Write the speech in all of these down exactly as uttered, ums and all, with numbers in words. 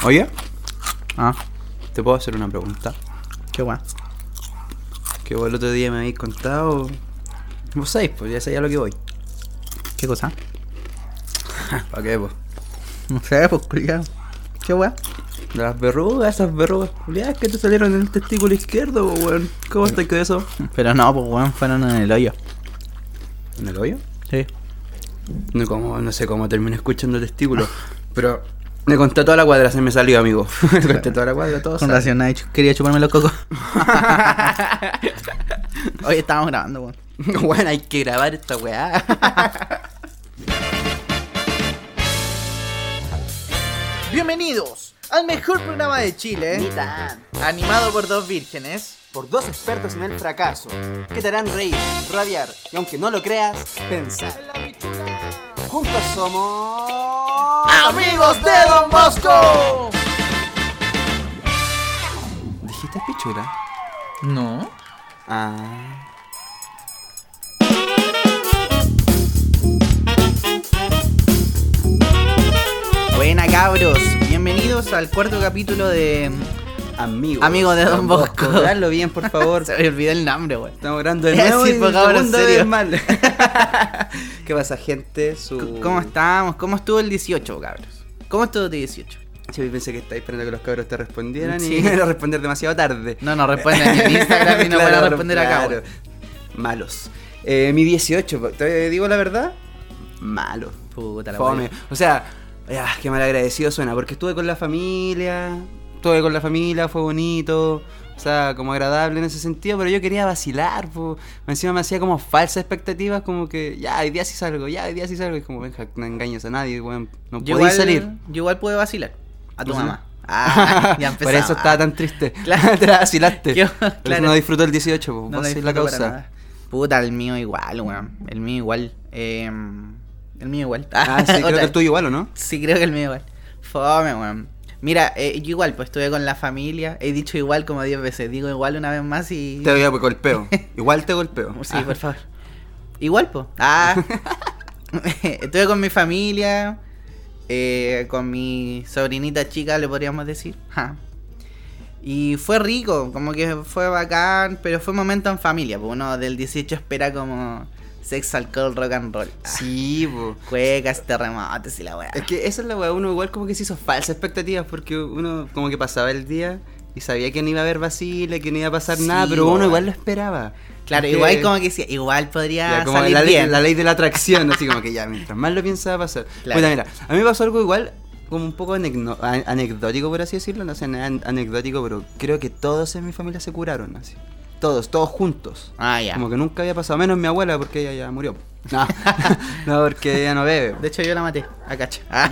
Oye, Ah, ¿te puedo hacer una pregunta? qué guay. Que vos el otro día me habéis contado. Vos sabéis, pues ya sabía a lo que voy. ¿Qué cosa? ¿Para qué, pues? No sé, pues culiao. ¿Qué guay? De las verrugas, esas verrugas culiadas que te salieron en el testículo izquierdo, pues, weón. ¿Cómo estás con eso? Pero no, pues weón, fueron en el hoyo. ¿En el hoyo? Sí. No, como, no sé cómo terminé escuchando testículo. Pero me conté toda la cuadra, se me salió, amigo. Me conté toda la cuadra, todo Con sale. razón, nadie ch- quería chuparme los cocos. Oye, estábamos grabando, weón. Bueno, hay que grabar esta weá. Bienvenidos al mejor programa de Chile, Ni tan. animado por dos vírgenes. Por dos expertos en el fracaso, que te harán reír, rabiar y aunque no lo creas, pensar. Juntos somos... ¡Amigos de Don Bosco! ¿Dijiste pichula? No. Ah... Buena, cabros. Bienvenidos al cuarto capítulo de Amigos. Amigo de Don Bosco. Hazlo bien, por favor. Se me olvidó el nombre, weón. Estamos grabando de Es nuevo así, y por favor, en segunda serio. vez mal. ¿Qué pasa, gente? Su... ¿Cómo estamos? ¿Cómo estuvo el dieciocho, cabros? ¿Cómo estuvo el dieciocho? Yo pensé que estáis esperando que los cabros te respondieran Sí. y era responder demasiado tarde. No, no responden ni en Instagram y no Claro, van a responder acá, claro. weón. Malos. Eh, mi dieciocho, ¿te digo la verdad? Malo. Puta la Fome. weá. O sea, ah, qué mal agradecido suena, porque estuve con la familia, estuve con la familia, fue bonito, o sea, como agradable en ese sentido, pero yo quería vacilar, po. Encima me hacía como falsas expectativas, como que ya, hoy día sí salgo, ya, hoy día sí salgo, y como, venga, no engañes a nadie, weón, no Yo podéis igual, salir. yo igual pude vacilar a tu ¿Sí? mamá. Ah, ya Por empezamos. eso estaba tan triste. Claro. Te la vacilaste. Yo, Por eso claro. no disfrutó el dieciocho, po. No Vos lo sois la disfruto para causa. nada. Puta, el mío igual, weón. El mío igual. Eh, el mío igual. Ah, sí, creo otra- que el tuyo igual, ¿o no? Sí, creo que el mío igual. Fome, weón. Mira, eh, yo igual, pues estuve con la familia. He dicho igual como diez veces. Digo igual una vez más y... Te voy a golpeo. Igual te golpeo. Sí, Ah. por favor. Igual, pues. Ah. Estuve con mi familia. Eh, con mi sobrinita chica, le podríamos decir. Ja. Y fue rico, como que fue bacán, pero fue momento en familia. Pues uno del dieciocho espera como sexo, alcohol, rock and roll. Ah, Sí, po. cuecas, terremotos y la weá. Es que esa es la weá, uno igual como que se hizo falsas expectativas porque uno como que pasaba el día y sabía que no iba a haber vacile, que no iba a pasar Sí, nada, pero weón. uno igual lo esperaba. Claro, Porque- igual como que decía, igual podría ya, como salir la ley, bien. la ley de la atracción, así como que ya, mientras más lo piensa va a pasar. Claro. Bueno, mira, a mí me pasó algo igual, como un poco anecno- a- anecdótico, por así decirlo, no sé, an- anecdótico, pero creo que todos en mi familia se curaron, así. Todos, todos juntos. Ah, ya. Como que nunca había pasado, menos mi abuela, porque ella ya murió. No, no porque ella no bebe. De hecho, yo la maté, a cacha. Ah.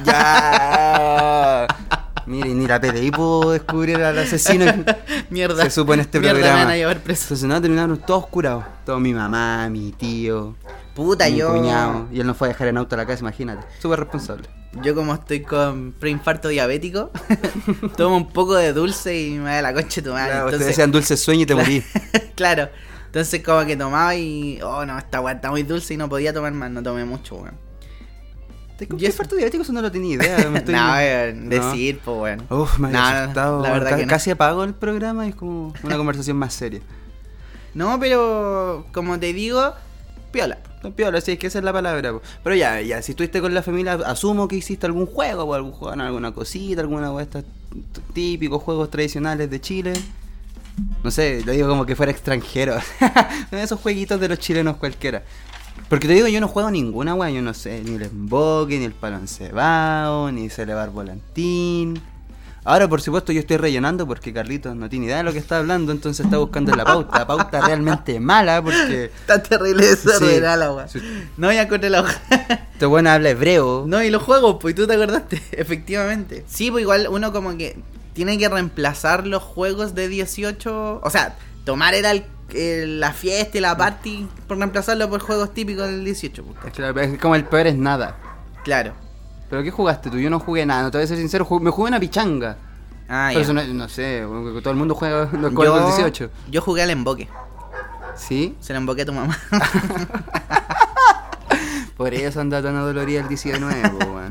Ya. Mire, ni la P D I pudo descubrir al asesino. Mierda. Se supo en este Mierda, programa. me van a llevar preso. Entonces no, terminaron todos curados. Todo mi mamá, mi tío, Puta, mi yo. cuñado. Y él no fue a dejar en auto a la casa, imagínate. Súper responsable. Yo como estoy con preinfarto diabético, tomo un poco de dulce y me da la concha de tu madre. Claro, te Entonces, decían dulce sueño y te morí. claro. Entonces como que tomaba y... Oh, no, esta weá está muy dulce y no podía tomar más. No tomé mucho, weón. ¿Te Y compré eso- infarto diabético? Eso no lo tenía idea. Me estoy... No, weón, No. decir, pues, weón. Uf, me No, había no, asustado. la verdad Ca- que no. Casi apago el programa y es como una conversación más seria. No, pero como te digo, piola. No, piola, sí, es que esa es la palabra. Po. Pero ya, ya, si estuviste con la familia, asumo que hiciste algún juego, o algún juego, alguna cosita, alguna de estos típicos juegos tradicionales de Chile. No sé, lo digo como que fuera extranjero. Esos jueguitos de los chilenos cualquiera. Porque te digo, yo no juego ninguna weá, yo no sé, ni el emboque, ni el palo encebado, ni celebrar volantín. Ahora, por supuesto, yo estoy rellenando porque Carlitos no tiene idea de lo que está hablando, entonces está buscando la pauta. La pauta realmente mala porque Está terrible eso, Sí. de la weá. Sí. No, ya encontré la hoja. este bueno habla hebreo. No, y los juegos, pues, y tú te acordaste, efectivamente. Sí, pues igual uno como que tiene que reemplazar los juegos de dieciocho. O sea, tomar era el, el- la fiesta y la party por reemplazarlo por juegos típicos del dieciocho. Pues. Es, que la- es como el peor es nada. Claro. ¿Pero qué jugaste tú? Yo no jugué nada, no te voy a ser sincero, jugué- me jugué una pichanga. Ah, Pero ya. eso no, no sé, todo el mundo juega los juegos del dieciocho. yo jugué al emboque. ¿Sí? Se lo emboqué a tu mamá. Por eso anda tan adolorida el diecinueve, po, weón.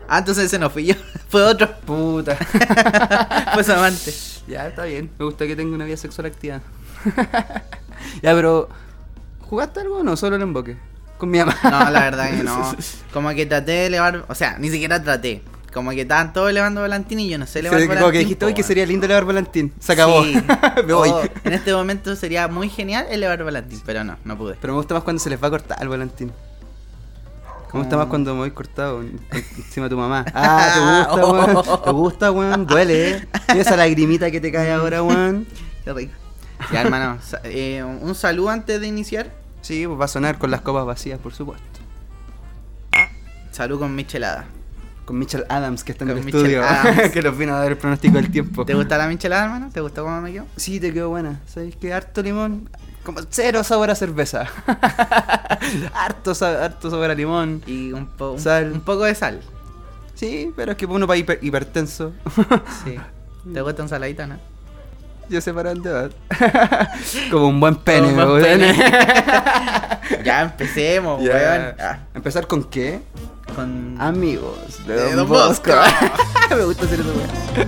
Ah, entonces ese no fui yo, fue otro. Puta. Fue su amante. Ya, está bien. Me gusta que tenga una vida sexual activa. Ya, pero... ¿Jugaste algo o no? Solo el emboque. Con mi mamá. No, la verdad que no. Como que traté de elevar... O sea, ni siquiera traté. Como que estaban todos elevando volantín y yo no sé elevar Sí, volantín. como que dijiste hoy po, que weón. sería lindo elevar volantín. Se acabó. Sí. Me voy. Oh, en este momento sería muy genial elevar volantín, pero no, no pude. Pero me gusta más cuando se les va a cortar el volantín. Me gusta más cuando me voy cortado en- encima de tu mamá. Ah, ¿te gusta, weón? ¿Te gusta, weón? Duele, ¿eh? Mira esa lagrimita que te cae ahora, weón. Qué rico. Ya, hermano, sa- eh, un saludo antes de iniciar. Sí, pues va a sonar con las copas vacías, por supuesto. Salud con michelada. Con Mitchell Adams, que está en Con el Mitchell estudio. Adams. Que nos vino a dar el pronóstico del tiempo. ¿Te gusta la michelada, hermano? ¿Te gustó cómo me quedó? Sí, te quedó buena. ¿Sabes qué? Harto limón. Como cero sabor a cerveza. harto, sa- harto sabor a limón. Y un, po- un, Sal. un poco de sal. Sí, pero es que uno para hiper- hipertenso. Sí. ¿Te gusta ensaladita, no? Yo sé para dónde vas. Como un buen pene, Como un weón. buen pene. Ya empecemos, Ya. weón. Ah, ¿Empezar con qué? con... Amigos de De Don, Don Bosco. Bosco. Me gusta hacer eso, weón.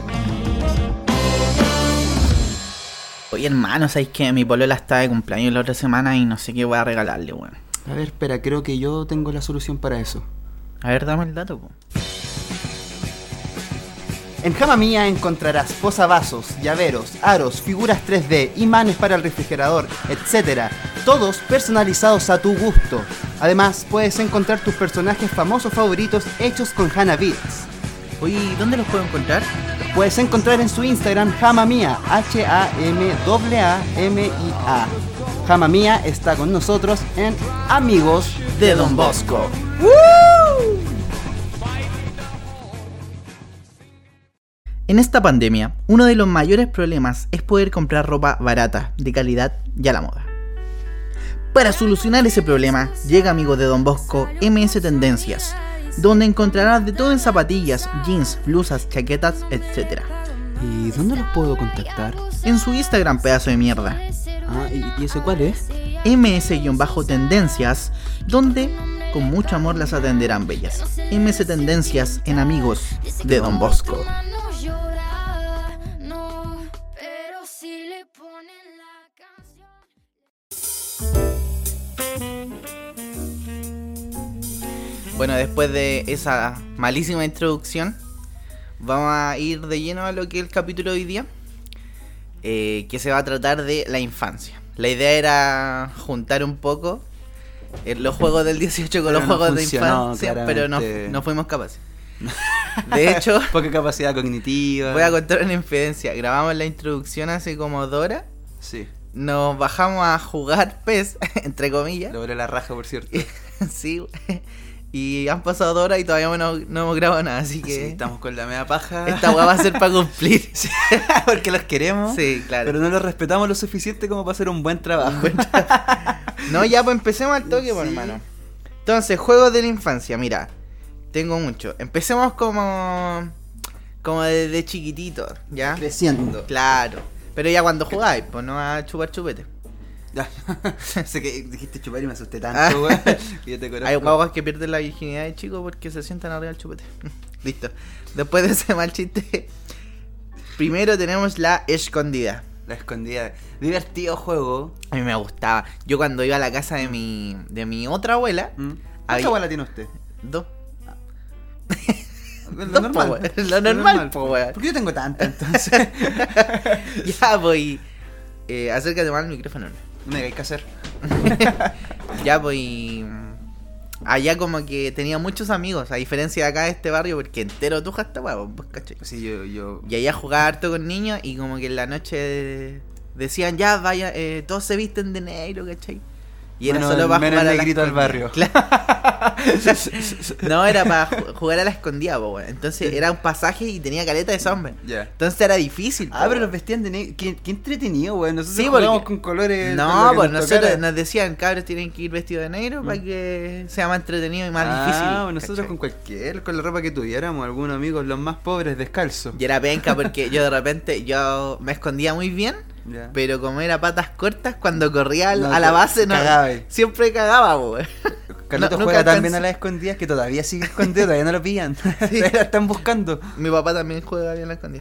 Oye, hermano, ¿sabes que mi polola está de cumpleaños la otra semana y no sé qué voy a regalarle, weón? A ver, espera, creo que yo tengo la solución para eso. A ver, dame el dato, po. En Jama Mía encontrarás posavasos, llaveros, aros, figuras tres D, imanes para el refrigerador, etcétera. Todos personalizados a tu gusto. Además, puedes encontrar tus personajes famosos favoritos hechos con Hana Beats. Oye, ¿dónde los puedo encontrar? Los puedes encontrar en su Instagram Jama Mía, H A M A A M I A. Jama Mía está con nosotros en Amigos De Don Bosco. En esta pandemia, uno de los mayores problemas es poder comprar ropa barata, de calidad y a la moda. Para solucionar ese problema, llega Amigos de Don Bosco M S Tendencias, donde encontrarás de todo en zapatillas, jeans, blusas, chaquetas, etcétera. ¿Y dónde los puedo contactar? En su Instagram, pedazo de mierda, Ah, ¿y, y ese cuál es? M S-Tendencias, donde con mucho amor las atenderán bellas. M S Tendencias en Amigos de Don Bosco. No llora, no, pero si le ponen la canción. Bueno, después de esa malísima introducción, vamos a ir de lleno a lo que es el capítulo de hoy día, eh, que se va a tratar de la infancia. La idea era juntar un poco eh, los juegos del dieciocho con Pero los no juegos funcionó, de infancia, pero no, claramente. no fuimos capaces. De hecho, Poca capacidad cognitiva. voy a contar una infidencia. Grabamos la introducción hace como dos horas, Sí, nos bajamos a jugar P E S, entre comillas. le volé la raja, por cierto. Sí, y han pasado dos horas y todavía no, no hemos grabado nada, así Sí, que estamos con la media paja. esta weá va a ser para cumplir. Sí, porque los queremos. Sí, claro. Pero no los respetamos lo suficiente como para hacer un buen trabajo. No, ya pues empecemos al toque, pues, Sí. hermano. Entonces, juegos de la infancia, mira, tengo mucho. Empecemos como como desde chiquitito, ¿ya? Creciendo. Claro. Pero ya cuando jugáis, pues no a chupar chupete. Ya. Sé que dijiste chupar y me asusté Ah. tanto, güey. Que yo te conozco. Hay guaguas que pierden la virginidad de chico porque se sientan arriba del chupete. Listo. Después de ese mal chiste, primero tenemos la escondida. La escondida. Divertido juego. A mí me gustaba. Yo cuando iba a la casa de mi de mi otra abuela, ¿Mm? Había- ¿Cuánta bola tiene usted? dos. Lo Dos, po, weón. Lo normal, po, weón. ¿Por qué yo tengo tanta entonces? Ya, voy. Eh, acércate más al micrófono. No hay que hacer. Ya, voy. Allá como que tenía muchos amigos, a diferencia de acá de este barrio, porque entero tuja esta weá, pues, ¿cachai? Sí, yo, yo. Y allá jugaba harto con niños y como que en la noche decían, ya, vaya, eh, todos se visten de negro, ¿cachai? Y era Bueno, solo para menos jugar a el la negrito del escondida. barrio. Claro. No, era para ju- jugar a la escondida, po, weón. Entonces era un pasaje y tenía caleta de sombra. Ya. Entonces era difícil. po, Ah, pero weón. los vestían de negro. Qué, qué entretenido, güey. Nosotros Sí, jugábamos porque- con colores. No, con lo que pues nos nosotros tocara. nos decían, cabros, tienen que ir vestidos de negro para que sea más entretenido y más ah, difícil. nosotros ¿cachai? con cualquier, con la ropa que tuviéramos, algunos amigos, los más pobres, descalzos. Y era penca porque yo de repente yo me escondía muy bien, Ya. pero como era patas cortas, cuando corría al- No, a la te- base no, cagaba ahí. siempre cagaba, po, weón. Carlitos nunca juega tan alcancé- bien a las escondidas que todavía sigue escondido, todavía no lo pillan. Todavía la están buscando. Mi papá también juega bien a la escondida.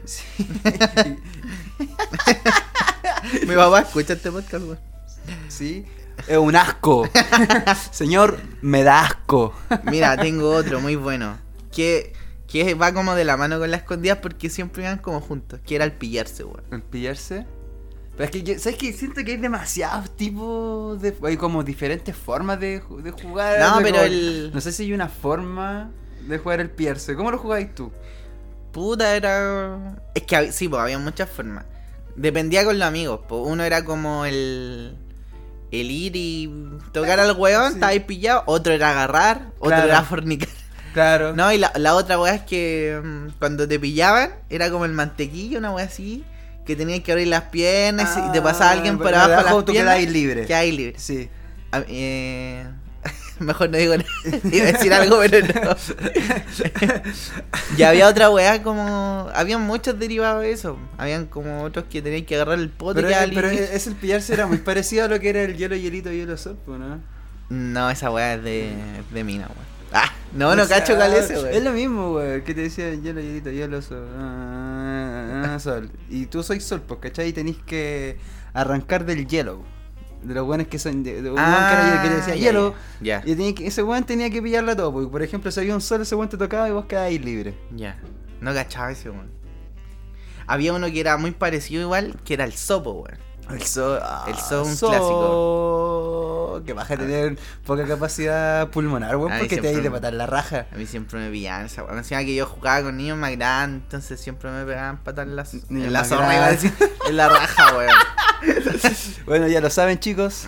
Mi papá escucha este podcast, weón. Sí. Es un asco. Señor, me da asco. Mira, tengo otro muy bueno. Que, que va como de la mano con las escondidas porque siempre iban como juntos. Que era el pillarse, weón. ¿El pillarse? Pero es que, yo, ¿sabes qué? Siento que hay demasiados tipos de... Hay como diferentes formas de, ju- de jugar. No, de pero jugar. el- No sé si hay una forma de jugar el pillarse. ¿Cómo lo jugáis tú? Puta, era... Es que hab- sí, pues había muchas formas. Dependía con los amigos. Pues uno era como el... El ir y tocar al weón, Sí. estaba ahí pillado. Otro era agarrar, otro Claro. era fornicar. Claro. No, y la, la otra weá es que mm, cuando te pillaban, era como el mantequillo, una weá así, que tenías que abrir las piernas y te pasaba alguien por pero abajo de debajo las tú piernas. quedáis libre. Que hay libre. Sí. A- eh, Mejor no digo nada. Iba a decir algo, pero no. Y había otra weá como... Habían muchos derivados de eso. Habían como otros que tenían que agarrar el pote Pero, que es- alguien- pero es- es el pillarse era muy parecido a lo que era el hielo, hielito, hielo, sol, pues, ¿no? No, esa weá es de, de mina, weón. Ah, no, no O sea, cacho cuál es ese, Es weón. lo mismo, güey, que te decía hielo, hielito, hielo, sol, ah, ah, sol. Y tú sois sol, pues, ¿cachai? Y tenéis que arrancar del hielo. De los buenos que son. De, de un weón que, era hielo, que te decía Ah, ya, hielo. Ya, Y tenía que, ese weón tenía que pillarla todo, porque por ejemplo, si había un sol, ese weón te tocaba y vos quedabais libre. ya. No cachaba ese, weón. Había uno que era muy parecido igual, que era el sopo, weón. El sol. El sol, un clásico. Que vas a tener poca capacidad pulmonar, weón, Ay, porque te siempre hay de me- patar la raja. A mí siempre me pillaban esa weón. Encima que yo jugaba con niños más grandes, entonces siempre me pegaban patas en la, Niños en la más zorra, iba a grandes. decir. En la raja, weón. Bueno, ya lo saben, chicos.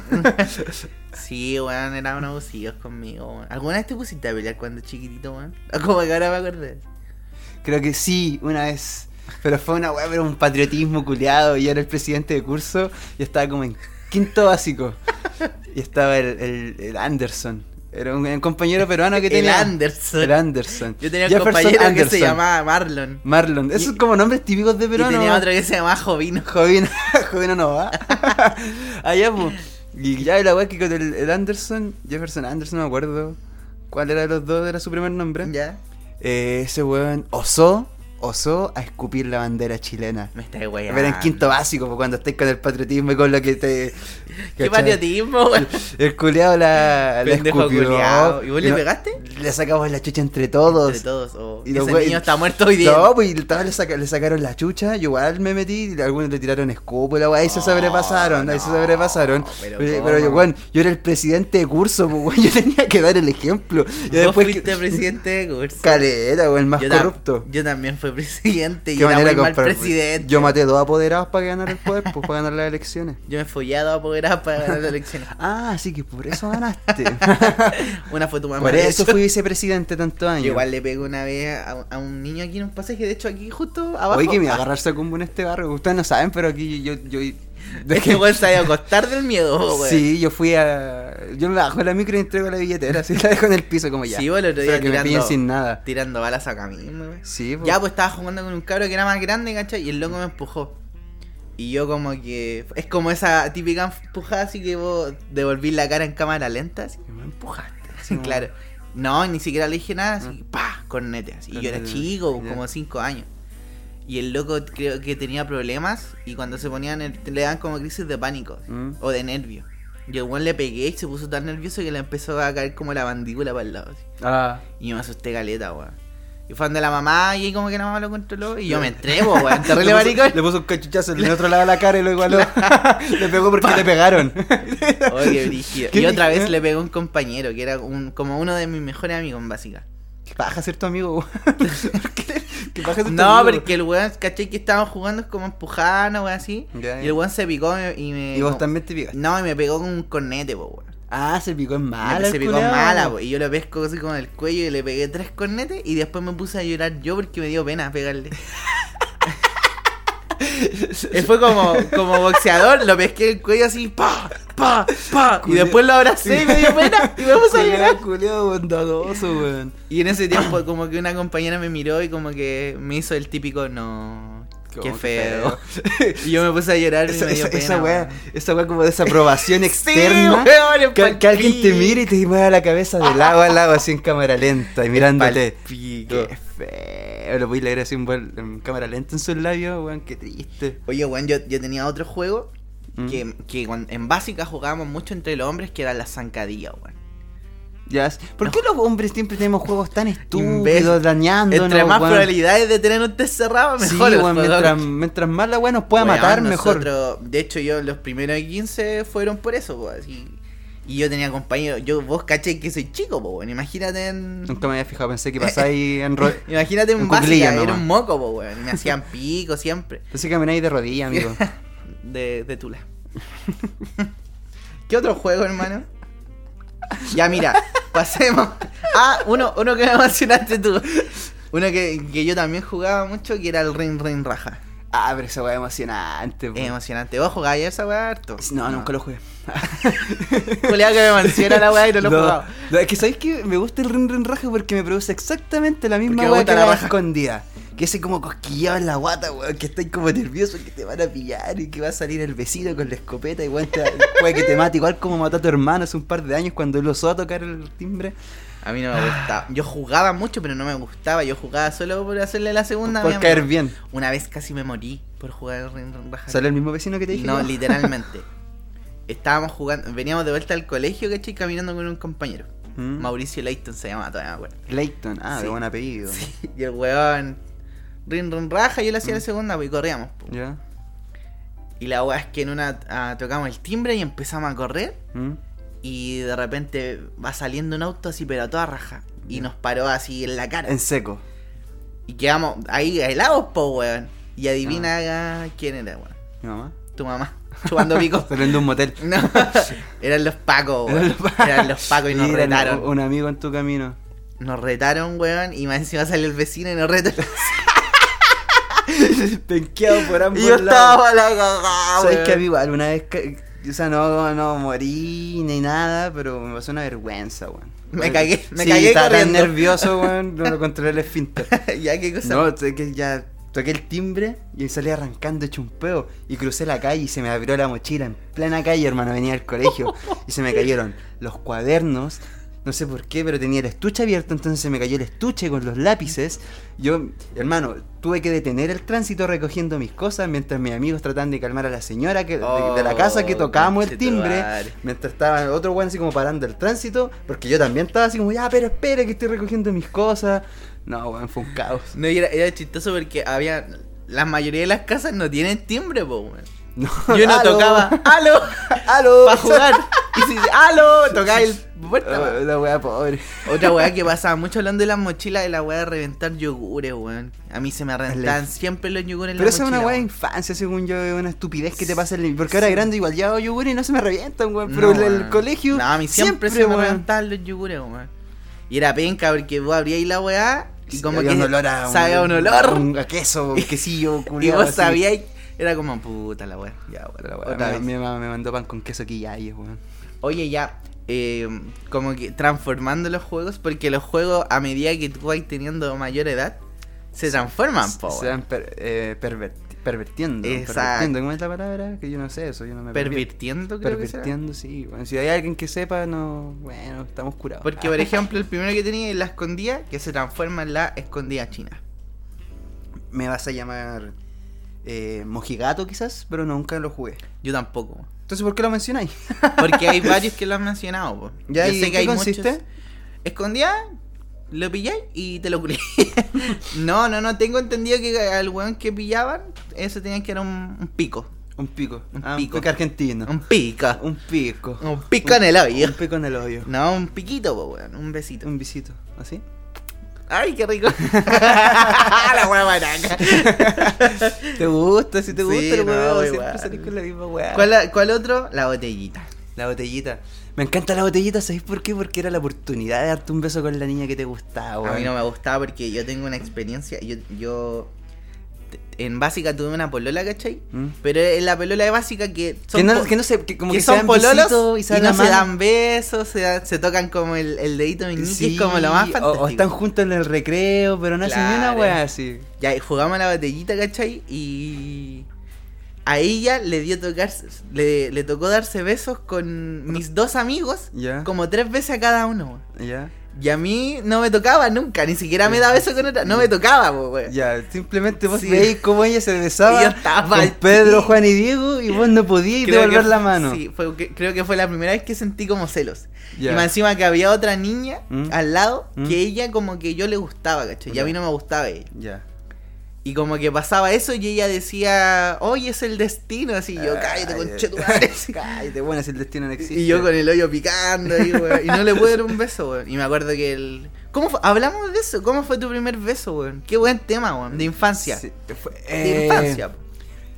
Sí, weón, eran unos abusivos conmigo, weón. ¿Alguna vez te pusiste a pelear cuando chiquitito, weón? Como que ahora me acordé. Creo que sí, una vez. Pero fue una weá, pero un patriotismo culiado. Yo era el presidente de curso y estaba como en quinto básico. Y estaba el, el, el Anderson. Era un, un compañero peruano que El tenía. Anderson. El Anderson. Yo tenía un Jefferson compañero que se Anderson. llamaba Marlon. Marlon. Esos Y- son como nombres típicos de Y peruano. tenía otro que se llamaba Jovino. Jovino, Jovino no va. Allá, pues. Y ya la weá que con el, el Anderson, Jefferson Anderson, no me acuerdo cuál era de los dos, era su primer nombre. ¿Ya? Eh, ese weón osó, osó a escupir la bandera chilena. Me está weyando. Pero en quinto básico, pues, cuando estáis con el patriotismo y con lo que te. ¿Qué ¿cachai? patriotismo, weón? El culiado la, la Pendejo escupió. culiao. ¿Y vos le no- pegaste? Le sacamos la chucha entre todos. Entre todos. Oh. Y los Ese wey- niño está muerto hoy día. No, pues y todos le, saca- le sacaron la chucha, yo igual me metí, y algunos le tiraron escupo y la weá, ahí se Oh, sobrepasaron, ahí se no, sobrepasaron. pero Pero, ¿cómo? pero yo, weón, yo era el presidente de curso, pues weón, yo tenía que dar el ejemplo. Y Vos después fuiste que- presidente de curso. Caleta, weón, el más Yo tam- corrupto. Yo también fui presidente y Qué era manera muy de mal comprar- presidente. Yo maté dos apoderados para ganar el poder, pues para ganar las elecciones. Yo me fui a dos apoderados para ganar la elección. Ah, así que por eso ganaste. Una fue tu mamá. por de eso hecho. fui vicepresidente tantos años. Yo igual le pegué una vez a, a un niño aquí en un pasaje, de hecho aquí justo abajo. Oye, que me iba a Ah, agarrarse a combo en este barrio. Ustedes no saben, pero aquí yo. yo, yo Es que igual se había acostar del miedo, weón. Sí, yo fui a. Yo me bajo de la micro y entrego la billetera, así la dejo en el piso como ya. Sí, bueno, el otro día Pero que me tirando- pillen sin nada. Tirando balas acá mismo, weón. Sí, Ya, pues estaba jugando con un cabro que era más grande, ¿cachai? Y el loco me empujó. Y yo como que... Es como esa típica empujada así que vos devolvís la cara en cámara lenta, así. Me empujaste. Sí, claro. No, ni siquiera le dije nada, así, pa, cornete, así. Y yo era Cornete, chico, ya. como cinco años. Y el loco creo que tenía problemas y cuando se ponían, el- le daban como crisis de pánico así, Mm. o de nervio. Y el weón le pegué y se puso tan nervioso que le empezó a caer como la mandíbula para el lado, así. Ah. Y yo me asusté caleta, weón. Y fue donde la mamá y ahí como que la mamá lo controló y yo me entré, po, weón. Terrible Le puso- maricón. Le puso un cachuchazo en el otro lado de la cara y lo igualó. Le pegó porque le pegaron. Oye, qué brígido. ¿Qué Y otra brígido? vez le pegó un compañero que era un, como uno de mis mejores amigos en básica. ¿Qué paja ser tu amigo, weón? ¿Por qué? ¿Qué paja ser tu No, amigo? porque el weón, caché que estábamos jugando es como empujando, weón, así. Ya, ya. Y el weón se picó y me. Y vos como- también te picaste. No, y me pegó con un cornete, po, weón. Ah, se picó en Me- mala. se el picó culiao. mala, po. Y yo le pesco así como en el cuello y le pegué tres cornetes. Y después me puse a llorar yo porque me dio pena pegarle. Él fue como, como boxeador, lo pesqué el cuello así, pa, pa, pa. Y Culiao. después lo abracé y me dio pena. Y me puse a llorar. Culiao, culiao bondadoso, weón. Y en ese tiempo como que una compañera me miró y como que me hizo el típico no... Qué Oh, feo. Y yo me puse a llorar y Esa, me dio esa, pena, esa weá, weón. esa weá como desaprobación externa. Sí, weón, es que, pal que alguien te pico. mire y te mueva la cabeza de lado a lado así en cámara lenta y mirándote. Pal pico. Qué feo. Lo voy a leer así en, vuel- en cámara lenta en sus labios, weón. Qué triste. Oye, weón, yo, yo tenía otro juego ¿Mm? que, que cuando- en básica jugábamos mucho entre los hombres, que era la zancadilla, weón. Ya, ¿por qué los hombres siempre tenemos juegos tan estúpidos, Imbécil. dañándonos? Entre más weón? probabilidades de tener un test cerrado, Sí, mejor. el weón, juego. mientras, mientras más la weá nos pueda Weón, matar, mejor. nosotros- De hecho, yo los primeros quince fueron por eso, po, así. Y yo tenía compañeros. Yo, vos caché que soy chico, po, weón. Imagínate en. Nunca me había fijado, pensé que pasáis en ro... Imagínate en en básica, cuclillas era nomás. un moco, po, weón. Y me hacían pico siempre. Pensé que camináis de rodillas, amigo. De, de Tula. ¿Qué otro juego, hermano? Ya, mira, pasemos. Ah, uno, uno que me mencionaste tú. Uno que, que yo también jugaba mucho, que era el Ring Ring Raja. Ah, pero esa weá es emocionante, po. Es emocionante. ¿Vos jugabas esa weá harto? No, nunca lo jugué. Julián que me menciona la weá y no lo he No, jugado. no, es que sabéis que me gusta el Rin Rin Raja porque me produce exactamente la misma Porque me weá gusta que la la raja. escondida. Que ese como cosquillado en la guata, weón, que estáis como nervioso que te van a pillar y que va a salir el vecino con la escopeta y weón, te- puede que te mate igual como mató a tu hermano hace un par de años cuando él osó a tocar el timbre. A mí no me gustaba. Yo jugaba mucho, pero no me gustaba. Yo jugaba solo por hacerle la segunda. a Por mi caer amigo. bien. Una vez casi me morí por jugar el Ring Ring Raja. ¿Sale el mismo vecino que te dije? No, yo? literalmente. Estábamos jugando, veníamos de vuelta al colegio, ¿cachai? Caminando con un compañero. ¿Mm? Mauricio Leighton se llama, todavía me acuerdo. Leighton, ah, Sí. de buen apellido. Y el weón, rin, rin, raja, yo le hacía la segunda, pues, y corríamos. po. ¿Ya? Y la weá es que en una ah, tocamos el timbre y empezamos a correr. ¿Mm? Y de repente va saliendo un auto así, pero a toda raja. Y Ya. nos paró así en la cara. En seco. Y quedamos ahí helados, po, weón. Y adivina ah, quién era, weón. ¿Mi mamá? Tu mamá, chupando pico. Saliendo de un motel. No, eran los pacos, weón. Eran los pacos. Eran los pacos y nos Mira, retaron. Un amigo en tu camino. Nos retaron, weón, y más encima salió el vecino y nos retó. Penqueado por ambos Y yo lados. estaba a la cagada, ¿Sabes weón. que a mí igual una vez, ca- o sea, no, no morí ni nada, pero me pasó una vergüenza, weón. Me cagué, me sí, cagué estaba tan corriendo. nervioso, weón, no lo controlé el esfínter. Ya, qué cosa. No, sé que ya toqué el timbre y salí arrancando hecho un peo y crucé la calle y se me abrió la mochila en plena calle, hermano, venía al colegio y se me cayeron los cuadernos. No sé por qué, pero tenía el estuche abierto, entonces se me cayó el estuche con los lápices. Yo, hermano, tuve que detener el tránsito recogiendo mis cosas mientras mis amigos trataban de calmar a la señora que, de, de la casa que tocábamos el timbre. conchetumare. Mientras estaba otro weón así como parando el tránsito, porque yo también estaba así como, ya, pero espera que estoy recogiendo mis cosas. No, weón, fue un caos. No, y era, era chistoso porque había. La mayoría de las casas no tienen timbre, po, weón. No, Yo no ¡aló! tocaba, ¡aló! ¡Aló! Para jugar. Y si dice, ¡aló! Tocaba el puerta. Oh, la weá pobre. Otra weá que pasaba mucho hablando de las mochilas es la weá de reventar yogures, weón. A mí se me reventaban El- siempre los yogures en Pero la esa es mochila. una weá de weón. infancia, según yo, es una estupidez que te pasa en el... Porque ahora grande igual ya hago yogur y no se me revientan, weón. Pero No, en el weón. colegio. No, a mí siempre, se me weón. reventaban los yogures, weón. Y era penca porque vos abríais la weá y Sí, como había que un olor a sabía un olor. un- a queso, un quesillo, Y culiao, vos así. sabíais, era como puta la weá. Ya, Pero la weón. weá, Otra mi, vez. mi mamá me mandó pan con queso quillayes, weón. Oye, ya, eh, como que transformando los juegos, porque los juegos a medida que tú vas teniendo mayor edad, se transforman, po, Se weón. van per- eh, perverti- pervertiendo. Exacto. Pervertiendo, ¿cómo es la palabra? Que yo no sé eso, yo no me pervierto. Pervirtiendo, creo que será. Pervertiendo, sí. Bueno, si hay alguien que sepa, no. Bueno, estamos curados. Porque, por ejemplo, el primero que tenía es la escondida, que se transforma en la escondida china. Me vas a llamar eh, Mojigato, quizás, pero nunca lo jugué. Yo tampoco. Entonces, ¿por qué lo mencionáis? Porque hay varios que lo han mencionado, po. Ya, Yo ¿y sé en que qué hay consiste? muchos. Escondida, lo pilláis y te lo culé. No, no, no, tengo entendido que al weón que pillaban, eso tenían que era un, un pico. Un pico. Un Ah, pico. Un pico argentino. Un pico. Un pico. Un pico en el hoyo. Un pico en el hoyo. No, un piquito, po, weón, un besito. Un visito. ¿Así? Ay, qué rico. La weá maraca. ¿Te gusta? Si te Sí, gusta el no, weón, igual. siempre salís con la misma weá. ¿Cuál, ¿Cuál otro? La botellita. La botellita. Me encanta la botellita, ¿sabéis por qué? Porque era la oportunidad de darte un beso con la niña que te gustaba, A weón. mí no me gustaba porque yo tengo una experiencia. Yo. yo en básica tuve una polola, ¿cachai? ¿Mm? Pero es la polola de básica que son, Que no, po- que no se, que como que que se son dan pololos besitos y, se dan no la se mano. dan besos, se, da- se tocan como el, el dedito meñique, Sí, es como lo más o- fantástico. O, están juntos en el recreo, pero no hacen ni una Claro. wea así. Ya, y jugamos a la botellita, ¿cachai? Y a ella le dio tocar, le, le tocó darse besos con mis dos amigos, Ya. como tres veces a cada uno. Ya. Y a mí no me tocaba nunca, ni siquiera me daba besos con otra, no me tocaba, po, weón. Ya, simplemente vos Sí. veis cómo ella se besaba Y yo estaba con al Pedro, tiro. Juan y Diego y vos no podías Creo devolver que- la mano. Sí, fue, que- creo que fue la primera vez que sentí como celos. Ya. Y más encima que había otra niña ¿Mm? al lado ¿Mm? que ella como que yo le gustaba, ¿cachai? Y Ya. a mí no me gustaba ella. Ya. Y como que pasaba eso y ella decía, oye, es el destino, así yo, cállate, Ay, conchetumare. Cállate, bueno, si el destino no existe. Y yo con el hoyo picando ahí, weón. Y no le pude dar un beso, weón. Y me acuerdo que el... ¿Cómo fue? Hablamos de eso. ¿Cómo fue tu primer beso, weón? Qué buen tema, weón. De infancia. Sí, fue- De eh, infancia. po.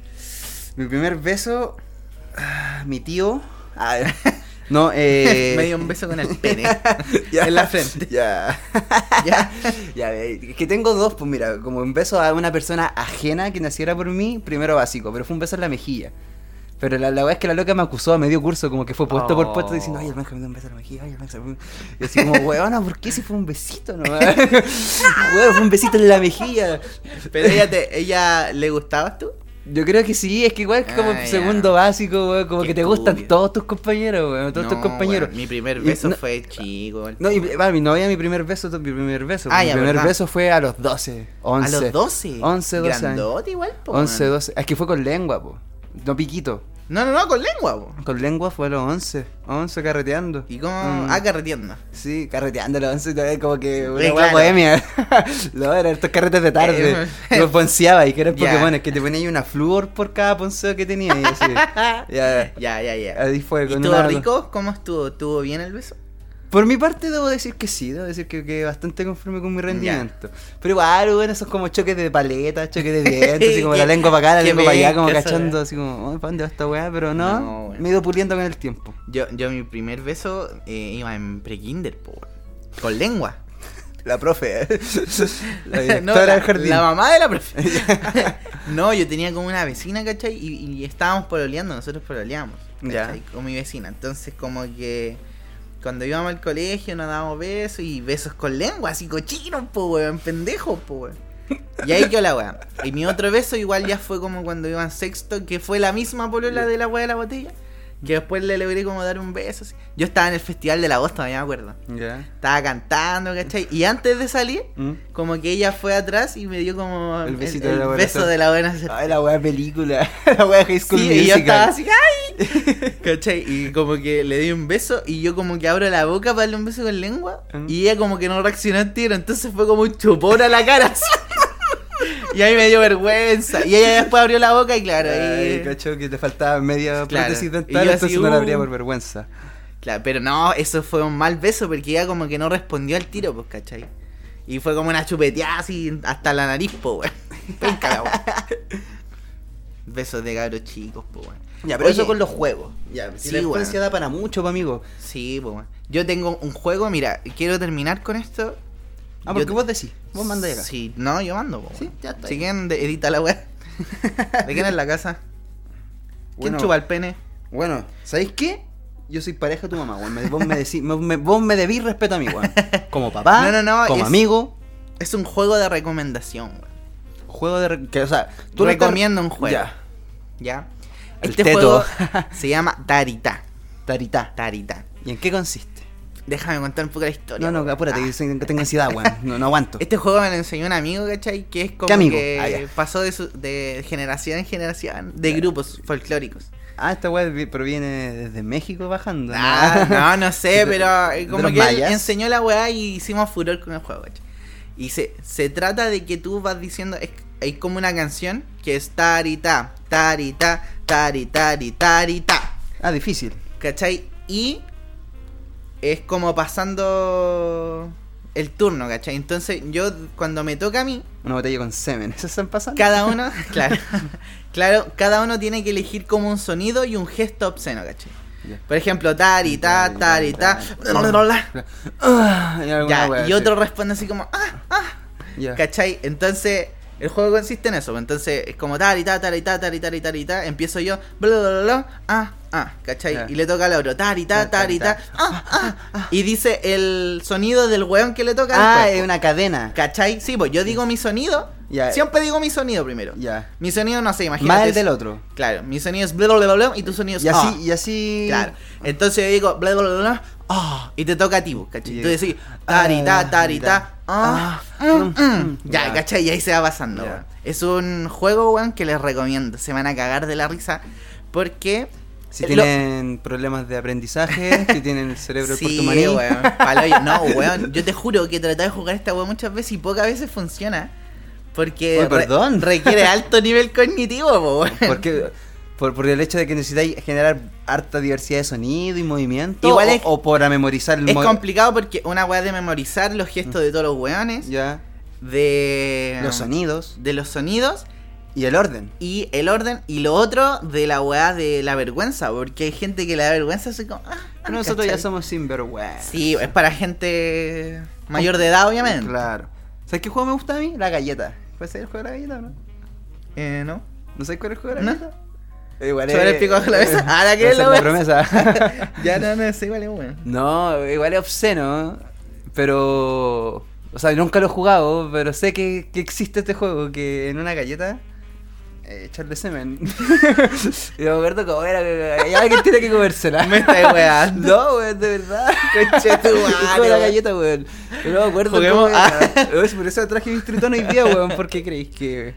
Mi primer beso. ah, mi tío. ah, no, eh. Me dio un beso con el pene. ya, en la frente. Ya. ¿Ya? Ya, eh, es que tengo dos, pues mira, como un beso a una persona ajena que naciera por mí, primero básico, pero fue un beso en la mejilla. Pero la, la verdad es que la loca me acusó a medio curso, como que fue puesto por puesto diciendo, ay, el Benja me dio un beso en la mejilla, ay, el Benja me dio un-". Y así como, weona, ¿por qué si fue un besito nomás? Weón, fue un besito en la mejilla. Pero ella, te, ella ¿le gustabas tú? Yo creo que sí, es que igual es como Ah, ya. segundo básico, weón, como Qué que te gustan estúpido. todos tus compañeros, weón, todos tus No, compañeros. weón, mi primer Y beso no- fue chico. weón. No, y va, mi novia, mi primer beso, mi primer beso. Ah, mi ya, primer ¿verdad? beso fue a los doce, once. A los doce. once, doce años. Grandote igual, po, once, weón. doce. Es que fue con lengua, po. No piquito. No, no, no, con lengua, po. Con lengua fue a los once. once carreteando. ¿Y cómo? Mm. Ah, carreteando. Sí, carreteando a los once, todavía como que una Eh, hueá claro. bohemia. No, eran estos carretes de tarde. Eh, Los ponceaba y que eran ya. Pokémon, que te ponía ahí una flúor por cada ponceo que tenía. Y así. Ya, Ya, ya, ya. ahí fue. ¿Y con estuvo una- rico? ¿Cómo estuvo? ¿Estuvo bien el beso? Por mi parte debo decir que sí, debo decir que quedé bastante conforme con mi rendimiento. Pero igual, bueno, esos como choques de paleta, choques de dientes, así como la lengua para acá, la Qué lengua para allá, como penca esa cachando, weá. así como, "Ay, ¿para dónde va esta weá?" Pero no, No, bueno. me he ido puliendo con el tiempo. Yo, yo mi primer beso eh, iba en pre-kinder, po, weón. Con lengua. La profe, ¿eh? La No, directora la, del jardín. la mamá de la profe. No, yo tenía como una vecina, ¿cachai? Y, y estábamos pololeando, nosotros pololeamos, ¿cachai? Ya. Con mi vecina. Entonces, como que cuando íbamos al colegio nos dábamos besos y besos con lengua, así cochinos, po, weón, pendejos, po, weón. Y ahí quedó la weá. Y mi otro beso igual ya fue como cuando iba en sexto, que fue la misma polola de la weá de la botella. Que después le logré como dar un beso. Así. Yo estaba en el Festival de la Voz, todavía me acuerdo. Ya. Estaba cantando, ¿cachai? Y antes de salir, ¿Mm? como que ella fue atrás y me dio como El el, besito el de la buena beso suerte. de la buena suerte. Ay, la weá película. La weá High School Sí, y yo Musical. estaba así, ¡ay! ¿Cachai? Y como que le di un beso y yo como que abro la boca para darle un beso con lengua Mm. y ella como que no reaccionó al tiro, entonces fue como un chupón a la cara así. Y ahí me dio vergüenza. Y ella después abrió la boca y claro, Ay, ahí... cacho, que te faltaba media Claro. prótesis Y dental, yo así, entonces no la abría uh. por vergüenza. Claro, pero no, eso fue un mal beso porque ella como que no respondió al tiro, pues, ¿cachai? Y fue como una chupeteada así hasta la nariz, po, weón. Penca la weón. Besos de cabros chicos, po, weón. Ya, pero Oye, eso con los juegos. Ya, si Sí, la infancia weón. da para mucho, pa' amigo. Sí, po, weón. Yo tengo un juego, mira, quiero terminar con esto. Ah, porque Yo- vos decís, vos mandáis acá. Sí, no, yo mando, po, Sí, weón. ya está Si ahí. quieren, de- edita la weá. ¿De quién es la casa? ¿Quién Bueno. chupa el pene? Bueno, ¿sabéis qué? Yo soy pareja de tu mamá, weón. Me- Vos me decís, me- me- vos me debís respeto a mí, weón. Como papá, No, no, no, como es- amigo, Es un juego de recomendación, weón. juego de... re- que, o sea, tú no Recomiendo estás- un juego. Ya, ¿Ya? El Este teto. juego se llama Tarita. Tarita. Tarita. ¿Y en qué consiste? Déjame contar un poco la historia. No, no, weón. apúrate, Ah. que soy- que tengo ansiedad, weón. No, no aguanto. Este juego me lo enseñó un amigo, ¿cachai? Que es como ¿Qué amigo? que Ah, ya. pasó de, su- de generación en generación de Ya. grupos folclóricos. Ah, esta weá vi- proviene desde México bajando. Ah, no, no sé, De- pero eh, de como los que él mayas. enseñó la weá y hicimos furor con el juego, ¿cachai? Y se, se trata de que tú vas diciendo, es, hay como una canción que es tarita, tarita, tarita, tarita, Ah, difícil. ¿cachai? Y es como pasando el turno, ¿cachai? Entonces yo, cuando me toca a mí, Una botella con semen. ¿Eso están pasando? cada uno, claro, claro, cada uno tiene que elegir como un sonido y un gesto obsceno, ¿cachai? Ya. Por ejemplo, tarita, tarita, Ah, y alguna ya, weá, y sí. otro responde así como, ah, ah, Ya. ¿cachai? Entonces, El juego consiste en eso, pues, entonces es como tarita, tarita, tarita, tarita, tarita, empiezo yo, bla, bla, bla, bla, ah, ah, ¿cachai? Ya. Y le toca al otro, tarita, tarita, ah, ah, ah, y dice el sonido del weón que le toca Ah, después, es po. una cadena. ¿Cachai? Sí, pues yo digo mi sonido, Ya. siempre digo mi sonido primero. Ya. Mi sonido, no sé, imagínate. Más el es- del otro. Claro, mi sonido es bla, bla, bla, bla, y tu sonido es Y así, ah. y así. Claro. Entonces yo digo bla bla bla bla ah, y te toca a ti, pues, ¿cachai? Y- Tú decís tarita, ah, tarita, ah, ah, mm, mm, mm. Ya, ya. ¿cachai? Y ahí se va pasando, Ya. weón. Es un juego, weón, que les recomiendo. Se van a cagar de la risa porque Si lo- tienen problemas de aprendizaje, si tienen el cerebro Sí, portumaní. weón, palo hoyo. No, weón, yo te juro que traté de jugar esta weón muchas veces y pocas veces funciona. Porque Uy, re- perdón. requiere alto nivel cognitivo, po, weón. Porque, por, por el hecho de que necesitáis generar harta diversidad de sonido y movimiento. Igual o, es- o para memorizar el Es mo- complicado porque una weá de memorizar los gestos de todos los weones, Ya. de Los sonidos de los sonidos y el orden. y el orden, y lo otro de la weá de la vergüenza, porque hay gente que le da vergüenza así como... ah, Pero nosotros ¿cachai? ya somos sinvergüenza. Sí, es para gente mayor de edad, obviamente. Claro. ¿Sabes qué juego me gusta a mí? La galleta. ¿Puede ser el juego de la galleta o no? Eh, ¿no? ¿No sabes cuál es el juego de la ¿No? galleta? Igual ¿Sobre es- el pico bajo la mesa? Ah, la que esa es la es la wea. promesa. Ya no, no sé, igual es bueno. No, igual es obsceno, pero... O sea, nunca lo he jugado, pero sé que, que existe este juego, que en una galleta... Eh, echarle semen. Y me acuerdo cómo era, que ya alguien tiene que comérsela. Me estáis weando. No, weón, de verdad. Conche tu El madre, juego de la weón. galleta, weón. Yo no me acuerdo Juguemos- cómo era. Es por eso traje mi tritón hoy día, weón, porque creéis que...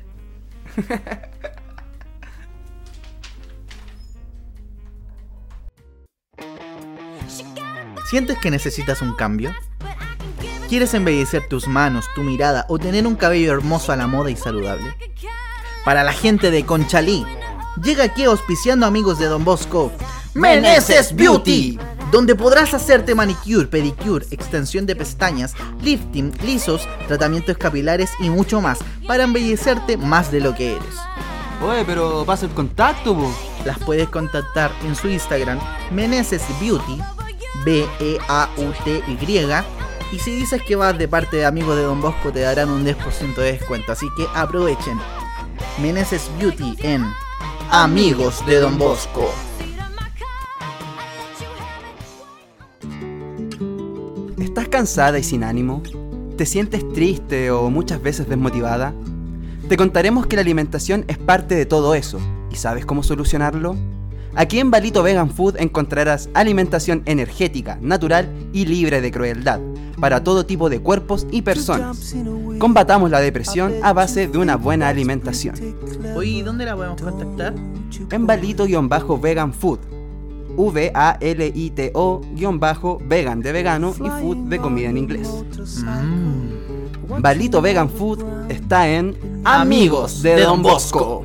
¿Sientes que necesitas un cambio? ¿Quieres embellecer tus manos, tu mirada o tener un cabello hermoso a la moda y saludable? Para la gente de Conchalí, llega aquí auspiciando amigos de Don Bosco, Meneses Beauty, donde podrás hacerte manicure, pedicure, extensión de pestañas, lifting, lisos, tratamientos capilares y mucho más para embellecerte más de lo que eres. Oye, pero pasa el contacto, po. Las puedes contactar en su Instagram, Meneses Beauty, B E A U T Y, y si dices que vas de parte de amigos de Don Bosco te darán un diez por ciento de descuento, así que aprovechen. Meneses Beauty en Amigos de Don Bosco. ¿Estás cansada y sin ánimo? ¿Te sientes triste o muchas veces desmotivada? Te contaremos que la alimentación es parte de todo eso. ¿Y sabes cómo solucionarlo? Aquí en Balito Vegan Food encontrarás alimentación energética, natural y libre de crueldad para todo tipo de cuerpos y personas. Combatamos la depresión a base de una buena alimentación. Oye, ¿dónde la podemos contactar? En Balito-Vegan Food. V A L I T O-Vegan de vegano y food de comida en inglés. Mm. Balito Vegan Food está en Amigos de Don Bosco.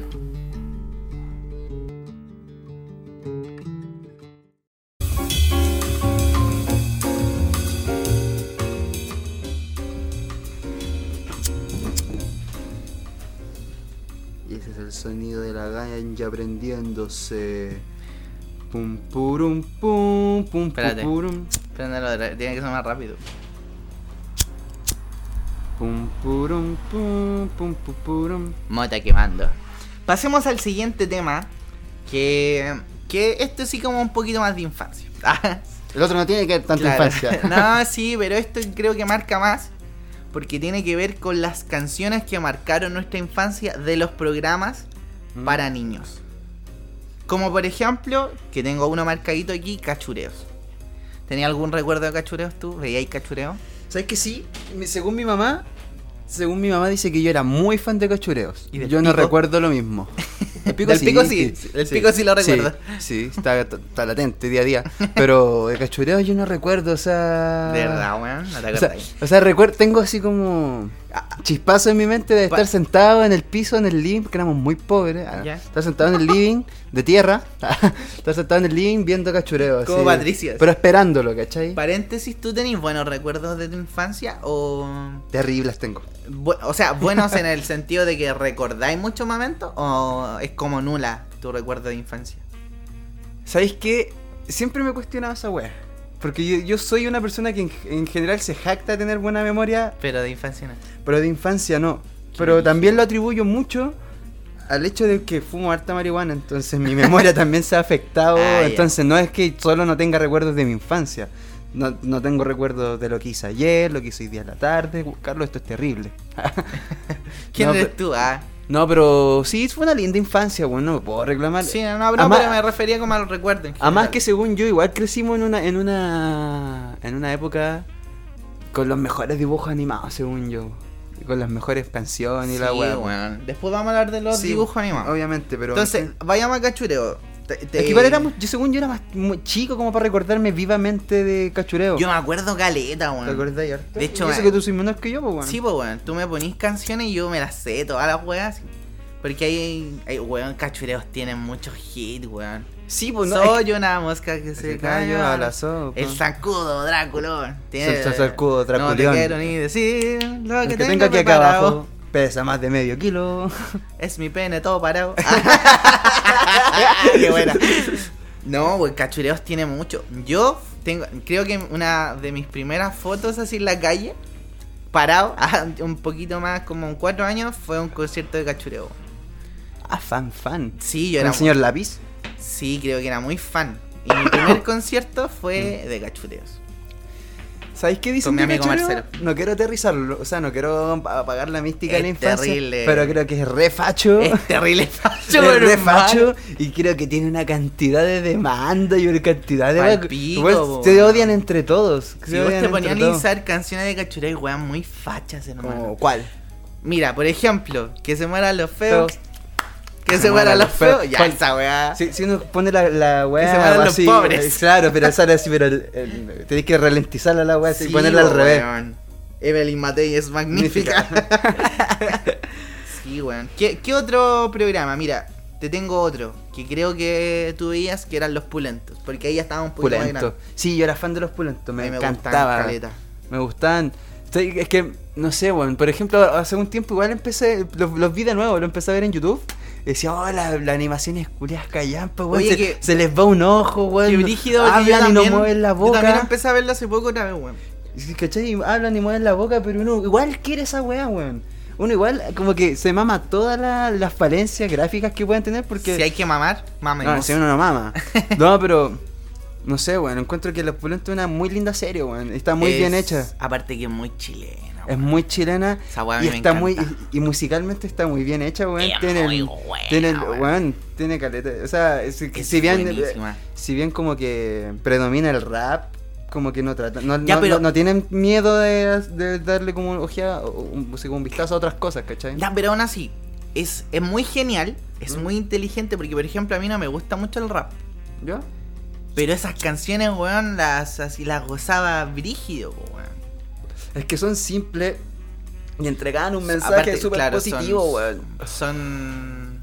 Y ese es el sonido de la ganja prendiéndose. Pum purum pum pum Espérate. purum Préndelo, tiene que ser más rápido. pum purum pum pum pum purum. Mota quemando. Pasemos al siguiente tema. Que. Que esto sí como un poquito más de infancia. El otro no tiene que ver tanta Claro. infancia. No, sí, pero esto creo que marca más. Porque tiene que ver con las canciones que marcaron nuestra infancia de los programas Mm. para niños. Como por ejemplo, que tengo uno marcadito aquí, Cachureos. ¿Tenías algún recuerdo de Cachureos tú? ¿Veíais Cachureos? ¿Sabes que sí? Mi- Según mi mamá, según mi mamá dice que yo era muy fan de Cachureos. ¿Y del Yo no pico? recuerdo lo mismo. El pico Del sí, pico sí, el pico sí lo recuerdo. Sí, sí, está, está latente día a día. Pero de Cachureos yo no recuerdo, o sea... De verdad, weón, no te O sea, acuerdas. o sea, recuerdo, tengo así como chispazo en mi mente de Pa- estar sentado en el piso, en el living, porque éramos muy pobres. ah, Ya. Estar sentado en el living, de tierra, estar sentado en el living viendo Cachureos. Como así, Patricia. Pero esperándolo, ¿cachai? Paréntesis, ¿tú tenés buenos recuerdos de tu infancia o...? Terribles tengo. Bu- o sea, buenos en el sentido de que recordáis muchos momentos o es como nula tu recuerdo de infancia? ¿Sabéis qué? Siempre me he cuestionado esa wea. Porque yo, yo soy una persona que en, en general se jacta de tener buena memoria, Pero de infancia no. pero de infancia no. pero también lo atribuyo mucho al hecho de que fumo harta marihuana, entonces mi memoria también se ha afectado, Ah, ya. entonces no es que solo no tenga recuerdos de mi infancia, no, no tengo recuerdos de lo que hice ayer, lo que hice hoy día en la tarde. Uh, Carlos, esto es terrible. ¿Quién no, eres pe- tú? Ah. No, pero sí, fue una linda infancia, bueno, no me puedo reclamar. Sí, no, no, Además- pero me refería como al recuerdo. en Además general. que según yo igual crecimos en una en una en una época con los mejores dibujos animados, según yo, con las mejores canciones y la Sí, weá. weón. Después vamos a hablar de los Sí, dibujos animados. Obviamente, pero Entonces, vayamos a Cachureo. Te- te- es que igual éramos, yo según yo era más muy chico como para recordarme vivamente de Cachureo. Yo me acuerdo caleta, ¿Te weón. acordás, harto? De hecho, Y eso me- que tú soy menor que yo, pues weón. Sí, pues, weón. Tú me ponís canciones y yo me las sé, todas las weas. Porque hay, hay weón, Cachureos tienen muchos hits, weón. Sí, pues no. Soy una mosca que se se cayó cayó a la sopa. El zancudo, Drácula. El zancudo, No te Draculión. quiero ni decir lo El que, que tengo tenga aquí acá preparado. abajo pesa más de medio kilo. Es mi pene todo parado. Qué buena. No, güey, Cachureos tiene mucho. Yo tengo, creo que una de mis primeras fotos así en la calle, parado, un poquito más, como en cuatro años, fue un concierto de Cachureo. Ah, fan, fan. Sí, yo ¿Con era el señor Lápiz? Sí, creo que era muy fan. Y mi primer concierto fue de Cachureos. ¿Sabéis qué dicen Con mi de amigo Cachureo? Marcelo. No quiero aterrizarlo, o sea, no quiero apagar la mística de la Es infancia, terrible. pero creo que es re facho. Es terrible facho, es re hermano. facho y creo que tiene una cantidad de demanda y una cantidad de... Pal pico, Igual po. se odian entre todos. Si se vos odian te ponías a entre todos. analizar canciones de Cachureo, y weón, muy fachas, hermano. Como, ¿cuál? Mira, por ejemplo, que se mueran los feos. Feos. Que se mueran los feos. Ya, ¿Cuál? esa weá. Si, si uno pone la, la weá Que se mueran los así, pobres. eh, claro, pero sale así, pero el- el- tenés que ralentizarla la weá así y ponerla al po, revés. weón. Evelyn Matei es magnífica. Sí, weón. ¿Qué, ¿Qué otro programa? Mira, te tengo otro. Que creo que tú veías que eran los pulentos. Porque ahí ya estaban un poquito más Pulento. grandes. Sí, yo era fan de los pulentos, me A mí me gustan encantaba. caleta. Me gustaban. Estoy- es que, no sé, bueno, por ejemplo, hace un tiempo igual empecé, los, los vi de nuevo, lo empecé a ver en YouTube. Y decía, oh, la, la animación es culias callampa, weón. Oye, Se, que- se les va un ojo, weón. Qué brígido que yo Hablan y no también- mueven la Yo también boca. empecé a verlo hace poco otra vez, weón. ¿Cachai? Y hablan y mueven la boca, pero uno igual quiere esa weá, weón. Uno igual como que se mama todas la- las falencias gráficas que pueden tener porque... Si hay que mamar, mamemos. No, si uno no mama. No, pero... No sé, weón. Encuentro que Los Pulentos es una muy linda serie, weón. Está muy Es- bien hecha. Aparte que es muy chilena. Es muy chilena. Esa weá a y mí me está muy encanta. y, y musicalmente está muy bien hecha, weón. Es Tiene, muy el- buena, tiene, el- weón. weón, tiene caleta. O sea, es- Es si bien buenísima. si bien como que predomina el rap, como que no trata, no, Ya, no, pero- no- no tienen miedo de, de darle como un ojeada, o un, o sea, como un vistazo a otras cosas, ¿cachai? Ya, pero aún así, es, es muy genial, es Mm. muy inteligente, porque por ejemplo a mí no me gusta mucho el rap. ¿Ya? Pero esas canciones, weón, las así las gozaba brígido, po, weón. Es que son simples y entregaban un mensaje Aparte, súper claro, positivo, son, weón. Son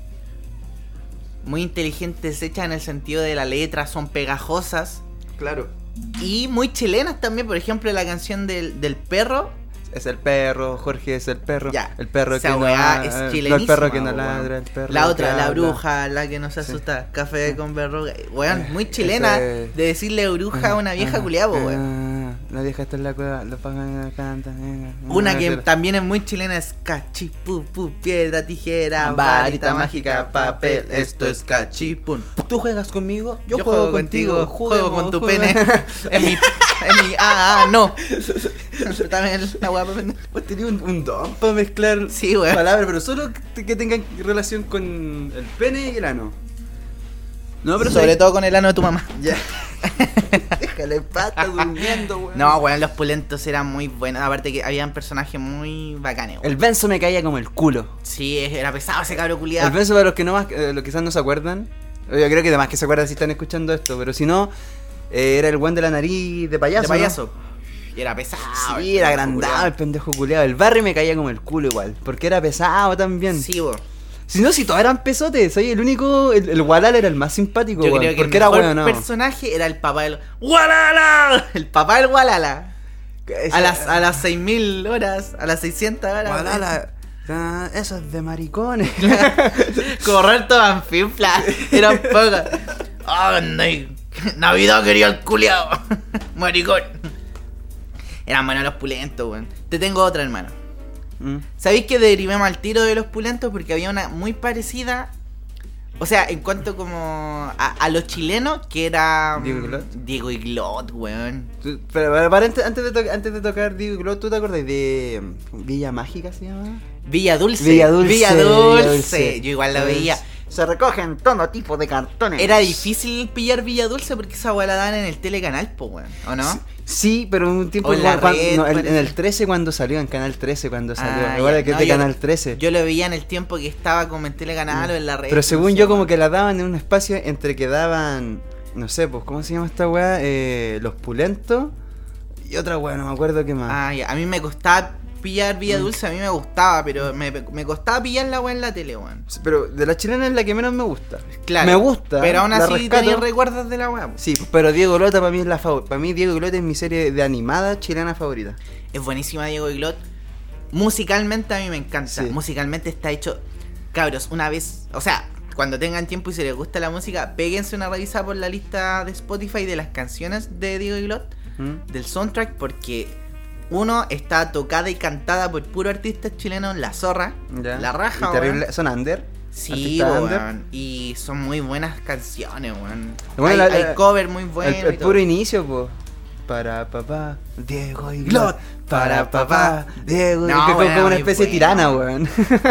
muy inteligentes hechas en el sentido de la letra, son pegajosas Claro. y muy chilenas también. Por ejemplo, la canción del, del perro. Es el perro, Jorge es el perro. Ya, El perro esa que no weá la- es no, el chilenísima, perro que no weón. ladra, el perro La que otra, la habla. bruja, la que nos asusta, café Sí. con verruga. Weón, muy chilena ese- de decirle bruja a una vieja culiada, po, weón. Ah, la vieja está en la cueva, lo pagan canta. eh, Una eh, que eh, también es muy chilena es cachipu, pu, piedra, tijera, Varita varita mágica, mágica, papel. papel, Esto es cachipun. Tú juegas conmigo, Yo, juego, contigo, juego con tu pene. juguemos. En mi. En mi. Ah, ah, no. También la weá para vender. Vos tenías un, un don para mezclar Sí, weón. palabras, pero solo que, que tengan relación con el pene y el ano. No, pero Sobre soy- todo con el ano de tu mamá. Ya. Déjale pata durmiendo, weón. No, weón, los pulentos eran muy buenos. Aparte que habían personajes muy bacanes, weón. El Benzo me caía como el culo. Sí, era pesado ese cabro El culiado. Benzo, para los que no más, eh, los que quizás no se acuerdan, yo creo que además que se acuerdan si están escuchando esto, pero si no, eh, era el guan de la nariz de payaso. De ¿no? payaso. Y era pesado. Sí, era agrandado el pendejo culeado. El Barry me caía como el culo igual, porque era pesado también. Sí, weón. Si no, si todos eran pesotes, soy el único, el, el Walala era el más simpático, Yo weón, creo que el porque era mejor bueno, no. personaje era el papá del Walala. El papá del Walala. A las, a las seis mil horas, a las seiscientas horas. Walala, ah, eso es de maricones. Correr todo en finfla. Eran pocas. Ah, no, Navidad quería el culiao. Maricón. Eran buenos los pulentos, weón. Te tengo otra, hermano. Mm. ¿Sabéis que derivemos al tiro de los pulentos? Porque había una muy parecida. O sea, en cuanto como a, a los chilenos, que era Diego y Glot. Diego y Glot, weón. Tú- Pero, para, para, antes, antes, de to- antes de tocar Diego y Glot, ¿tú te acordás de mm, Villa Mágica se llama? Villa Dulce. Villa Dulce, Villa Villa Dulce. Dulce. Yo igual la veía. Se recogen todo tipo de cartones. Era difícil pillar Villa Dulce porque esa weá la daban en el telecanal, po, weón. ¿O no? Sí, sí, pero un tiempo O en la cuan- red, no, en, parece. en el trece cuando salió, en Canal trece cuando salió. Ah, Recuerda ya. que No, es de yo- Canal trece. Yo lo veía en el tiempo que estaba como en telecanal o en la red. Pero según no sé, yo, como weón. que la daban en un espacio entre que daban, no sé, pues, ¿cómo se llama esta weá? Eh, los Pulentos y otra weá, no me acuerdo qué más. Ah, ya. A mí me costaba pillar Villa Dulce, a mí me gustaba, pero me, me costaba pillar la weá en la tele, weón. Sí, pero de la chilena es la que menos me gusta. Claro. Me gusta. Pero aún la así rescato. tenía recuerdos de la weá, po. Sí, pero Diego Glota para mí es la favorita. Para mí Diego Glota es mi serie de animada chilena favorita. Es buenísima Diego y Glot. Musicalmente a mí me encanta. Sí. Musicalmente está hecho. Cabros, una vez. O sea, cuando tengan tiempo y se les gusta la música, péguense una revisada por la lista de Spotify de las canciones de Diego y Glot, ¿Mm? del soundtrack, porque uno está tocada y cantada por puro artista chileno, La Zorra, Ya. La Raja, Y terrible- weón. Son under. Sí, artista under. weón. Y son muy buenas canciones, weón. Bueno, hay, la- hay la- cover muy bueno. el, el y todo. puro inicio, pues. Para papá, Diego y Glot. Para papá, Diego y No, Glot. Que fue weón, como una muy especie de bueno. tirana, weón.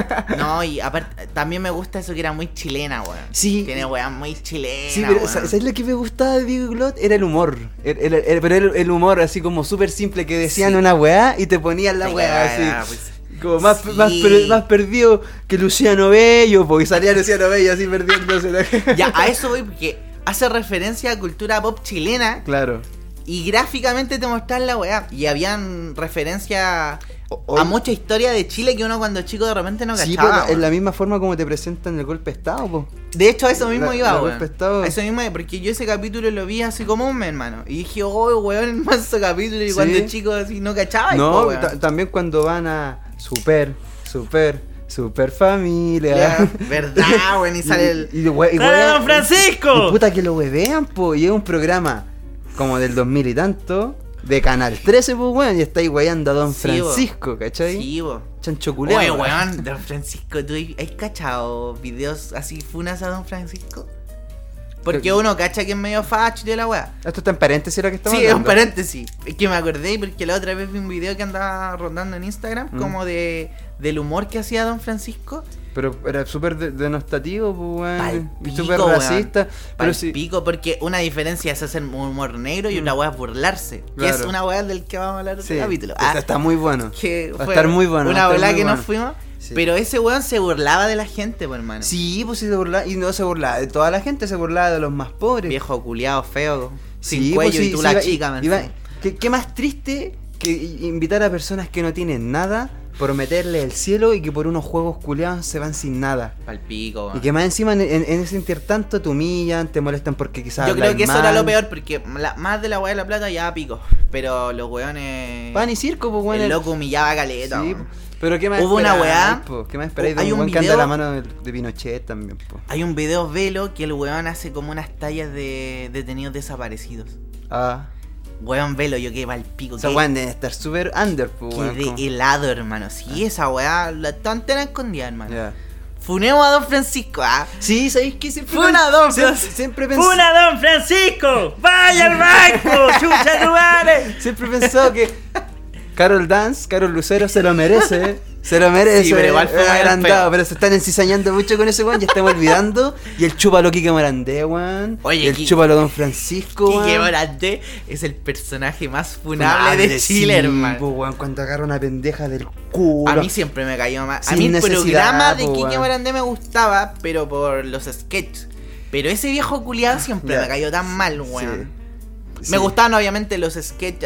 No, y aparte, también me gusta eso que era muy chilena, weón. Sí. Tiene weón muy chilena. Sí, pero weón. ¿sabes ¿sabes lo que me gustaba de Diego y Glot? Era el humor. Era- era- era- pero era el humor así como súper simple que decían Sí. una weá y te ponían la Te weá cagaba, así. pues. Como más, Sí. más, per- más perdido que Luciano Bello, porque salía Luciano Bello así perdiéndose. la- Ya, a eso voy porque hace referencia a cultura pop chilena Claro. y gráficamente te mostraban la weá. Y habían referencia O- a hoy- mucha historia de Chile que uno cuando chico de repente no Sí, cachaba. pero en weón. la misma forma como te presentan el golpe de Estado, po. De hecho, a eso mismo La- iba, la weón. golpe de estado. A eso mismo, porque yo ese capítulo lo vi así como un mes, hermano. Y dije, oh, weón, el manso capítulo. Y Sí. cuando chico así no cachaba. No, po, weón. ta- también cuando van a Super, Super, Super Familia. Ya, verdad, weón, y sale el... Y, y, we- y ¡Sale weón- Don Francisco! Y puta que lo huevean, po. Y es un programa como del dos mil y tanto, de Canal trece, pues, weón. Y estáis weando a Don Sí, bo. Francisco, ¿cachai? Sí, bo. Chancho culeado. Oye, weón, Don Francisco, ¿tú has cachado videos así funas a Don Francisco? Porque Creo que- uno cacha que es medio facho y de la weá. Esto está en paréntesis lo que estamos Sí, es un hablando. paréntesis. Es que me acordé porque la otra vez vi un video que andaba rondando en Instagram Mm. como de del humor que hacía Don Francisco. Pero era súper de- denostativo, pues, Pal weón. Y pico, súper weón. racista. Pal Pero sí. pico, porque una diferencia es hacer humor negro y Mm. una weá es burlarse. Que es Claro. una weá del que vamos a hablar en Sí, este capítulo. está, Ah, está muy bueno. que Va a fue estar muy bueno, va a Una estar volada muy que bueno. nos fuimos. Sí. Pero ese weón se burlaba de la gente, pues, hermano. Sí, pues sí se burlaba. Y no se burlaba de toda la gente, se burlaba de los más pobres. Viejo culiado feo, sin Sí, cuello pues sí, y tú sí, la iba- chica, man. iba- ¿qué, qué más triste que i- invitar a personas que no tienen nada, prometerle el cielo y que por unos juegos culiados se van sin nada? Pal pico, Y weón. que más encima en, en- en ese intertanto te humillan, te molestan porque quizás Yo creo habláis que eso mal. era lo peor, porque la- más de la weá de la plata ya pico. Pero los weones. Pan y circo, pues bueno. El loco humillaba a caleta, Sí, weón. pero ¿qué más Hubo una esperáis, weá- po? ¿Qué más esperáis de hay un un weón que anda video- a la mano de, de Pinochet también, po? Hay un video velo que el weón hace como unas tallas de detenidos desaparecidos. Ah, Weón velo, yo quedé pa'l pico. esa quedé- weón debe estar súper under, po, weón. Quedé como- helado, hermano. Sí, esa weá, la antena escondida, hermano. Ya. Funemos a Don Francisco, ah. Sí, ¿sabéis qué? Siempre Funa, don siempre, Francisco. siempre pensé, ¡Funa, don Francisco! ¡Vaya al banco! ¡Chucha tu madre! siempre he pensado que Carol Dance, Carol Lucero se lo merece. Se lo merece. Sí, pero igual fue es mal agrandado, feo. pero se están encizañando mucho con ese weón, ya estamos olvidando. Y el chúpalo Kike Morandé, weón. Oye, y el Ki- chúpalo Don Francisco, weón. Quique Morandé es el personaje más funable Funable, de sí, Chile, hermano. po, weón, cuando agarra una pendeja del culo. A mí siempre me cayó mal. A Sin mí el necesidad, programa de po, Quique weón. Morandé me gustaba, pero por los sketches. Pero ese viejo culiado siempre Ya. me cayó tan mal, weón. Sí. Me gustaban obviamente los sketches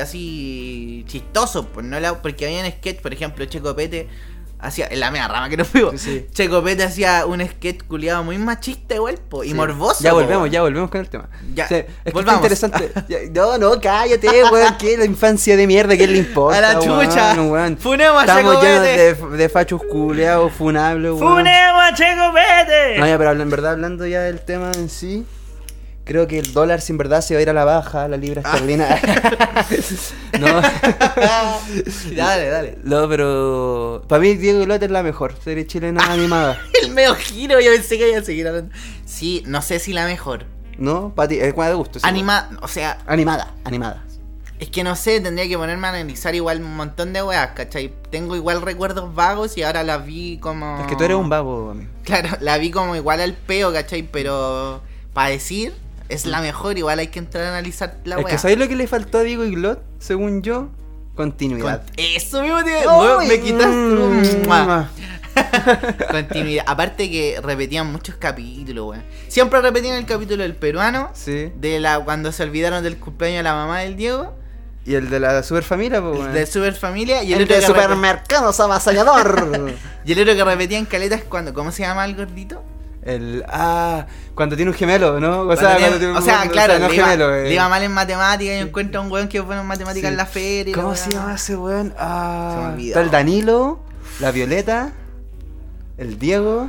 así chistosos, pues no la, porque había un sketch, por ejemplo, Checo Pete hacía, en la media rama que nos fuimos, Sí. Checo Pete hacía un sketch culiado muy machista igual, po, y Sí. morboso. Ya po, volvemos, weón. ya volvemos con el tema. Ya, Sí, es que volvamos. está interesante. Ya, no, no, cállate, weón. ¿Qué? La infancia de mierda, ¿qué le importa? A la chucha. Weón, weón. Funemos a Estamos Checo llenos Pete. de, de fachos culeados, funables, weón. ¡Funemos a Checo Pete! No, ya, pero habla- en verdad, hablando ya del tema en sí. creo que el dólar sin verdad se va a ir a la baja, la libra esterlina. no. Dale, dale. No, pero para mí Diego y Lot es la mejor serie chilena animada. El medio giro, yo pensé que iba a seguir hablando. Sí, no sé si la mejor. ¿No? Para ti, es cuál de gusto. Sí, Anima, o sea, animada, animada. es que no sé, tendría que ponerme a analizar igual un montón de weas, ¿cachai? Tengo igual recuerdos vagos y ahora las vi como... Es que tú eres un vago, amigo. Claro, la vi como igual al peo, ¿cachai? Pero para decir, es la mejor, igual hay que entrar a analizar la Es wea. que ¿sabes lo que le faltó a Diego y Glot? Según yo, continuidad. Con- Eso mismo te... Ay, Weón, me quitaste un- mm, Mua. Continuidad. Aparte que repetían muchos capítulos, weón. Siempre repetían el capítulo del peruano, Sí. de la cuando se olvidaron del cumpleaños de la mamá del Diego, Y el de la superfamilia, pues, bueno. de Super Familia, y el, el otro de que repe- supermercados avasallador. y el otro que repetían caletas cuando, ¿cómo se llama el gordito? el. Ah, cuando tiene un gemelo, ¿no? O Cuando sea, tiene- cuando tiene un- o sea, o claro, no le, iba, gemelo. eh. le iba mal en matemáticas y encuentra un weón que es bueno en matemáticas Sí. en la feria. y la ¿Cómo weá. se llama ese weón? Ah, Se me olvidó. está el Danilo, la Violeta, el Diego.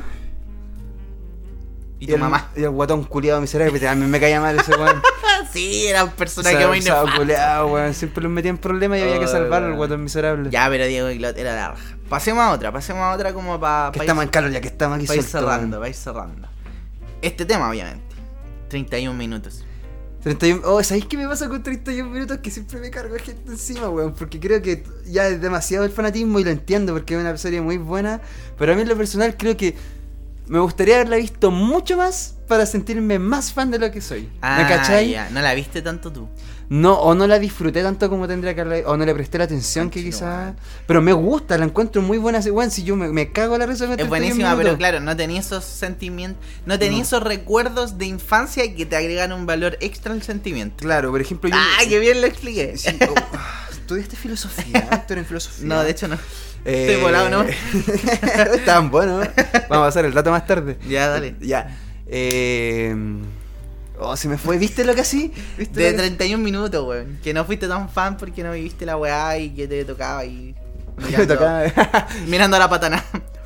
Y tu el, mamá. Y el guatón culiado miserable, que a mí me caía mal ese weón. Sí, era un personaje Esa- muy esa nefasto. culiao, weón. Siempre los metía en problemas y había que Ay, salvarlo, el weón. guatón miserable. Ya, pero Diego y Glot era la raja. Pasemos a otra, pasemos a otra como para Que pa estamos ir, en calor ya que estamos aquí pa ir sueltos, cerrando, weón. para ir cerrando. Este tema, obviamente. treinta y un minutos. treinta y uno, oh, ¿sabéis qué me pasa con treinta y uno minutos? Que siempre me cargo de gente encima, weón. Porque creo que ya es demasiado el fanatismo y lo entiendo porque es una serie muy buena. Pero a mí en lo personal creo que me gustaría haberla visto mucho más para sentirme más fan de lo que soy. Ah, ¿Me cachai? ya. No la viste tanto tú. No, o no la disfruté tanto como tendría que haberla, o no le presté la atención que Conchito, quizás. weón. Pero me gusta, la encuentro muy buena. Weón, si yo me, me cago la risa con Es treinta y uno buenísima, pero minutos. claro, no tenía esos sentimientos, no tenía No. esos recuerdos de infancia que te agregan un valor extra al sentimiento. Claro, por ejemplo, yo. Ah, qué bien lo expliqué. Sí, oh, ah, ¿estudiaste filosofía? ¿Tú eres en filosofía? No, de hecho no. Eh, Estoy volado, ¿no? Estaban buenos. ¿eh? Vamos a hacer el dato más tarde. Ya, dale. Ya. Eh... Oh, se me fue. ¿Viste lo que así? ¿Viste De lo que- treinta y un minutos, weón. Que no fuiste tan fan porque no viviste la weá y que te tocaba y Me mirando, tocaba. mirando a la patana.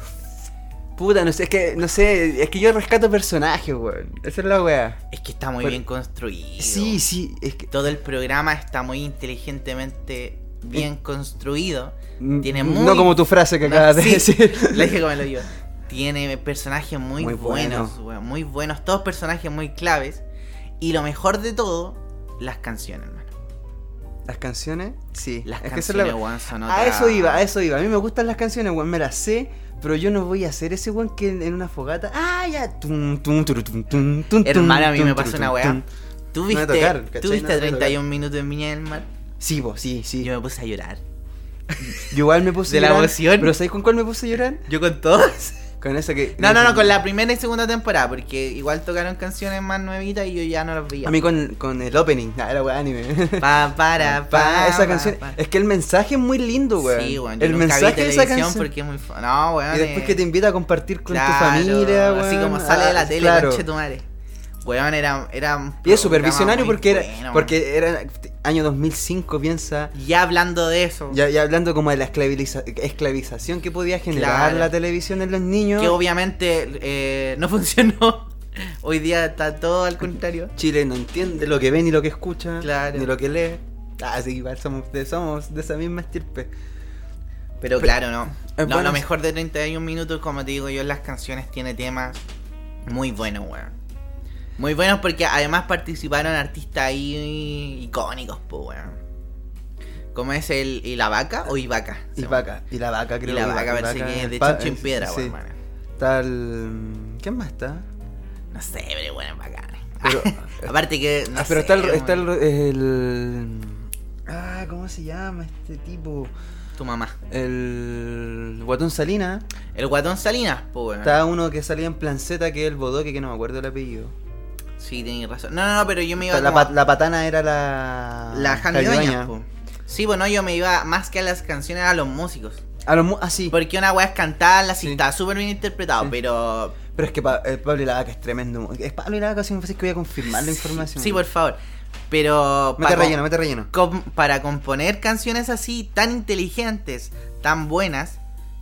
Puta, no sé, es que, no sé, es que yo rescato personajes, weón. Esa es la weá. Es que está muy Pero- bien construido. Sí, sí, es que. Todo el programa está muy inteligentemente bien construido. Tiene No muy- como tu frase que No, acabas de sí, decir. La dije como lo digo. Tiene personajes muy, Muy buenos, bueno. weón, muy buenos. Todos personajes muy claves. Y lo mejor de todo, las canciones, hermano. ¿Las canciones? Sí. Las es que esa es la- canciones, weón, son A otra- eso iba, a eso iba. A mí me gustan las canciones, weón, me las sé. Pero yo no voy a hacer ese weón que en, en una fogata. ¡Ah, ya! Tum, tum, turu, tum, tum, tum, Hermano, a mí tum, me tum, pasó tum, una weá. tum. ¿Tú Me va a viste, tocar, ¿tú ¿cachai? viste No me va a treinta y un tocar. minutos en Viña del Mar? Sí, vos, sí, sí. Yo me puse a llorar. Yo igual me puse ¿De a la llorar. emoción? Pero ¿sabes con cuál me puse a llorar? Yo con todos. Con esa que. No, no, no, con la primera y segunda temporada, porque igual tocaron canciones más nuevitas y yo ya no las veía. A mí con, con el opening. Ah, era weá anime. Pa, para, Pa, pa, esa pa, canción. pa. Es que el mensaje es muy lindo, weón. Sí, weón, yo El nunca mensaje vi de esa televisión canción. porque es muy... fu- No, weón. Y después eh, que te invita a compartir con claro, tu familia, weón. así como sale de la Ah, tele, claro. conche tu madre. Weón, era, era un Y es súper programa visionario muy porque era, bueno, weón. porque era año dos mil cinco, piensa. Ya hablando de eso, Ya, ya hablando como de la esclaviza- esclavización que podía generar Claro. la televisión en los niños. que obviamente eh, no funcionó. Hoy día está todo al contrario. Chile no entiende lo que ve ni lo que escucha, Claro. ni lo que lee. Ah, sí, igual somos de, somos de esa misma estirpe. Pero claro, no. es No, bueno. lo mejor de treinta y un minutos, como te digo yo, en las canciones tiene temas muy buenos, weón. Muy buenos porque además participaron artistas ahí icónicos, pues, weón. ¿Cómo es el y la vaca o Ivaca? Y vaca, y la vaca creo Y la que vaca parece Ivaca, que es de pa- chancho en piedra, sí. weón, hermano. Está el... ¿Quién más está? No sé, pero bueno, bacán. Pero- Aparte que. No ah, pero sé, está el, weón. está el, el... Ah, ¿cómo se llama este tipo? Tu mamá. El Guatón Salina. El guatón Salinas, pues, weón. Está uno que salía en plan Z, que es el bodoque, que no me acuerdo el apellido. Sí, tenéis razón. No, no, no, pero yo me iba La, como- pa- la patana era la... La Janidoña, Janidoña. po. Sí, bueno, yo me iba más que a las canciones a los músicos. A los mu- ah, sí. Porque una weá es cantarla, sí, Sí. está súper bien interpretado, Sí. pero. Pero es que pa- eh, Pablo y la Vaca es tremendo. Es Pablo y la Vaca, si me parece que voy a confirmar la información. Sí, por favor. Pero. Mete pa- relleno, mete relleno. com- para componer canciones así, tan inteligentes, tan buenas,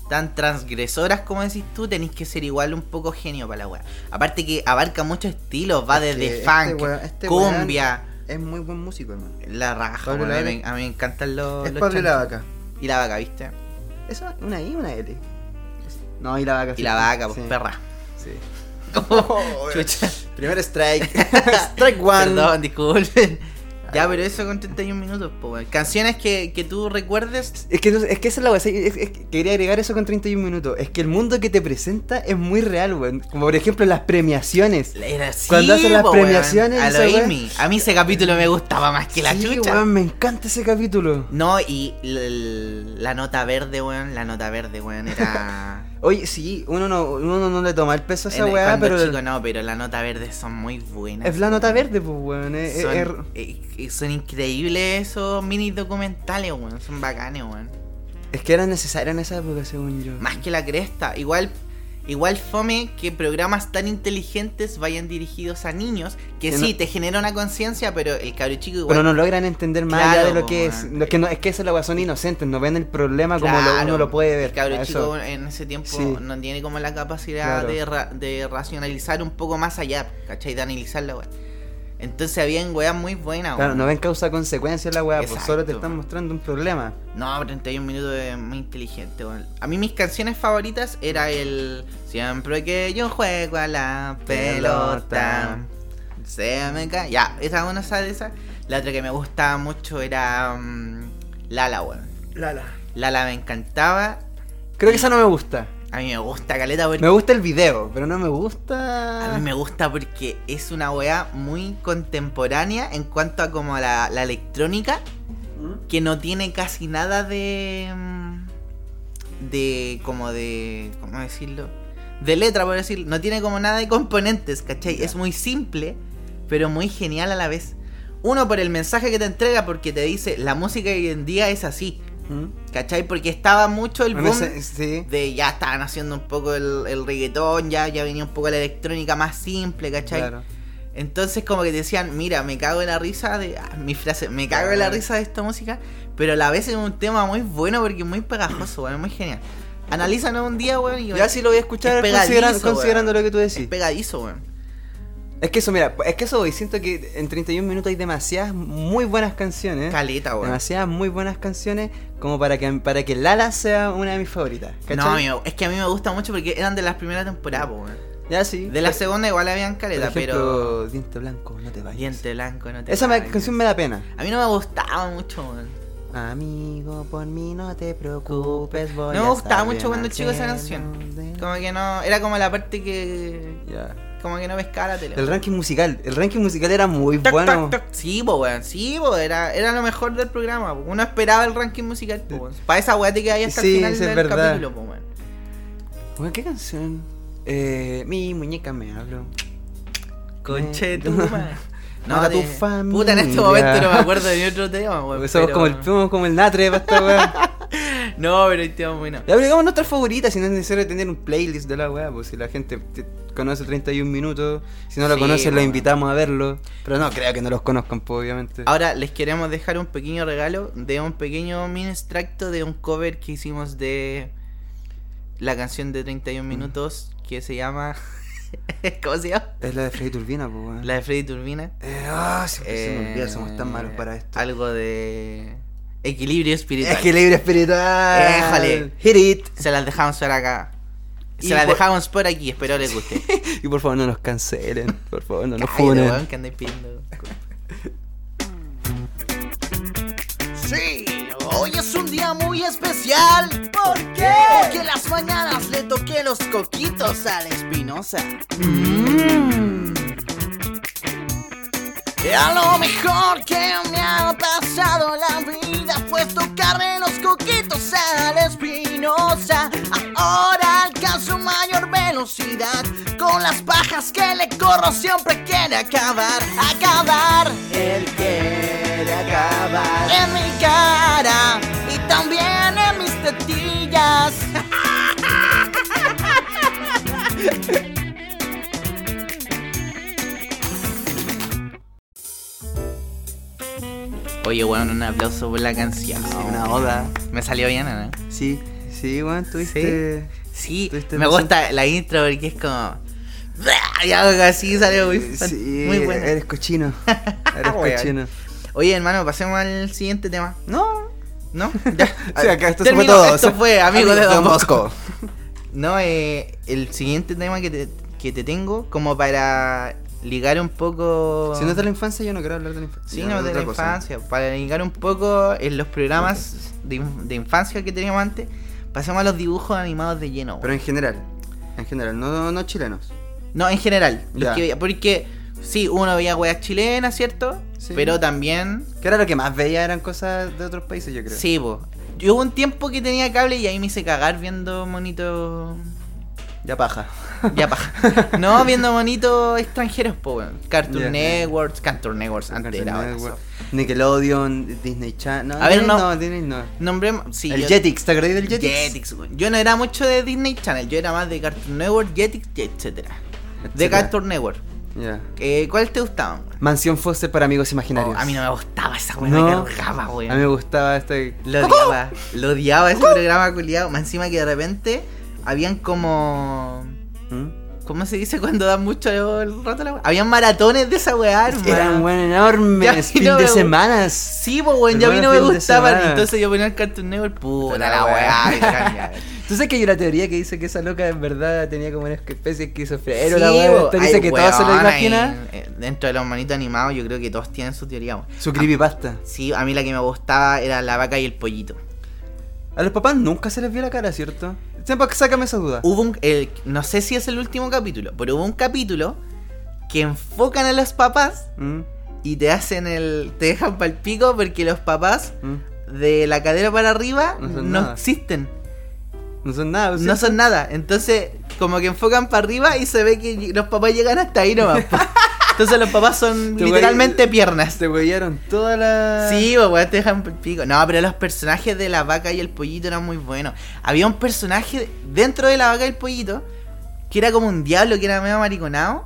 tan transgresoras como decís tú, tenéis que ser igual un poco genio para la weá. Aparte que abarca muchos estilos, va Es desde que este funk, weón- este cumbia, weón es muy buen músico, hermano. la raja, Pablo weón, a, mí, Lavaca. a mí me encantan los... Es los Pablo y la chanchos. Vaca. Y la vaca, ¿viste? ¿Eso? ¿Una I o una L? No, y la vaca. Y sí. la vaca, pues Sí. perra. Sí. Chucha. Primer strike. Strike one. Perdón, disculpen. Ya, pero eso con treinta y un minutos, po, weón. Canciones que, que tú recuerdes. Es que, no- es que esa es la weá. Es, es que quería agregar eso con treinta y un minutos. Es que el mundo que te presenta es muy real, weón. Como por ejemplo las premiaciones. Era así, Cuando hacen las po, weón. premiaciones, A esa lo weá. Amy. A mí ese capítulo me gustaba más que la Sí, chucha. weón, me encanta ese capítulo. No, y l- l- la nota verde, weón. La nota verde, weón, era. Oye, sí, uno no, uno no le toma el peso a esa en- weá, cuando pero chico no, pero la nota verde son muy buenas. es la nota verde, pues, weón. es- es- Son, es- eh, eh, son increíbles esos mini documentales, weón. Son bacanes, weón. Es que era necesario en esa época, según yo. Más que la cresta. Igual, igual fome que programas tan inteligentes vayan dirigidos a niños. Que Que sí, no- te genera una conciencia, pero el cabro chico igual. Pero no logran entender más Claro, allá de lo po, que es. weón. Lo que no, es que eso la weá son inocentes, no ven el problema como lo- Claro, uno lo puede ver. El cabro a chico eso. en ese tiempo Sí. no tiene como la capacidad Claro. de, ra- de racionalizar un poco más allá, ¿cachai? De analizar la weá. Entonces habían weas muy buenas, Claro, weón. no ven causa-consecuencia la weá, pues Exacto, solo te están weón. mostrando un problema. No, treinta y un minutos es muy inteligente, weón. A mí mis canciones favoritas era el Siempre que yo juego a la pelota se me cae. Ya, esa una de esas. La otra que me gustaba mucho era mm, Lala, weón. Lala. Lala me encantaba. Creo que esa no me gusta. A mí me gusta caleta porque Me gusta el video, pero no me gusta. a mí me gusta porque es una weá muy contemporánea en cuanto a como la, la electrónica, que no tiene casi nada de mm, de como de ¿cómo decirlo? De letra, por decir, no tiene como nada de componentes, ¿cachai? Ya. Es muy simple, pero muy genial a la vez. Uno, por el mensaje que te entrega, porque te dice, la música hoy en día es así, ¿Mm? ¿cachai? Porque estaba mucho el En boom ese- sí. de ya estaban haciendo un poco el, el reggaetón, ya, ya venía un poco la electrónica más simple, ¿cachai? Claro. Entonces como que te decían, mira, me cago en la risa de... ah, mi frase, me cago en la risa de esta música, pero a la vez es un tema muy bueno porque es muy pegajoso, weón, es muy genial. Analízanos un día, weón, y Ya sí lo voy a escuchar es pegadizo, considerando, weón. considerando lo que tú Es decís. pegadizo, weón. Es que eso, mira, es que eso voy, siento que en treinta y un minutos hay demasiadas muy buenas canciones. Caleta, weón. Demasiadas muy buenas canciones como para que para que Lala sea una de mis favoritas. ¿Cachai? No, amigo, es que a mí me gusta mucho porque eran de las primeras temporadas, po, weón. Ya sí. De la segunda igual habían Por caleta, ejemplo, pero... Diente Blanco, no te vayas. Diente blanco, no te Esa me- vayas. canción me da pena. A mí no me gustaba mucho, weón. Amigo, por mí no te preocupes, voy No me a gustaba estar mucho bien cuando al chico esa cielo canción. de- Como que no... Era como la parte que... Ya. Como que no pescaba la tele. El ranking musical, el ranking musical era muy Toc, bueno. toc, toc. Sí, po, weón. Sí, po. Era, era lo mejor del programa. Po. Uno esperaba el ranking musical, po, weón. Para esa weá te quedas hasta Sí, el final sí, es del verdad. capítulo, po, weón. Bueno, ¿qué canción? Eh, mi muñeca me habló. Conche Eh, tu madre. Mata de- tu familia. Puta, en este momento no me acuerdo de ni otro tema, weón. Somos pero- como el somos como el natre para esta weá. No, pero el tema bueno. Ya digamos nuestras favoritas, si no es necesario tener un playlist de la weá, pues si la gente te- conoce treinta y un minutos, si no lo Sí, conocen, los weón. invitamos a verlo. Pero no creo que no los conozcan, pues, obviamente. Ahora les queremos dejar un pequeño regalo de un pequeño mini extracto de un cover que hicimos de la canción de treinta y un minutos que se llama... ¿Cómo se llama? Es la de Freddy Turbina, pues, weón. La de Freddy Turbina. Eh, ah, siempre se me olvida, somos tan Eh, malos para esto. Algo de equilibrio espiritual. Equilibrio espiritual. Éjale. Hit it. Se las dejamos por acá. Se Y las por- dejamos por aquí, espero les guste. Y por favor no nos cancelen, por favor no nos Cállate, funen. weón, que andáis pidiendo. Sí, hoy es un día muy especial. ¿Por qué? Porque en las mañanas le toqué los coquitos a la Espinosa. Mm. Y a lo mejor que me ha pasado en la vida fue tocarle los coquitos a la Espinosa. Ahora alcanzo mayor velocidad con las pajas que le corro, siempre quiere acabar, acabar. Él quiere acabar en mi cara y también en mis tetillas. Oye, bueno, un aplauso por la canción. Sí, una oda. Me salió bien, ¿no? Sí, Sí, weón, tuviste. Sí, tuviste me razón. gusta la intro porque es como... Y algo así sale muy, Sí, muy bueno. eres cochino. Eres Weón. cochino. Oye, hermano, pasemos al siguiente tema. No. ¿No? Ya. Sí, acá esto se fue Terminó, todo. Esto Se- fue, amigo de Don Bosco. Bosco. No, eh, el siguiente tema que te, que te tengo, como para ligar un poco... Si no es de la infancia, yo no quiero hablar de la infancia. Sí, Yo no, hablo de la otra cosa. infancia. Para ligar un poco en los programas de, inf- de infancia que teníamos antes, pasemos a los dibujos animados de lleno. Pero en general. En general, no, no chilenos. No, en general. Los Ya. que veía, porque sí, uno veía weas chilenas, ¿cierto? Sí. Pero también... Que era lo que más veía, eran cosas de otros países, yo creo. Sí, po. Yo hubo un tiempo que tenía cable y ahí me hice cagar viendo monitos... Ya paja. Ya paja. No, viendo monitos extranjeros, po, weón. Cartoon Ya. Networks, Cartoon Networks, antes Cartoon era ahora Network, eso. Nickelodeon, Disney Channel. No, A ver, Disney no. Disney no. Nombremos... Sí, el yo- Jetix, ¿te acordás del Jetix? Jetix, weón. Yo no era mucho de Disney Channel, yo era más de Cartoon Network, Jetix, etcétera. De Etcétera. Cartoon Network. Ya. Eh, ¿Cuál te gustaba, weón? Mansión Foster para amigos imaginarios. Oh, a mí no me gustaba esa weón, No. me cargaba, weón. A mí me gustaba este. Lo odiaba, lo odiaba ese programa culiado. Más encima que de repente habían como... ¿Mm? ¿Cómo se dice cuando dan mucho el rato la weá? Habían maratones de esa weá, hermano. Eran weón Ya, enormes, sí, fin no de me- semanas. Sí, pues weón, ya a mí no me Fin de gustaban. semana. Entonces yo ponía el Cartoon Network, puta Puta la la weá. weá. y caña. ¿Tú sabes que hay una teoría que dice que esa loca en verdad tenía como una especie de esquizofrenia? Sí, la weá? bo. Te dice Ay, que todo se lo weón, imagina. ahí, eh, Dentro de los monitos animados yo creo que todos tienen su teoría, weón. Su creepypasta. Sí, a mí la que me gustaba era la vaca y el pollito. A los papás nunca se les vio la cara, ¿cierto? Siempre sácame esa duda. Hubo un... el- no sé si es el último capítulo, pero hubo un capítulo que enfocan a los papás ¿Mm? y te hacen el... te dejan pa'l pico porque los papás ¿Mm? de la cadera para arriba No no, son nada. existen. No son nada, No ¿cierto? son nada. Entonces, como que enfocan para arriba y se ve que los papás llegan hasta ahí nomás. po. Entonces los papás son Te literalmente wey- piernas. Te huellaron toda la. Sí, pues weón, te dejan pa'l pico. No, pero los personajes de la vaca y el pollito eran muy buenos. Había un personaje dentro de la vaca y el pollito que era como un diablo, que era medio mariconado.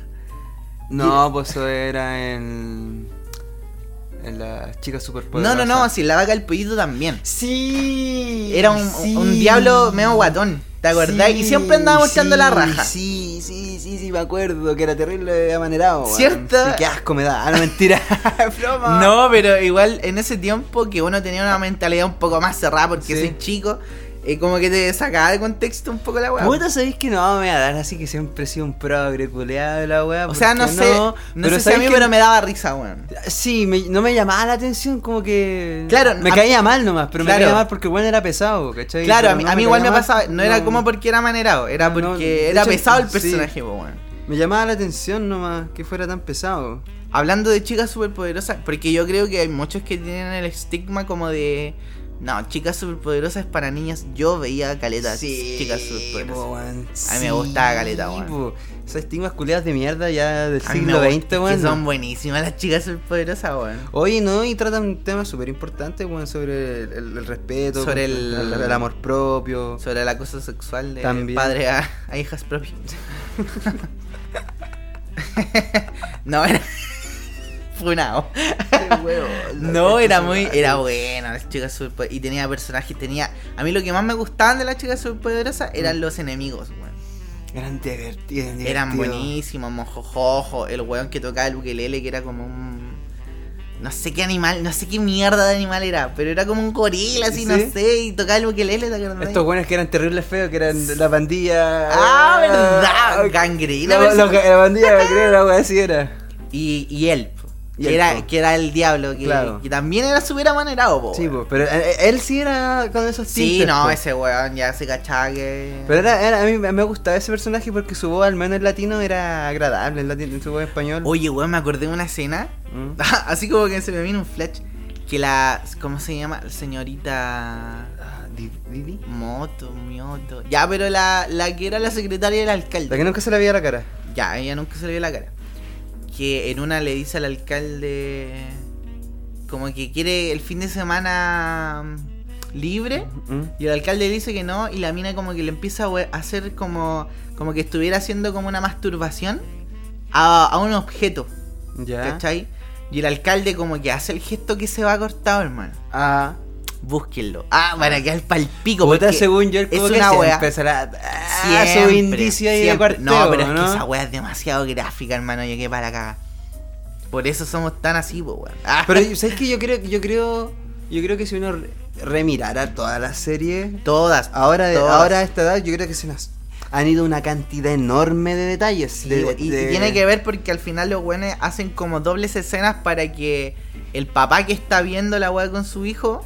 No, pues eso era en. En las chicas No, superpoderosas. no, no, sí, la vaca y el pollito también. Sí. Era un, sí. un diablo medio guatón, ¿te acordás? Sí, y siempre andaba mostrando sí, la raja. Sí, sí, sí, sí, me acuerdo que era terrible amanerado. weón. ¿Cierto? Sí, qué asco me da. Ah, no, mentira. Broma. No, pero igual en ese tiempo que uno tenía una mentalidad un poco más cerrada porque Sí. soy chico, eh, como que te sacaba de contexto un poco la weá. Puta, sabéis que no me va a dar así que siempre he sido un progre culeado la weá. O sea, no porque sé, no, pero sé si a ¿sabes mí, qué? pero me daba risa, weón. Sí, me- no me llamaba la atención, como que. Claro, me a- caía mal nomás, pero Claro. me caía mal porque bueno era pesado, ¿cachai? Claro, Pero a mí, no a mí me igual me caía mal, pasaba, no, era como porque era manerado, era No, no, porque de era hecho, pesado el sí. personaje, po, weón. Me llamaba la atención nomás que fuera tan pesado. Hablando de chicas superpoderosas, porque yo creo que hay muchos que tienen el estigma como de... No, chicas superpoderosas es para niñas. Yo veía caleta chicas superpoderosas. po, weón. A mí me gustaba caleta, weón. po. Esas estigmas culiadas de mierda ya del A mí me siglo gusta, veinte, es weón. que son buenísimas las chicas superpoderosas, weón. Oye, no, y tratan temas súper importantes, weón, sobre el, el- el respeto, Sobre el- el, el amor propio. Sobre el acoso sexual de También. padre a, a hijas propias. No, era... Funao. No, era muy... Era bueno las chicas superpoderosas. Y tenía personajes, tenía... A mí lo que más me gustaban de las chicas superpoderosas eran los enemigos, weón. Eran divertidos, Eran divertidos. buenísimos, mojojojo, el weón que tocaba el ukelele que era como un... No sé qué animal, no sé qué mierda de animal era, pero era como un gorila así, ¿Sí? no sé, y tocaba el ukelele, ¿te acordás? Estos buenos que eran terribles feos, que eran de la pandilla. Ah, verdad, Ah, gangrena. La, parece. la, la pandilla gangrena, la wea así era. Y, y él, po, Y que, él, era, po. que era el diablo, que, Claro. que también era súper amanerado, po. Sí, weón. po, pero eh, él sí era con esos Sí, tintes. no, po. ese weón ya se cachaba que... Pero era, era- a mí me gustaba ese personaje porque su voz, al menos en latino, era agradable. En, latino, en su voz en español. Oye, weón, me acordé de una escena, Mm. así como que se me vino un flash, que la... ¿Cómo se llama? Señorita... Ah, Di- Didi. Moto, Mioto. Ya, pero la, la que era la secretaria del La alcalde. que nunca se le veía la cara. Ya, ella nunca se le vio la cara. Que en una le dice al alcalde como que quiere el fin de semana mm, libre. Mm. Y el alcalde le dice que no. Y la mina como que le empieza a we- a hacer como, como que estuviera haciendo como una masturbación a, a un objeto. Ya. ¿Cachai? Y el alcalde como que hace el gesto que se va cortado, hermano. Ah. Búsquenlo. Ah, para quedar pa'l pico. Puta, porque según yo, el es como que una wea. empezará a Siempre, su indicio ahí de siempre. cuarteo, No, pero es ¿no? que esa weá es demasiado gráfica, hermano. Yo quedé para la caga. Por eso somos tan así, po, weón. Ah. Pero ¿sabes qué? Yo creo, yo creo, yo creo que si uno re- remirara todas las series, Todas. ahora, de, todas. ahora a esta edad, yo creo que se nos han ido una cantidad enorme de detalles. Sí, de- y, y de- tiene que ver porque al final los weones hacen como dobles escenas para que el papá que está viendo la weá con su hijo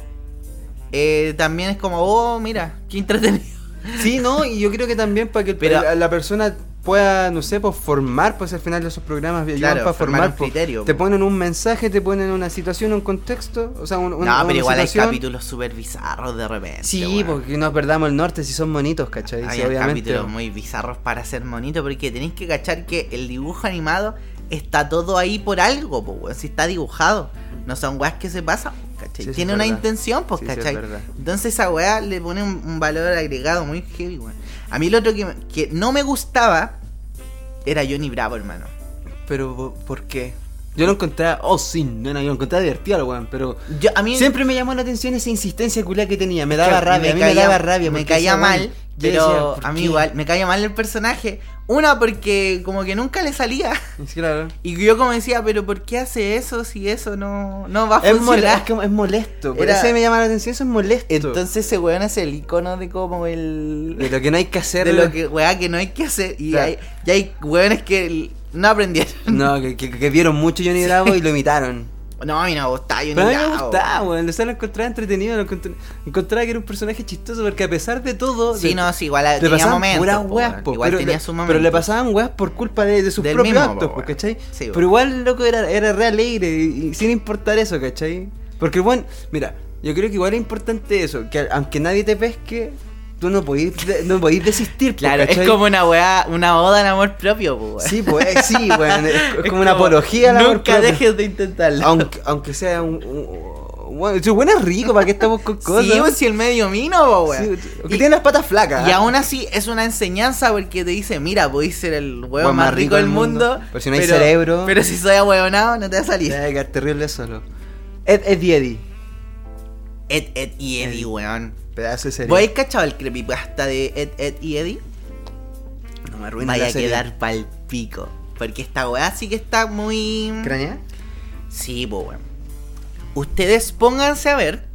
eh, también es como, oh, mira, qué entretenido. Sí, no, y yo creo que también para que el- Pero- la, la persona pueda, no sé, pues formar, pues al final de esos programas ayudan Claro, para formar formar, un pues, criterio, te po. ponen un mensaje, te ponen una situación, un contexto, o sea, un, un- No, una pero igual situación. hay capítulos súper bizarros de repente. Sí, weón. porque no perdamos el norte si son bonitos, ¿cachai? Hay Sí, obviamente. capítulos muy bizarros para ser bonito porque tenéis que cachar que el dibujo animado está todo ahí por algo, po, weón. Si está dibujado, no son weas que se pasan, ¿cachai? Sí, eso Tiene es una verdad. intención, pues, Sí, sí, es ¿cachai? verdad. Entonces esa wea le pone un, un valor agregado muy heavy, weón. A mí lo otro que, me- que no me gustaba era Johnny Bravo, hermano. Pero, ¿por qué? Yo lo encontraba, oh sí, no, no, yo lo encontraba divertido al weón, pero Yo, a mí siempre me llamó la atención esa insistencia culia que tenía, me que daba rabia, a mí me caía- daba rabia. me porque caía ese weón, mal, yo pero decía, ¿por a mí qué? igual, me caía mal el personaje. Una, porque como que nunca le salía. Sí, claro. Y yo como decía, pero ¿por qué hace eso si eso no, no va a Es, mole- funcionar? es, que es molesto, por Era- eso me llama la atención, eso es molesto. Entonces ese weón es el icono de como el... de lo que no hay que hacer. de lo que, weá, que no hay que hacer. Y Claro. hay, y hay weones que l- no aprendieron. No, que, que, que vieron mucho Johnny Bravo y lo imitaron. No, a mí no me gustaba Johnny Pero a mí me Bravo. gustaba, weón. O sea, lo encontraba entretenido. Lo encontré- encontraba que era un personaje chistoso porque a pesar de todo. Sí, de- no, sí, igual le tenía pasaban momentos. puras po, weas, weón. po, Igual pero tenía le- su momento. Pero le pasaban weas por culpa de, de sus Del propios mismo, actos, po, po, ¿cachai? weón. Sí, pero weón. igual, loco, era, era re alegre y, y sin importar eso, ¿cachai? Porque, bueno, mira, yo creo que igual es importante eso, que aunque nadie te pesque, tú no podís, de- no podís desistir, po, Claro, ¿cachai? es como una weá, una oda al amor propio, po, weón. Sí, pues, eh, sí, weón, es, es Es como una apología al amor Nunca propio. dejes de intentarlo. Aunque, aunque sea un... un- bueno, si bueno es rico, ¿para qué estamos con cosas? Sí, pues si el medio mino, po, weón. Sí, que tiene las patas flacas. Y ¿eh? aún así es una enseñanza porque te dice, mira, podéis ser el huevo más rico del mundo, pero si no hay cerebro. Pero si soy ahueonado, no te va a salir. Te va a quedar terrible solo. Ed, Ed y Eddie. Ed, Ed y Eddie, weón. Pedazo de serie. ¿Vos habéis cachado el creepypasta de Ed, Ed y Eddie? No me arruines Vaya la a serie. quedar pal pico. Porque esta weá sí que está muy... ¿Craña? Sí, po, weón. Ustedes pónganse a ver.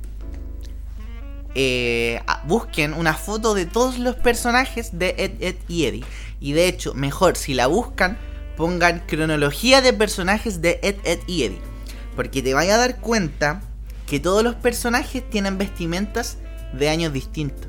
Eh, a- busquen una foto de todos los personajes de Ed, Ed y Eddie. Y de hecho, mejor si la buscan, pongan cronología de personajes de Ed, Ed y Eddie. Porque te vayas a dar cuenta que todos los personajes tienen vestimentas de años distintos.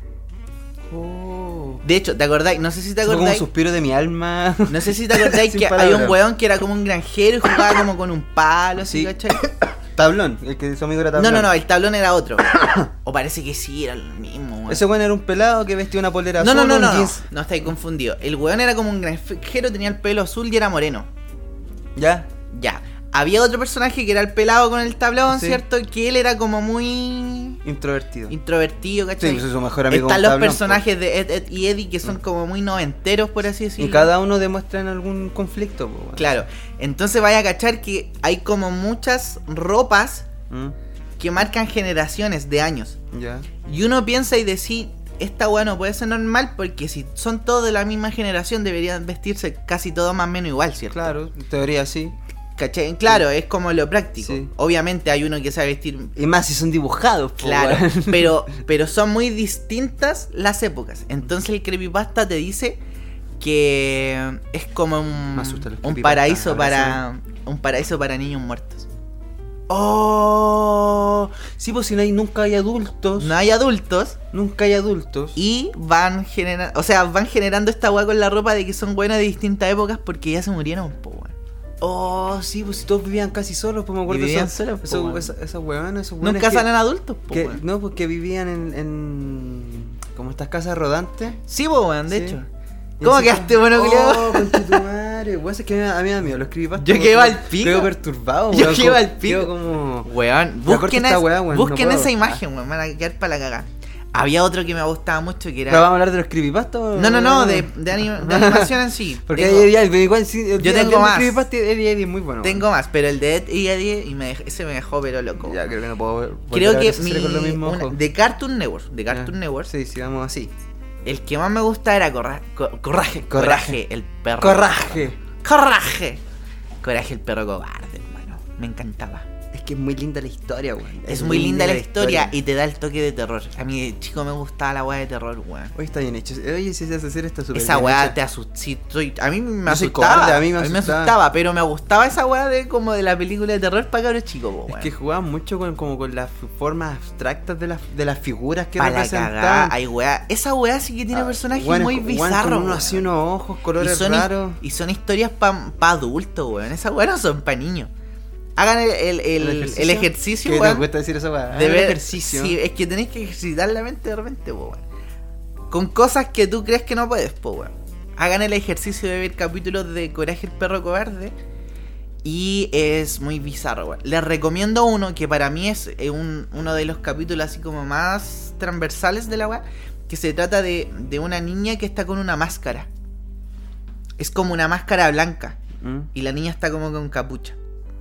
Oh. De hecho, ¿te acordáis? No sé si te Fue como un acordáis. suspiro de mi alma. No sé si te acordáis Sin que palabras. hay un weón que era como un granjero y jugaba como con un palo, así, Sí. ¿cachai? Tablón, el que su amigo era No, tablón. no, no, el tablón era otro. O parece que sí, era el mismo, weón. Ese weón era un pelado que vestía una polera No, azul. no, no, un no, no, jeans. no estáis confundidos. El weón era como un granjero, tenía el pelo azul y era moreno. ¿Ya? Ya. Había otro personaje que era el pelado con el tablón, Sí. ¿cierto? Que él era como muy Introvertido. introvertido, Sí, ¿cachai? pues es su mejor amigo. Están un los tablón, personajes de Ed, Ed y Eddie que son como muy noventeros, por así po. decirlo. Y cada uno demuestra en algún conflicto, po, weón. Claro. Entonces vaya a cachar que hay como muchas ropas Mm, que marcan generaciones de años. Ya. Y uno piensa y decir, esta weá no puede ser normal porque si son todos de la misma generación deberían vestirse casi todos más o menos igual, ¿cierto? Claro, en teoría sí. ¿Cachai? Claro, es como lo práctico. Sí. Obviamente hay uno que sabe vestir... Y más si son dibujados, po, Claro, weón. pero, pero son muy distintas las épocas. Entonces el creepypasta te dice que es como un, Me asustan los un creepypastas, paraíso ahora para un paraíso para niños muertos. Oh, sí, pues si no hay, nunca hay adultos. No hay adultos Nunca hay adultos. y van generando, o sea, van generando esta weá con la ropa de que son buenas de distintas épocas porque ya se murieron, po, weón. Oh, sí, pues si todos vivían casi solos, pues me acuerdo Y vivían esos- solos, po, esos- weón. esa- esas hueonas, esos hueones Nunca que- salen adultos, po, que- weón. No, porque vivían en, en como estas casas rodantes. Sí, po, weón, de Sí. hecho. Y ¿Cómo así quedaste, como, bueno, oh, culiao? conchetumare, weón, es que a mí, a mí me da miedo los creepypastas. Yo como quedo que al pico. Quedo perturbado, Yo weón, quedo como- al pico. quedo como... Weón, Ya, corta busquen, esta es- weá, weón, busquen no puedo. esa imagen, weón, van a quedar para la cagada. Había otro que me gustaba mucho que era... ¿Pero vamos a hablar de los creepypasta o...? No, no, no, de, de, anim- de animación en sí. Porque Tengo- Eddie Eddie, igual sí, el- Yo el- tengo el más. creepypasta de Eddie Eddie es muy bueno. Tengo más, pero el de Ed y Eddie y me dej- ese me dejó pero loco. Ya, creo que no puedo ver. volver Creo a ver que esa mi, serie con lo mismo una- ojo. de Cartoon Network, de Cartoon Ya. Network, Sí, sí, vamos así. el que más me gusta era Corra- Co- Coraje, Coraje. Coraje, el perro. Coraje. Coraje. Coraje, el perro cobarde, hermano. Me encantaba. Es que es muy linda la historia, weón. Es, muy linda la historia y te da el toque de terror. A mí de chico me gustaba la weá de terror, weón. Hoy está bien hecho. Oye, si esa serie está súper Esa bien weá hecha. te asusta. Sí, soy- a mí me Yo soy asustaba. cobarde, a mí me asustaba. pero me gustaba esa weá de como de la película de terror para cabros chicos, po, Es weón. que jugaban mucho con, como con las f- formas abstractas de las, de las figuras que Pa' la cagada, representaban. hay weá. Esa weá sí que tiene Ah, personajes weón, muy weón, bizarros. con uno weón. así, unos ojos, colores y son, his- raros. y son historias para pa adultos, weón. Esas weá no son para niños. Hagan el, el, el, el ejercicio, ¿Qué te weón. cuesta decir esa weá? De Ah, el ver, ejercicio. Sí, es que tenéis que ejercitar la mente de repente, po, weón. Con cosas que tú crees que no puedes, po, weón. Hagan el ejercicio de ver capítulos de Coraje el perro cobarde. Y es muy bizarro, weón. Les recomiendo uno que para mí es eh, un, uno de los capítulos así como más transversales de la weá. Que se trata de, de una niña que está con una máscara. Es como una máscara blanca. ¿Mm? Y la niña está como con capucha.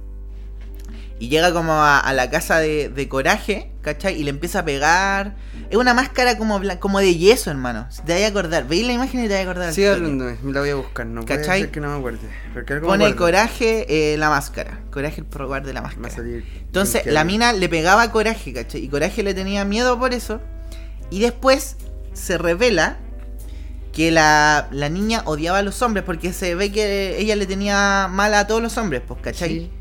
Y llega como a, a la casa de, de Coraje, ¿cachai? Y le empieza a pegar. Es una máscara como blan- como de yeso, hermano. Si te vas a acordar. Veis la imagen y te vas a acordar. al Sigue toque. hablando, me la voy a buscar, no puede ¿Cachai? ser que no me acuerde. Porque algo me Pone acuerdo. Coraje eh, la máscara. Coraje el probar de la Va a máscara. salir Entonces bien la que- mina le pegaba a Coraje, ¿cachai? Y Coraje le tenía miedo por eso. Y después se revela que la, la niña odiaba a los hombres porque se ve que ella le tenía mal a todos los hombres, pues, ¿cachai? Sí.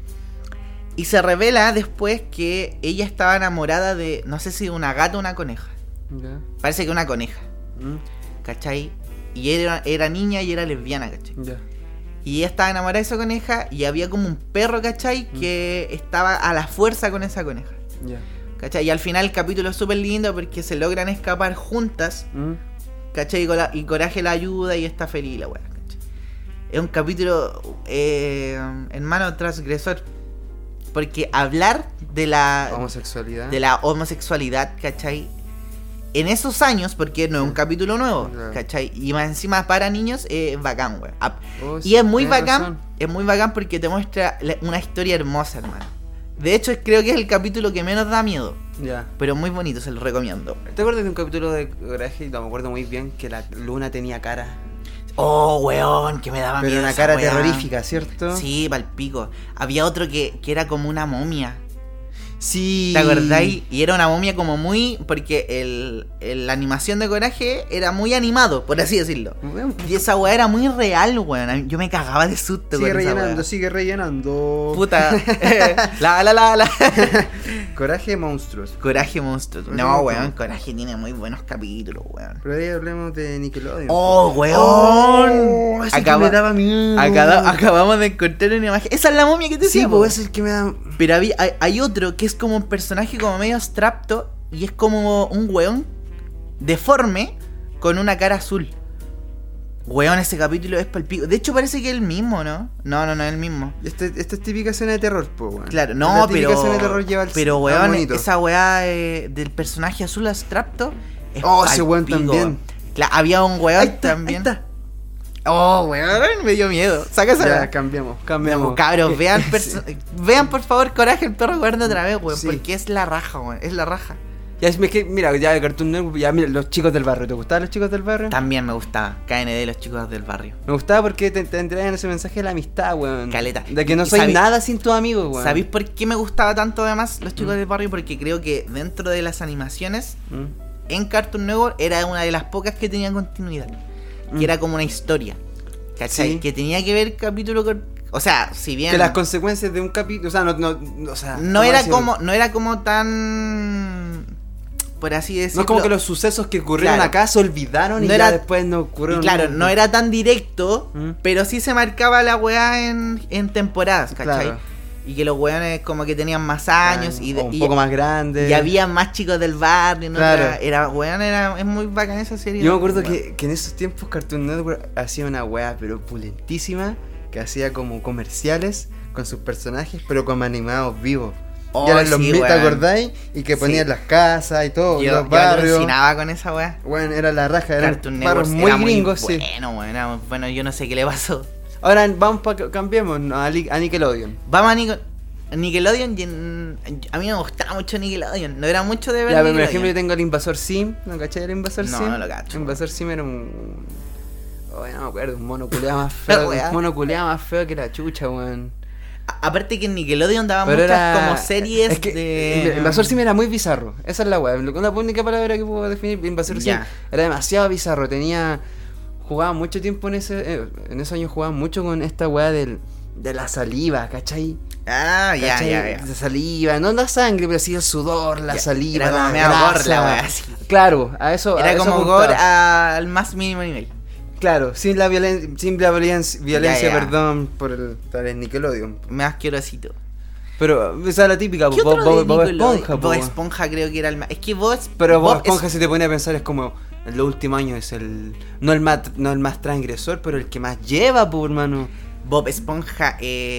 Y se revela después que ella estaba enamorada de, no sé si de una gata o una coneja. Ya. Parece que una coneja, ¿Mm? ¿cachai? Y era, era niña y era lesbiana, ¿cachai? Ya. Y ella estaba enamorada de esa coneja y había como un perro, ¿cachai? Que estaba a la fuerza con esa coneja, Ya. ¿cachai? Y al final el capítulo es súper lindo porque se logran escapar juntas, ¿Mm? ¿cachai? Y, Cora- y Coraje la ayuda y está feliz la weá, ¿cachai? Es un capítulo, eh, hermano, transgresor. Porque hablar de la Homosexualidad. de la homosexualidad, ¿cachai? En esos años, porque no es un capítulo nuevo, Claro. ¿cachai? Y más encima para niños es bacán, weón. Ah, Oh, Y sí, es muy tienes bacán, razón. es muy bacán porque te muestra la- una historia hermosa, hermano. De hecho, creo que es el capítulo que menos da miedo, Ya. pero muy bonito, se lo recomiendo. ¿Te acuerdas de un capítulo de Coraje? No me acuerdo muy bien que la luna tenía cara. Oh, weón, que me daba Pero miedo. una esa cara weá. terrorífica, ¿cierto? Sí, palpico. Había otro que, que era como una momia. Sí. ¿Te acordáis? Y era una momia como muy... Porque el, el- la animación de Coraje era muy animado, por así decirlo. Weón, Y esa weá era muy real, weón. A mí- Yo me cagaba de susto Sigue con esa rellenando, weá. sigue rellenando. Puta. la, la, la, la. Coraje monstruos. Coraje monstruo. Coraje No, monstruo. weón. Coraje tiene muy buenos capítulos, weón. Pero ahí hablemos de Nickelodeon. Oh, weón. Oh, ese que Acaba- me daba miedo. Acaba- acabamos de encontrar una imagen. Esa es la momia que te Sí, decía, pues po. ese es el que me da. Pero había, hay, hay otro que es como un personaje como medio abstracto y es como un weón deforme con una cara azul. Weón, ese capítulo es palpico. De hecho parece que es el mismo, ¿no? No, no, no es el mismo. Este, esta es típica escena de terror, pues, weón. Claro, La no, típica pero... escena de terror lleva al pero al weón, monito. esa weá eh, del personaje azul abstracto es Oh, ese weón palpico, también. Cla- había un weón Ahí está, también. ahí está. Oh, weón, me dio miedo. Saca esa Ya, weá. cambiamos, No, cambiamos. cabros, vean, Sí. perso- vean por favor Coraje el perro cobarde otra vez, weón, Sí. porque es la raja, weón, es la raja. Ya, es que, mira, ya de Cartoon Network, ya, mira, los chicos del barrio. ¿Te gustaban los chicos del barrio? También me gustaba, K N D, los chicos del barrio. Me gustaba porque te, te entregan ese mensaje de la amistad, weón. Caleta. De que no Y soy sabí- nada sin tus amigos, weón. ¿Sabéis por qué me gustaba tanto además los Mm. chicos del barrio? Porque creo que dentro de las animaciones ¿Mm? en Cartoon Network era una de las pocas que tenía continuidad. Mm. Que era como una historia. ¿Cachai? Sí. Que tenía que ver capítulo con... O sea, si bien... Que las consecuencias de un capítulo, o sea, no, no, no, o sea, no ¿cómo era decirlo? como no era como tan... Por así decirlo. No es como que los sucesos que ocurrieron Claro. acá se olvidaron y No ya era- después no Y ocurrieron. claro, no era tan directo, Mm. pero sí se marcaba la weá en, en temporadas, ¿cachai? Claro. Y que los weones como que tenían más años y, de- o un y- poco más grande. y había más chicos del barrio, ¿no? Claro. Era, era, weón, era, es muy bacán esa serie. Yo me acuerdo weón. que, que en esos tiempos Cartoon Network hacía una weá pero opulentísima, que hacía como comerciales con sus personajes, pero como animados vivos. Oh, y eran los sí, mil, ¿te weón. acordáis? Y que ponían Sí. las casas y todo, y Yo, los yo barrios. alucinaba con esa weá. Bueno, era la raja, eran Cartoon barrios Network muy era gringos, sí. bueno, weón, era muy bueno, yo no sé qué le pasó. Ahora vamos para que cambiemos ¿no? a, Li- a Nickelodeon. Vamos a Nico- Nickelodeon. Y en- a mí me gustaba mucho Nickelodeon. No era mucho de ver Ya, pero por Nickelodeon. ejemplo yo tengo el Invasor Sim, ¿no cachai el Invasor No, Sim? no lo cacho. El Invasor Sim era un... Oh, no me acuerdo, un mono culeado más La feo, weá. un mono culeado más feo que la chucha, weón. A- Aparte que en Nickelodeon daba Pero muchas era... como series es que de... el Invasor Sim era muy bizarro, esa es la weá. La única palabra que puedo definir, Invasor Sim, Ya. era demasiado bizarro, tenía... Jugaba mucho tiempo en ese... eh, en esos años jugaba mucho con esta weá del... de la saliva, ¿cachai? Ah, ya, ¿Cachai? ya, ya. La saliva, no la sangre, pero sí el sudor, la Ya, saliva, era como la media gore grasa. la wea, así. Claro, a eso a Era eso como apuntaba. gore al más mínimo nivel. Claro, sin la violencia, sin la violencia, violencia Ya, ya. perdón, por el, por el Nickelodeon. Más asquerosito. Pero esa es la típica, ¿Qué Bob, otro de Bob- Bob Nickelodeon? Esponja, Bob po. Esponja creo que era el más... Es que Bob... Es- Pero Bob Bob Esponja es- si te pone a pensar es como en los últimos años es el no el más no el más transgresor, pero el que más lleva, pues, hermano. Bob Esponja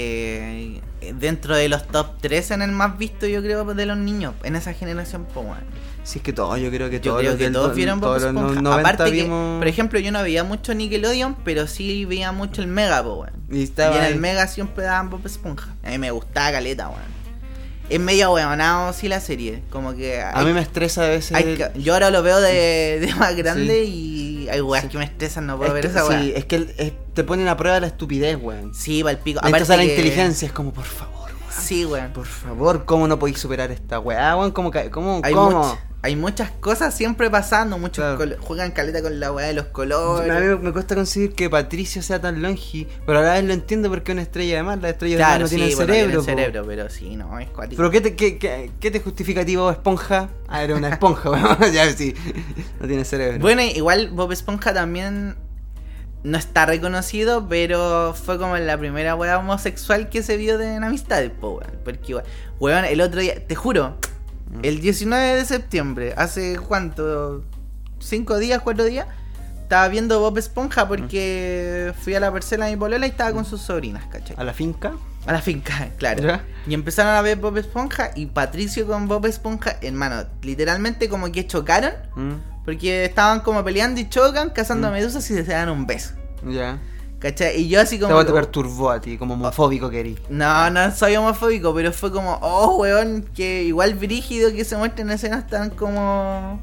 eh, dentro de los top tres en el más visto, yo creo, de los niños en esa generación, pues, weón. Si es que todos, yo creo que Yo todos creo los que del todos do- vieron Bob todos los no- Esponja. noventa Aparte que, vimos- por ejemplo, yo no veía mucho Nickelodeon, pero sí veía mucho el Mega, po, weón. Y Y, estaba en ahí. el Mega siempre daban Bob Esponja. A mí me gustaba caleta, weón. Es medio weonado, sí, la serie. Como que... a hay- mí me estresa a veces. hay que- yo ahora lo veo de, de más grande Sí. y hay weas Sí. que me estresan, no puedo es ver que, esa wea. sí, es que el- es- te ponen a prueba la estupidez, weón. Sí, va el pico. Entonces Aparte la que- inteligencia es como, por favor, weón. Sí, weón. Por favor, ¿cómo no podéis superar esta weá, weón? ¿Cómo? ca- ¿Cómo? Hay, ¿Cómo? much- hay muchas cosas siempre pasando, muchos Claro. col- juegan caleta con la weá de los A colores. mí me- me cuesta conseguir que Patricio sea tan longi, pero a la vez lo entiendo porque es una estrella de mar, las estrellas de mar Claro, no sí, tienen bueno, cerebro. tienen po. cerebro, pero sí, no, es cuático. ¿Pero qué te, qué, qué, qué te justifica a ti, Bob Esponja? Ah, era una esponja, weón. Ya, sí. No tiene cerebro. Bueno, igual Bob Esponja también no está reconocido, pero fue como la primera weá homosexual que se vio de en amistades, po, weón. Porque igual, weón, el otro día, te juro, el diecinueve de septiembre, hace cuánto, cinco días, cuatro días, estaba viendo Bob Esponja porque fui a la parcela de mi polola y estaba con sus sobrinas, ¿cachai? ¿A la finca? A la finca, claro. ¿Ya? Y empezaron a ver Bob Esponja y Patricio con Bob Esponja, hermano, literalmente como que chocaron. Mm, Porque estaban como peleando y chocan, cazando Mm. medusas y se dan un beso. Ya. ¿Cachai? Y yo así Esta como... weá te perturbó a ti, como homofóbico que eres. No, no soy homofóbico, pero fue como, oh, weón, que igual brígido que se muestren escenas tan como...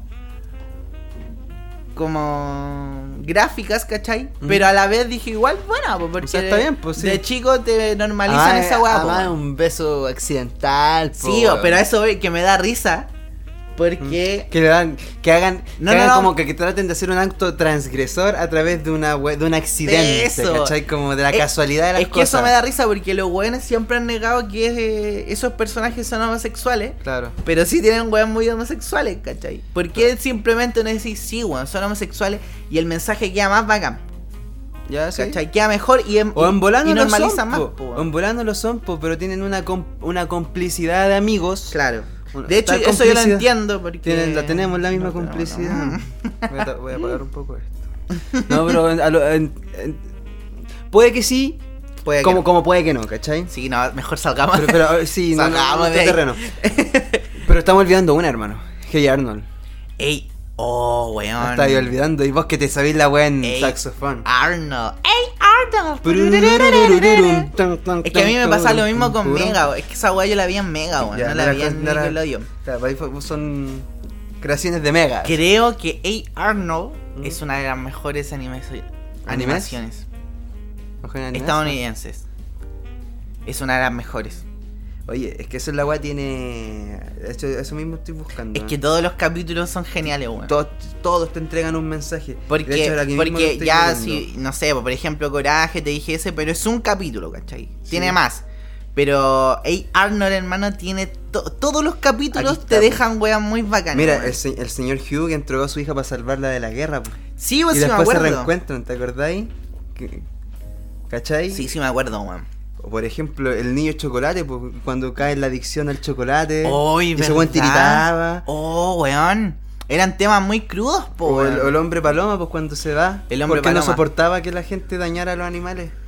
Como... gráficas, ¿cachai? Mm. Pero a la vez dije igual, bueno, pues, porque O sea, está bien, pues, sí. de chico te normalizan Ah, esa weá, además, po. un beso accidental, po, Sí, weón. pero eso que me da risa, porque... Que le dan, que hagan, No, que no, hagan no. como que, que traten de hacer un acto transgresor a través de una we- de un accidente, Eso. ¿cachai? Como de la Es- casualidad de las Es que cosas. eso me da risa porque los weones siempre han negado que eh, esos personajes son homosexuales. Claro. Pero sí tienen weón muy homosexuales, ¿cachai? ¿Por qué simplemente no decís sí, weón, son homosexuales y el mensaje queda más bacán? Ya, sí. ¿Cachai? Queda mejor y, en, O en volando y lo normalizan son, más, po. po, O weón. en volando lo son, po, pero tienen una com- una complicidad de amigos. Claro. Una- De hecho, tal eso yo lo complicidad. endo porque... Tienen- la tenemos la misma No, no, no. complicidad. Voy, a, ta- voy a apagar un poco esto. No, pero a lo- en- en- puede que sí, Puede que como, no. como puede que no, ¿cachai? Sí, no, mejor salgamos. Pero, pero sí, no, no, no, Salgamos este de ahí. terreno. Pero estamos olvidando una, hermano. Hey Arnold. Ey, oh, La weón. estáis olvidando. Y vos que te sabéis la weá en Ey, saxofón. Arnold. Ey, Arnold. Es que a mí me pasa lo mismo con Mega, weón. Es que esa weá yo la vi en Mega, weón. Ya, No la era vi en con- no era- Nickelodeon. Claro, ahí fue- son creaciones de Mega. Creo que Hey Arnold Mm. es una de las mejores anime- animaciones Ojo en anime. estadounidenses. Es una de las mejores. Oye, es que eso la weá tiene. De hecho, eso mismo estoy buscando. Es ¿eh? que todos los capítulos son geniales, weón. todos, todos te entregan un mensaje. De Porque, hecho, ahora que mismo lo porque estoy ya, viendo. si, no sé, por ejemplo, Coraje, te dije ese, pero es un capítulo, ¿cachai? Sí. Tiene más. Pero Hey Arnold, hermano, tiene to- todos los capítulos Aquí está, te po. dejan weas muy bacanas. Mira, weón. el, se- el señor Hugh que entregó a su hija para salvarla de la guerra. po. Sí, pues Y sí me después se acuerdo. reencuentran, ¿te acordáis? Que- ¿Cachai? Sí, sí me acuerdo, weón. O por ejemplo, el niño chocolate, pues, cuando cae en la adicción al chocolate. Oh, y ese weón tiritaba. Oh, weón. Eran temas muy crudos, po, O el, weón. o el hombre paloma, pues cuando se va. El hombre porque no paloma. soportaba que la gente dañara a los animales.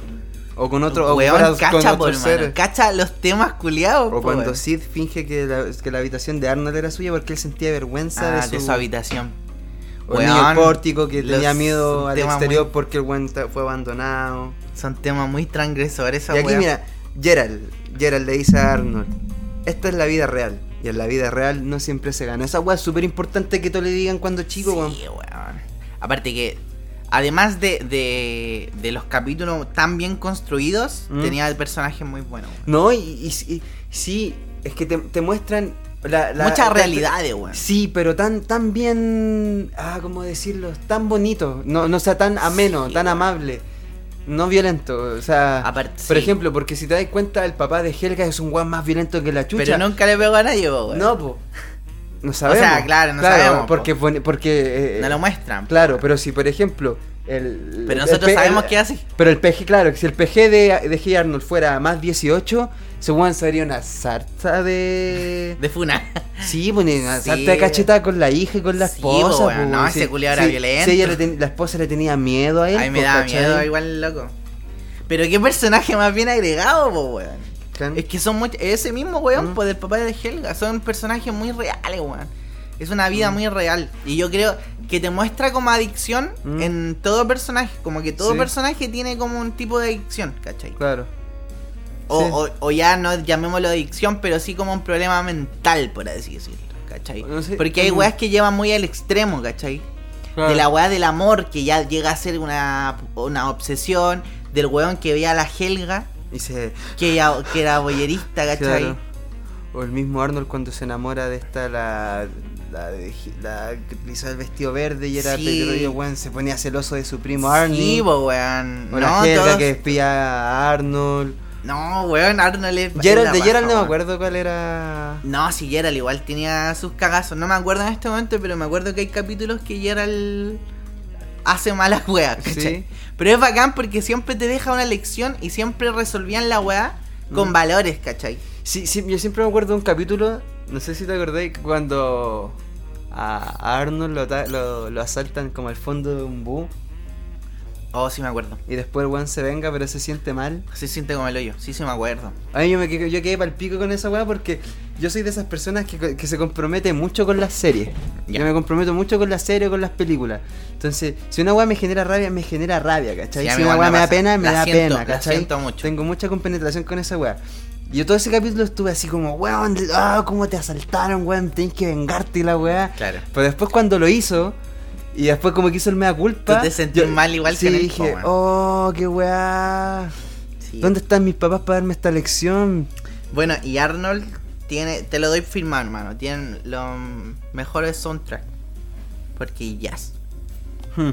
O con otro, o Weón, fuera con cacha, por otros mano. seres. Cacha los temas culiados, O po, cuando weón. Sid finge que la, que la habitación de Arnold era suya porque él sentía vergüenza Ah, de, su, de su habitación. o el Weón, niño pórtico que los- tenía miedo un al tema exterior muy- porque el weón ta- fue abandonado. Son temas muy transgresores esa Y aquí weá. mira, Gerald, Gerald le dice a Arnold, esta es la vida real. Y en la vida real no siempre se gana. Esa weá es súper importante que te le digan cuando chico, weón. Sí, weón. Aparte que, además de, de, de los capítulos tan bien construidos, ¿Mm? tenía personajes muy buenos. weón. No, y, y- y- sí, es que te, te muestran la, la- Muchas ta- realidades, weón. Sí, pero tan tan bien, ah, ¿cómo decirlo? Tan bonito, no no sea tan ameno, Sí, tan weón. amable, no violento, o sea, Aparte, por sí. ejemplo, porque si te das cuenta el papá de Helga es un weón más violento que la chucha. Pero nunca le pegó a nadie, weón. No, po. No sabemos. sea, claro, no sabemos, po. porque pone- porque eh, No lo muestran. Claro, pero si por ejemplo el Pero el nosotros P- sabemos el- que es así. Pero el P G, claro, que si el P G de, de Hey Arnold fuera más dieciocho, ese weón sería una sarta de. De Funa. Sí, pues una Sí. sarta de cachetada con la hija y con la Sí, esposa. po, pues, weón. No, ese culiao era violento. Sí, ella le ten- la esposa le tenía miedo a él. A mí me pues, daba ¿cachai? miedo igual, loco. Pero qué personaje más bien agregado, po, weón. Claro. Es que son muy... Ese mismo weón, Mm. pues del papá de Helga. Son personajes muy reales, weón. Es una vida Mm. muy real. Y yo creo que te muestra como adicción Mm. en todo personaje. Como que todo Sí. personaje tiene como un tipo de adicción, ¿cachai? Claro. O, Sí. o, o ya no llamémoslo adicción, pero sí como un problema mental, por así decirlo, ¿cachai? No sé, Porque hay mm. weas que llevan muy al extremo, ¿cachai? Claro. De la weá del amor, que ya llega a ser una, una obsesión. Del weón que veía a la Helga, Y se. que, ya, que era boyerista, ¿cachai? Claro. O el mismo Arnold cuando se enamora de esta, la. La, de, la que utilizaba el vestido verde y era Sí. pequeño, weón, se ponía celoso de su primo Arnie. Sí, po, weón. O No, la Helga todos- que espía a Arnold. No, weón, Arnold es... es Gerald, la de raja, Gerald no me weón. acuerdo cuál era. No, sí, Gerald igual tenía sus cagazos. No me acuerdo en este momento, pero me acuerdo que hay capítulos que Gerald hace malas weas, ¿cachai? Sí. Pero es bacán porque siempre te deja una lección y siempre resolvían la wea con Mm. valores, ¿cachai? Sí, sí, yo siempre me acuerdo de un capítulo, no sé si te acordáis, cuando a a Arnold lo, ata- lo, lo asaltan como al fondo de un bus Oh, sí me acuerdo. y después el weón se venga pero se siente mal. Se siente como el hoyo. Sí, sí me acuerdo. A mí yo, me, quedé- yo quedé pal pico con esa weá porque yo soy de esas personas que, que se compromete mucho con las series. Ya. Yo me comprometo mucho con las series o con las películas. Entonces, si una weá me genera rabia, me genera rabia, ¿cachai? Sí, a mí si una igual weá me me da pasa. pena, me La da siento, pena, la ¿cachai? siento mucho. Tengo mucha compenetración con esa weá. Y yo todo ese capítulo estuve así como, weón, ah, cómo te asaltaron, weón, tenés que vengarte y la weá. Claro. Pero después cuando lo hizo, y después como que hizo el mea culpa. Tú te sentís mal igual sí, que en el dije, po, weón. oh, qué weá. Sí. ¿Dónde están mis papás para darme esta lección? Bueno, y Arnold tiene, te lo doy firmar, hermano. Tienen los mejores soundtracks. Porque jazz. Hmm.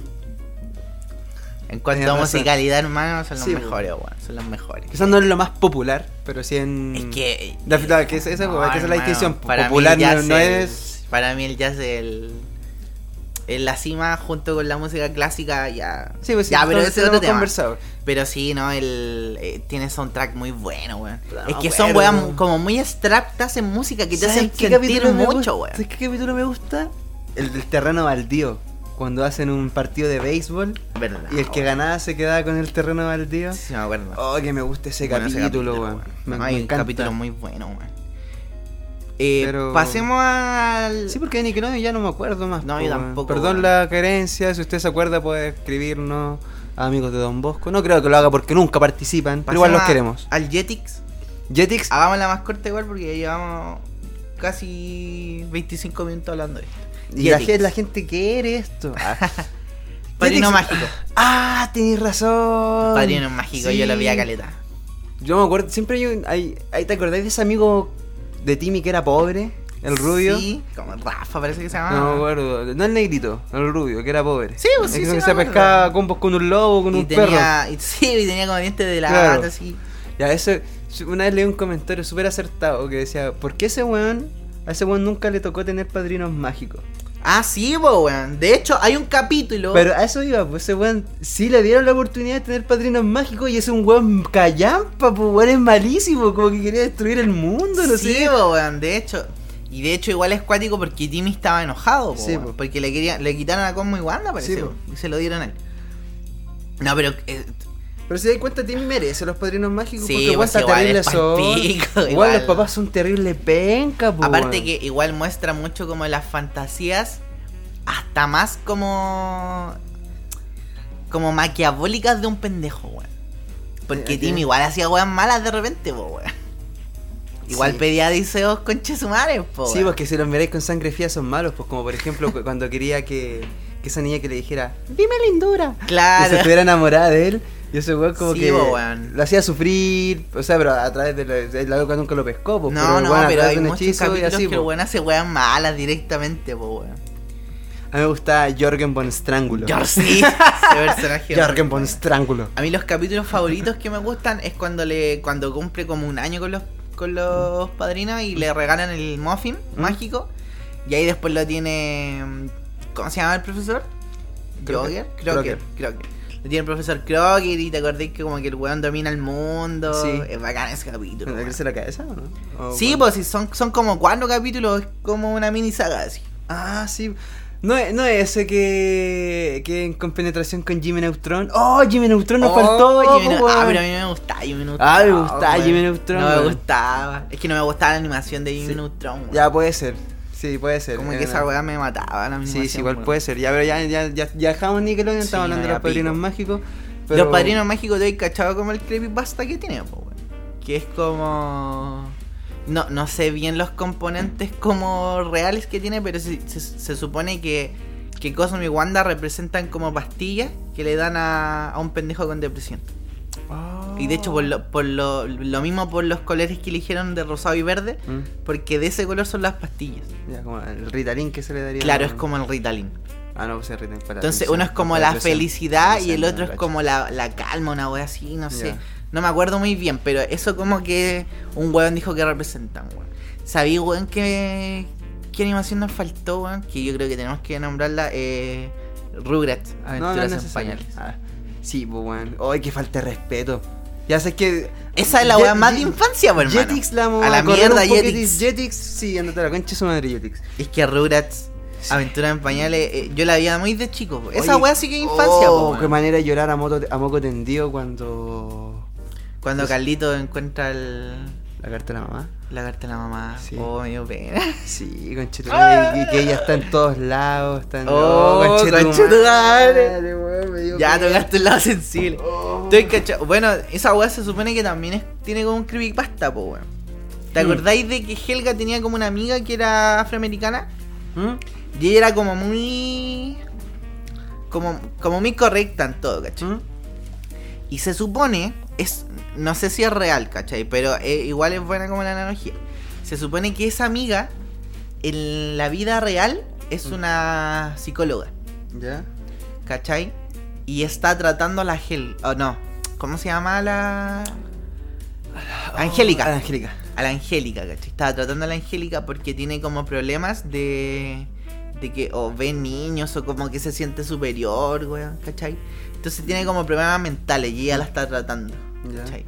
En cuanto Tienes a razón. musicalidad, hermano, son los Sí, mejores, weón. Son los mejores. Quizás no es lo más popular, pero sí en. Es que. La, la- que es, esa, no, que esa es la hermano, distinción. para mí Popular el jazz no, no el- es. Para mí el jazz es el. En la cima, junto con la música clásica, ya. Sí, pues sí, ya, pero todo- ese lo es otro hemos tema. conversado. Pero sí, ¿no? El, eh, tiene soundtrack muy bueno, weón. No, es que bueno. son weas como muy abstractas en música que te ¿Sabes hacen qué sentir capítulo me mucho, gusta? weón. ¿Sabes qué capítulo me gusta? El del terreno baldío. Cuando hacen un partido de béisbol Verdad. y el que weón. ganaba se quedaba con el terreno baldío. Sí, me acuerdo. Oh, que me gusta ese Bueno, ese capítulo, weón. Me, No, me hay un encanta. capítulo muy bueno, weón. Eh, Pero- Pasemos al. Sí, porque de Nickelodeon ya no me acuerdo más. No, po, yo weón. tampoco, Perdón weón. la carencia, si usted se acuerda puede escribirnos a amigos de Don Bosco. No creo que lo haga porque nunca participan, pero igual los Pasemos a- queremos. Al Jetix. Jetix, Hagámosla más corta igual porque ya llevamos casi veinticinco minutos hablando de esto. y la, Jetix. gen- la gente quiere esto. Ah. Padrino Jetix- mágico. Ah, tenés razón. Padrino mágico, Sí. yo lo vi a caleta. Yo me acuerdo, siempre yo. Hay, hay- ¿te acordáis de ese amigo de Timmy que era pobre? El rubio. Sí, como Rafa parece que se llama. No me acuerdo. No el negrito, el rubio, que era pobre. Sí, pues sí, Es sí, que me se acuerdo. pescaba combos con un lobo, con y un perro. tenía, y, sí, y tenía como dientes de la Claro. gata así. Ya, eso. Una vez leí un comentario súper acertado que decía: ¿por qué ese weón, a ese weón nunca le tocó tener padrinos mágicos? Ah, sí, po, weón. De hecho, hay un capítulo. Pero a eso iba, pues ese weón sí le dieron la oportunidad de tener padrinos mágicos y es un weón callampa, pues weón es malísimo, como que quería destruir el mundo, no sí, sé. po, weón. De hecho. Y de hecho igual es cuático porque Timmy estaba enojado, po, Sí, weón, po. porque le querían, le quitaron a Cosmo y Wanda, parece, Sí, po. y se lo dieron a él. No, pero eh, Pero si te das cuenta, Timmy merece los padrinos mágicos Sí, porque igual pues está igual terrible es pa'l son. pico, Igual, igual. los papás son terrible penca, po, Aparte weón. que igual muestra mucho como las fantasías, hasta más como... como maquiavólicas de un pendejo, weón. Porque Eh, Tim eh. igual hacía weas malas de repente, po, weón. Igual Sí. pedía deseos con chesumares, po, Sí, weón. porque si los miráis con sangre fría son malos, pues como por ejemplo cu- cuando quería que, que esa niña que le dijera, dime lindura. Y se Claro. estuviera enamorada de él. Y ese weón como Sí, que po, weón. lo hacía sufrir, o sea, pero a través de la, de la loca nunca lo pescó, pues, No, no, weón, a pero través hay de un muchos hechizo y capítulos así, que el po. weón hace weas malas directamente, po, weón. A mí me gusta Jorgen von Strangulo. Yo sí, ese personaje. Jorgen von Strangulo. A mí los capítulos favoritos que me gustan es cuando le cuando cumple como un año con los con los padrinos y le regalan el muffin ¿Mm? mágico y ahí después lo tiene ¿cómo se llama el profesor? Crocker. Crocker, Crocker, Crocker. Lo tiene el profesor Crocker y te acordás que como que el weón domina el mundo. Sí. Es bacán ese capítulo. ¿Le weón. crece la cabeza o no? O, Sí, bueno. pues sí, son, son como cuatro capítulos, es como una mini saga así. Ah, sí. No, es- no es ese que, que en compenetración con Jimmy Neutron. ¡Oh, Jimmy Neutron nos Oh, faltó! Jimmy po, Neu- ah, weón. pero a mí me gustaba Jimmy Neutron. Ah, me gustaba weón. Jimmy Neutron, No me weón. gustaba. Es que no me gustaba la animación de Jimmy Sí. Neutron, weón. Ya puede ser. Sí, puede ser. Como Eh, que esa weá me mataba la Sí, animación. sí, igual weón. puede ser. Ya, pero ya, ya, ya, ya dejamos Nickelodeon, Sí, estamos hablando no, de ya los padrinos pico. mágicos. Pero... Los padrinos mágicos te he cachado como el creepypasta que tiene, po, weón. Que es como. No, no sé bien los componentes como reales que tiene, pero se, se, se supone que, que Cosmo y Wanda representan como pastillas que le dan a, a un pendejo con depresión. Oh. Y de hecho, por lo, por lo, lo mismo por los colores que eligieron de rosado y verde, Mm, porque de ese color son las pastillas. ya, como el Ritalin que se le daría. Claro, es como el Ritalin. Ah, no, pues es Ritalin para la Entonces depresión, uno es como para la depresión. felicidad y el Depresión, otro es cacho. como la, la calma, una wea así, no sé. Ya. No me acuerdo muy bien, pero eso como que un weón dijo que representan, weón. ¿Sabí, weón, que qué animación nos faltó, weón? Que yo creo que tenemos que nombrarla eh, Rugrats, No, no Aventuras es en necesario. Pañales. Ah, sí, pues bueno. Ay, que falta de respeto. Ya sé que. Esa es la Jet- weá más de Jet- infancia, weón, hermano. Jetix la vamos A la correr mierda, un poquitis. Jetix. Jetix, sí, andate a la concha de su madre, Jetix. Es que Rugrats, Aventuras en Pañales, eh, yo la veía muy de chico. po. Esa Oye, weá sí que es infancia, oh, po, qué weón. manera de llorar a, moto, a moco tendido cuando. Cuando Carlito encuentra el, La carta de la mamá. la carta de la mamá. Sí. Oh, me dio pena. Sí, conchetumare, y que ella está en todos lados. Está en... Oh, conchetumare. weón, me dio Ya pena. tocaste el lado sensible. Oh. Estoy cachado. Bueno, esa weá se supone que también es- tiene como un creepypasta, po, weón. ¿Te Hmm. acordáis de que Helga tenía como una amiga que era afroamericana? ¿Mm? Y ella era como muy. Como, como muy correcta en todo, ¿cachai? ¿Mm? Y se supone, es no sé si es real, ¿cachai? Pero eh, igual es buena como la analogía. Se supone que esa amiga, en la vida real, es una psicóloga, ¿Ya? ¿cachai? Y está tratando a la Hel... Oh, no. ¿Cómo se llama la...? Angélica. A la Angélica. A la Angélica, ¿cachai? Estaba tratando a la Angélica porque tiene como problemas de... De que o ve niños o como que se siente superior, weón, ¿cachai? Entonces tiene como problemas mentales y ella la está tratando, Ya. ¿cachai?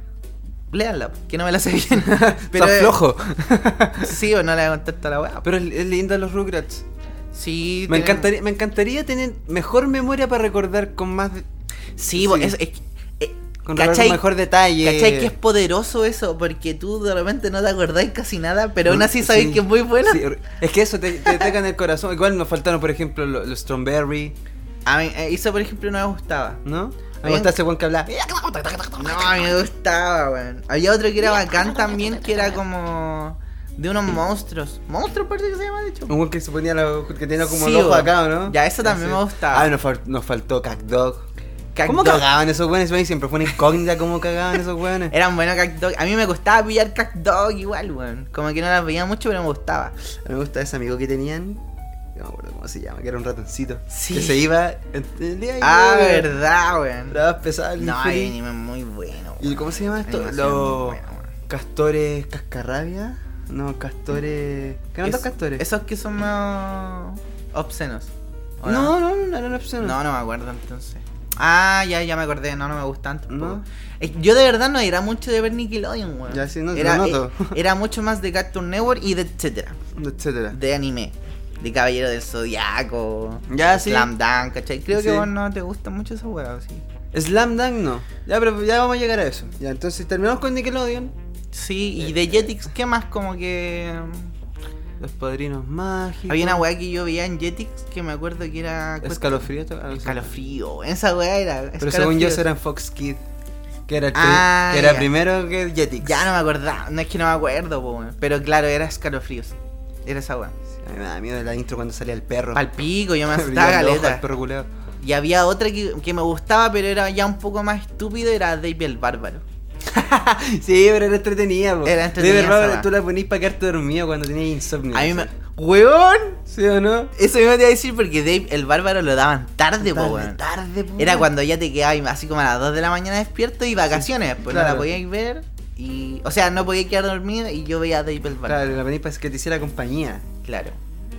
Léanla, que no me la sé bien. Pero eh, flojo. Sí, o no le contesto a la weá. Pero es, es linda los Rugrats. Sí, Me tiene- encantaría, me encantaría tener mejor memoria para recordar con más de- Sí, bo- sí. es, es- eh, con ¿cachai? mejor detalle. ¿Cachai que es poderoso eso? Porque tú de repente no te acordáis casi nada, pero aún así Sí, sabes que es muy bueno. sí, es que eso te, te toca en el corazón. Igual nos faltaron, por ejemplo, los, los Strawberry, A mí, eh, eso por ejemplo no me gustaba. ¿no? A mí me Bien. gusta ese buen que habla. No, a mí me gustaba, weón. Había otro que era bacán también, que era como de unos monstruos. ¿Monstruos parece que se llama, de hecho? Un buen que se ponía la, que tenía como Sí, el ojo bo. acá, ¿no? Ya, eso también Sí. me gustaba. Ah, nos, fal- nos faltó Cacdog. ¿Cómo Cacdog. cagaban esos weones? Ven, siempre fue una incógnita cómo cagaban esos weones. Eran buenos Cacdog. A mí me gustaba pillar Cacdog igual, weón. Como que no las veía mucho, pero me gustaba. A mí me gusta ese amigo que tenían. No me acuerdo cómo se llama, que era un ratoncito. Sí. Que se iba en el día y Ah, luego verdad, weón. era más pesado el No, infeliz. hay anime muy bueno. ¿Y cómo se llama esto? Animación muy Los buena, weón. castores cascarrabia. No, castores. ¿Qué eran Es- dos castores? Esos que son más obscenos. ¿o No, no, no, no eran opciones. No, no me acuerdo entonces. Ah, ya, ya me acordé, no, no me gustan tampoco. ¿No? Es que yo de verdad no era mucho de ver Nickelodeon, weón. Ya, sí, no, era, lo noto. eh, era mucho más de Cartoon Network y de etcétera. Etcétera. De anime. De Caballero del Zodiaco. Ya, sí. Slam Dunk, ¿cachai? Creo Sí. que vos no te gusta mucho esa weá, ¿o sí? Slam Dunk no. Ya, pero ya vamos a llegar a eso. Ya, entonces terminamos con Nickelodeon. Sí, y de Jetix, ¿qué más? Como que... Los Padrinos Mágicos. Había una weá que yo veía en Jetix que me acuerdo que era... Escalofrío. algo así. Escalofrío, esa weá era... Pero según yo escalofrío. eso era en Fox Kids. Que era, el pri- Ah, que era ya. primero que Jetix. Ya no me acordaba, no es que no me acuerdo, po, weón. Pero claro, era escalofríos. Era esa weá. A mí me da miedo la intro cuando salía el perro. Pal pico, yo me asustaba Brillaba el ojo al galeta. perro culeado. Y había otra que, que me gustaba, pero era ya un poco más estúpido, era Dave el Bárbaro. Sí, pero era entretenida, po. Era entretenida De verdad, esa, tú la ponís para quedarte dormido cuando tenías insomnio. A mí ¿sí? me... ¡Weón! ¿Sí o no? Eso mismo te iba a decir porque Dave el Bárbaro lo daban tarde, po, Tarde, weón. tarde, po. Era cuando ya te quedabas así como a las dos de la mañana despierto y vacaciones, pues no claro. la podíais ver y... O sea, no podías quedar dormido y yo veía a Dave el Bárbaro. Claro, la ponís para que te hiciera compañía. Claro.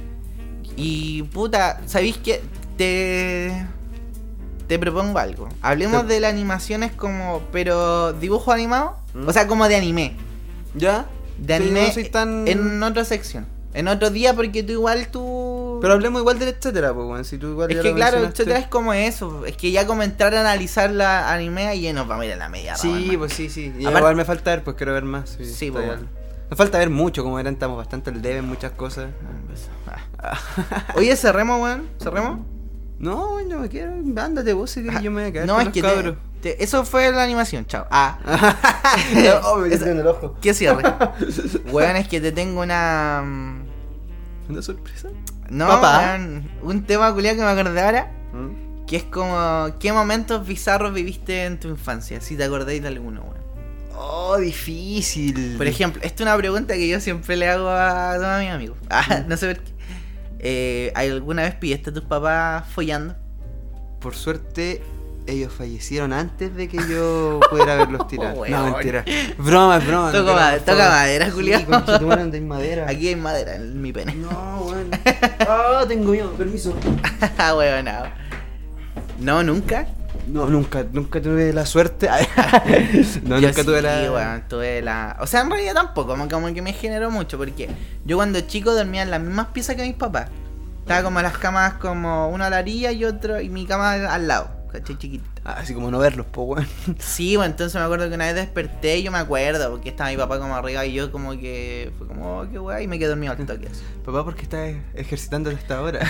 Y puta, ¿sabéis qué? Te... Te propongo algo. Hablemos Te- de las animaciones como... Pero dibujo animado. ¿Mm? O sea, como de anime. ¿Ya? De Sí, anime no soy tan... en otra sección. En otro día porque tú igual tú... Pero hablemos igual del etcétera, pues, weón. Si tú igual es ya que lo claro, mencionaste. etcétera es como eso. Es que ya como entrar a analizar la anime ahí ya nos vamos a ir a la media. Sí, rama, pues sí, sí. Y Aparte- igual me falta ver, pues quiero ver más. Sí, Sí, está pues, bien. bueno. Nos falta ver mucho, como verán, estamos bastante al debe en muchas cosas. Ah. Oye, cerremos, weón. ¿Cerremos? No, yo me quiero. Ándate vos, si querés, yo me voy a quedar No, con es los que cabros. te- te- eso fue la animación, chao. Ah. Oh, me quedé en el ojo. ¿Qué cierre? Weón, es que te tengo una... mm, ¿Una sorpresa? No, Papá. weón, un tema culiado que me acordé ahora. ¿Mm? Que es como... ¿Qué momentos bizarros viviste en tu infancia? Si te acordáis de alguno, weón. Oh, difícil. Por ejemplo, esta es una pregunta que yo siempre le hago a todos mis amigos. Ah, no sé por qué. Eh, ¿Alguna vez pidiste a tus papás follando? Por suerte, ellos fallecieron antes de que yo pudiera verlos tirar. Oh, no, weón. mentira. Broma, es broma. Toco no, ma- por toca favor. madera, Sí, culiao. conchetumare, donde hay madera. Aquí hay madera en mi pene. No, weón. Ah, tengo miedo, permiso. Weón, no. No, nunca. No, nunca, nunca tuve la suerte. no, Yo nunca tuve sí, la. weón, tuve la... O sea, en realidad tampoco, como, como que me generó mucho, porque yo cuando chico dormía en las mismas piezas que mis papás. Estaba como las camas como una a la orilla y otro, y mi cama al lado, ¿cachai? Chiquitita. Ah, así como no verlos, po, weón. Sí, bueno, entonces me acuerdo que una vez desperté y yo me acuerdo, porque estaba mi papá como arriba y yo como que... Fue como, oh, qué weá, y me quedé dormido al toque. así. Papá, ¿por qué estás ejercitándote hasta ahora?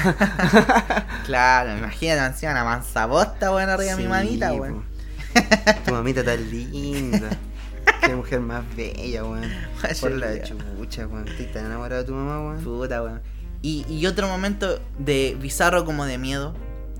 Claro, imagínate, encima una mansa bosta, weón, arriba de mi Sí, mamita, po. weón. Tu mamita tan linda. Qué mujer más bella, weón. Por la Vaya, chucha, weón. Estoy tan enamorado de tu mamá, weón. puta, weón. Y, y otro momento de bizarro como de miedo.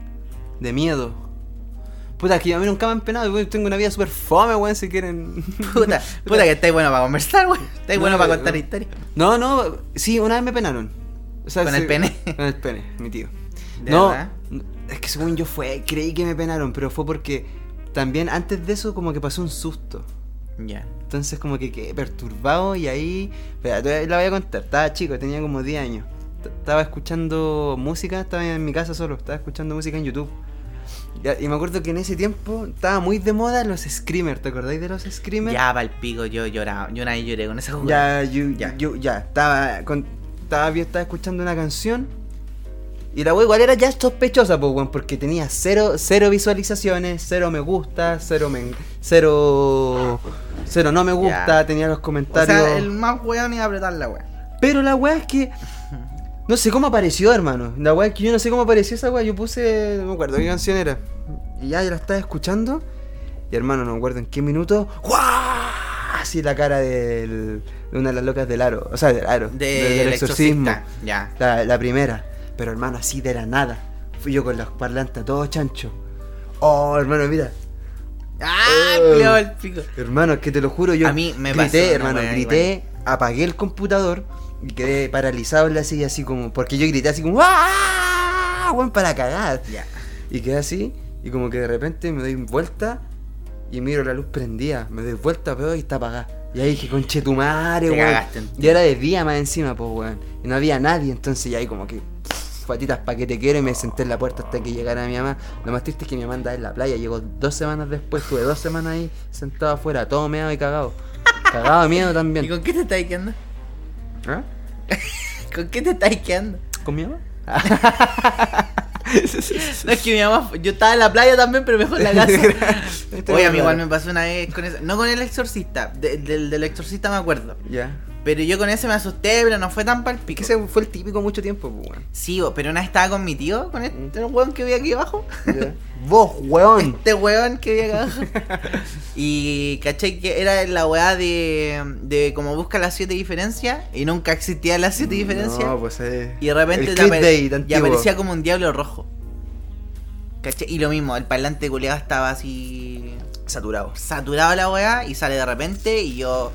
De miedo. Puta, es que a mí nunca me han penado, weón. Tengo una vida súper fome, weón, si quieren. Puta, puta que estáis bueno para conversar, weón. Estáis No, bueno para eh, contar eh. historias. No, no, sí, una vez me penaron. O sea, ¿Con el sí, pene? Con el pene, mi tío. ¿De No, verdad? es que según yo fue, creí que me penaron, pero fue porque también antes de eso como que pasó un susto. Ya. Entonces como que quedé perturbado y ahí... Espera, te la voy a contar. Estaba chico, tenía como diez años. T- Estaba escuchando música, estaba en mi casa solo, estaba escuchando música en YouTube. Ya, y me acuerdo que en ese tiempo estaba muy de moda los screamers, ¿te acordáis de los screamers? Ya, pa'l pico, yo lloraba. Yo una vez lloré con esa jugada. Ya, yo, Ya. yo, ya, estaba, con, estaba, yo estaba escuchando una canción y la wea igual era ya sospechosa, pues, weón, porque tenía cero, cero visualizaciones, cero me gusta, cero, me, cero, cero no me gusta, Ya. tenía los O comentarios. sea, el más weón iba a apretar la weá. Pero la wea es que no sé cómo apareció, hermano. La wea es que yo no sé cómo apareció esa wea. Yo puse, no me acuerdo qué canción era. Y ya yo la estaba escuchando. Y hermano, no me acuerdo en qué minuto. ¡Guau! Así la cara del, de una de las locas del aro. O sea, del aro. De, del, del el exorcismo. exorcista. Ya. La, la primera. Pero hermano, así de la nada. Fui yo con los parlantes todo chancho. Oh, hermano, mira. ¡Ah! Oh. Cleo el pico. Hermano, es que te lo juro, yo A mí me grité, pasó una hermano, wea grité, apagué el computador y quedé paralizado en la silla así como, porque yo grité así como ¡ah! Bueno, para cagar. Ya. Y quedé así, y como que de repente me doy vuelta y miro la luz prendida, me doy vuelta, pero y está apagada. Y ahí dije, conchetumare, Te weón. cagaste en- Y era de día más encima, pues weón. Y no había nadie, entonces ya ahí como que pff, patitas pa' que te quiero y me senté en la puerta hasta que llegara mi mamá. Lo más triste es que mi mamá andaba en la playa, llegó dos semanas después, tuve dos semanas ahí sentado afuera, todo meado y cagado. Cagado de miedo ¿Y también. con qué te estáis quedando? ¿Ah? ¿Con qué te estáis quedando? ¿Con mi mamá? No, es que mi mamá, yo estaba en la playa también, pero mejor en la casa. Este Oye, a es mí claro. igual me pasó una vez con eso. No con el exorcista, de- del, del exorcista me acuerdo. Ya. Pero yo con ese me asusté, pero no fue tan palpico. Que ese fue el típico mucho tiempo, pues, weón. Sí, bo, pero una vez estaba con mi tío, con este weón que vi aquí abajo. Vos, weón. Este weón que vi acá abajo. Y caché que era la weá de, de como busca las siete diferencias y nunca existían las siete diferencias. No, pues eh, Y de repente el te apare- clickbait y antiguo. aparecía como un diablo rojo. ¿Cachai? Y lo mismo, el parlante culiado estaba así saturado. saturado la weá y sale de repente y yo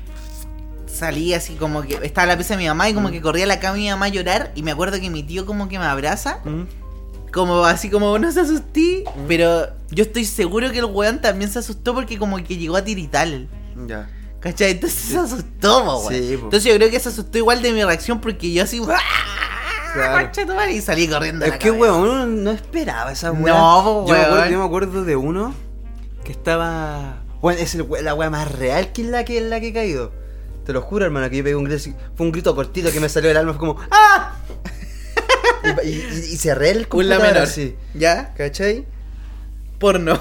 salí así como que estaba en la pieza de mi mamá y como Mm. que corría a la cama de mi mamá a llorar y me acuerdo que mi tío como que me abraza, ¿Mm? como así como no se asustí, pero yo estoy seguro que el weón también se asustó porque como que llegó a tiritar. Ya. ¿Cachai? Entonces se asustó, po, weón. Sí, po. Entonces yo creo que se asustó igual de mi reacción porque yo así Claro. concha tu madre, y salí corriendo a Es la que, cama. weón, uno no esperaba esa weá. No, po, yo, me acuerdo, weón. yo me acuerdo de uno que estaba. Bueno, es el we- la weá más real que es la que, la que he caído. Te lo juro, hermano, que yo pegué un grito. así- Fue un grito cortito que me salió del alma. Fue como ¡ah! Y, y, y- y cerré el Un la computador menor. así. ¿Ya? ¿Cachai? Porno.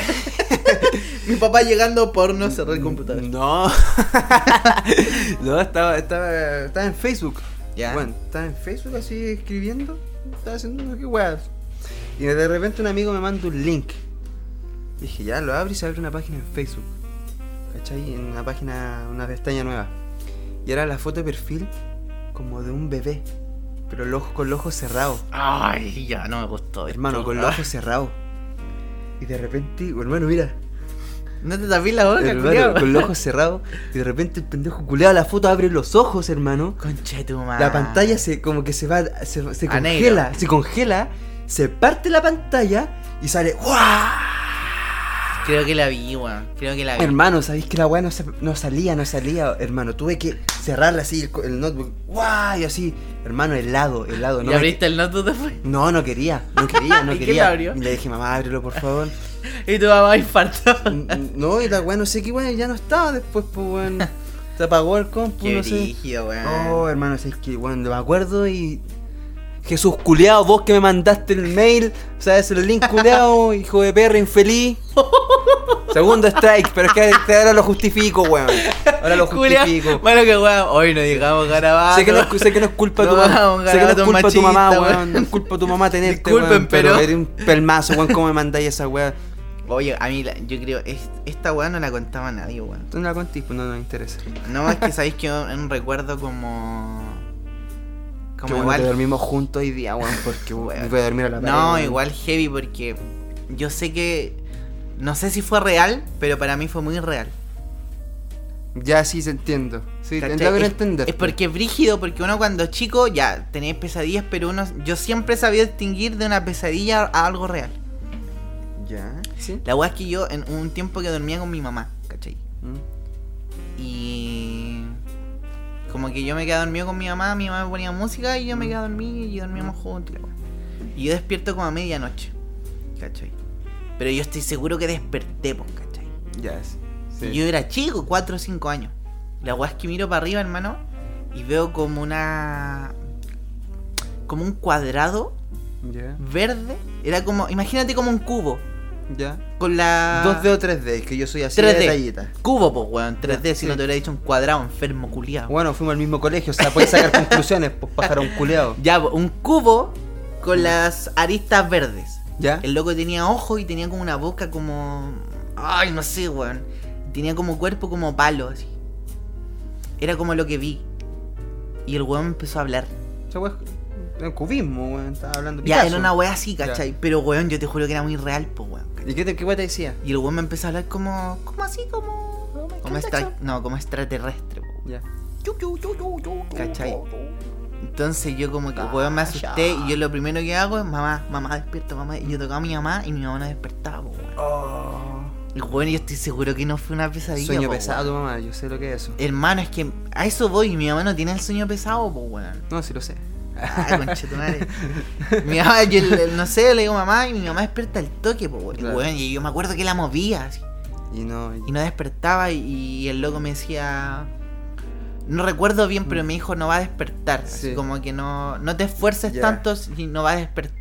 Mi papá llegando porno, cerró el computador. No. No, estaba, estaba, estaba en Facebook. Ya. Bueno, estaba en Facebook así escribiendo. Estaba haciendo unas que weas. Y de repente un amigo me manda un link. Dije, ya lo abro y se abre una página en Facebook. ¿Cachai? En una página, una pestaña nueva. Y era la foto de perfil como de un bebé. Pero los ojos, con los ojos cerrados. Ay, ya no me gustó. esto. Hermano, con los ojos cerrados. Y de repente, hermano, mira. No te tapís la boca, Hermano, culiao. con los ojos cerrados. Y de repente el pendejo culeado la foto abre los ojos, hermano. Concha de tu madre. La pantalla se como que se va, se, se A congela, negro. se congela, se parte la pantalla y sale ¡guau! Creo que la vi, weón. Creo que la vi. Hermano, ¿sabéis que la weá no, se- no salía, no salía, hermano? Tuve que cerrarla así, el, co- el notebook, ¡guau! Y así, hermano, helado, helado. ¿Y No, me- abriste el notebook después? no, no quería, no quería, no ¿Y quién quería. la abrió? Y le dije, mamá, ábrelo, por favor. Y tu mamá infartó. N- no, y la weá no sé qué weá, ya no estaba después, pues weón. Se apagó el compu, Qué no sé. brígido, weón. Oh, hermano, es que, bueno, me acuerdo y. Jesús culeado, vos que me mandaste el mail, ¿sabes? El link culeado, hijo de perra infeliz. Segundo strike, pero es que ahora lo justifico, weón. Ahora lo Julia, justifico. bueno que weón, hoy no llegamos garabato. Sé que, no, es- sé que no es culpa de tu No, mamá. un Sé que no es garabato culpa de tu mamá, machista, weón. weón. No es culpa de tu mamá tenerte, Disculpen, weón, pero- eres un pelmazo, weón. ¿Cómo me mandáis esa weá? Oye, a mí la- yo creo, es- esta weá no la contaba a nadie, weón. Tú no la contís, pues no nos interesa. No, es que sabéis que es un recuerdo como. Qué Como bueno igual. que dormimos juntos hoy día, weón, porque Weón. voy a dormir a la pared, No, weón. igual heavy porque yo sé que. No sé si fue real, pero para mí fue muy real. Ya sí, se entiendo. Sí, ¿Cachai? logro es, entender. es porque es brígido, porque uno cuando es chico ya tenéis pesadillas, pero uno. Yo siempre sabía distinguir de una pesadilla a algo real. Ya, sí. La weá es que yo en un tiempo que dormía con mi mamá, ¿cachai? Mm. Y. Como que yo me quedaba dormido con mi mamá, mi mamá me ponía música y yo me quedaba dormido y dormíamos juntos. y la weá. Y yo despierto como a medianoche, ¿cachai? Pero yo estoy seguro que desperté, pues, ¿cachai? Ya es. Sí. Y yo era chico, cuatro o cinco años. La weá es que miro para arriba, hermano, y veo como una. Como un cuadrado Ya. verde. Era como. Imagínate como un cubo. Ya. Con la. dos D o tres D, que yo soy así tres de D. detallita. Cubo, pues, weón. tres D, Ya, si sí. no te hubiera dicho un cuadrado, enfermo, culiado. Bueno, fuimos al mismo colegio, o sea, puedes sacar conclusiones, pues pájaro un culeado. Ya, po, un cubo con las aristas verdes. ¿Ya? El loco tenía ojos y tenía como una boca como. Ay, no sé, weón. Tenía como cuerpo como palo, así. Era como lo que vi. Y el weón empezó a hablar. Esa weá es un cubismo, weón, estaba hablando Ya, Picasso. era una weá así, ¿cachai? Pero weón, yo te juro que era muy real, pues weón. ¿Y qué, te, qué weá te decía? Y el weón me empezó a hablar como. Como así, como. Como extra... No, como extraterrestre, po. Ya. ¿Cachai? Entonces yo como que weón me asusté y yo lo primero que hago es mamá, mamá despierta, mamá. Y yo tocaba a mi mamá y mi mamá no despertaba, po, weón. Oh. Y bueno, yo estoy seguro que no fue una pesadilla. Sueño po, pesado tu weón. mamá, yo sé lo que es eso. Hermano, es que a eso voy, mi mamá no tiene el sueño pesado, pues weón. No, sí lo sé. Ah, conchetumare. Mi mamá, yo le- no sé, le digo mamá y mi mamá despierta el toque, pues weón. Y, Claro. weón, y yo me acuerdo que la movía así. Y no. Y no despertaba y, y el loco me decía. No recuerdo bien, pero me dijo no va a despertar. Así Sí. como que no, no te esfuerces Ya. tanto si no va a despertar.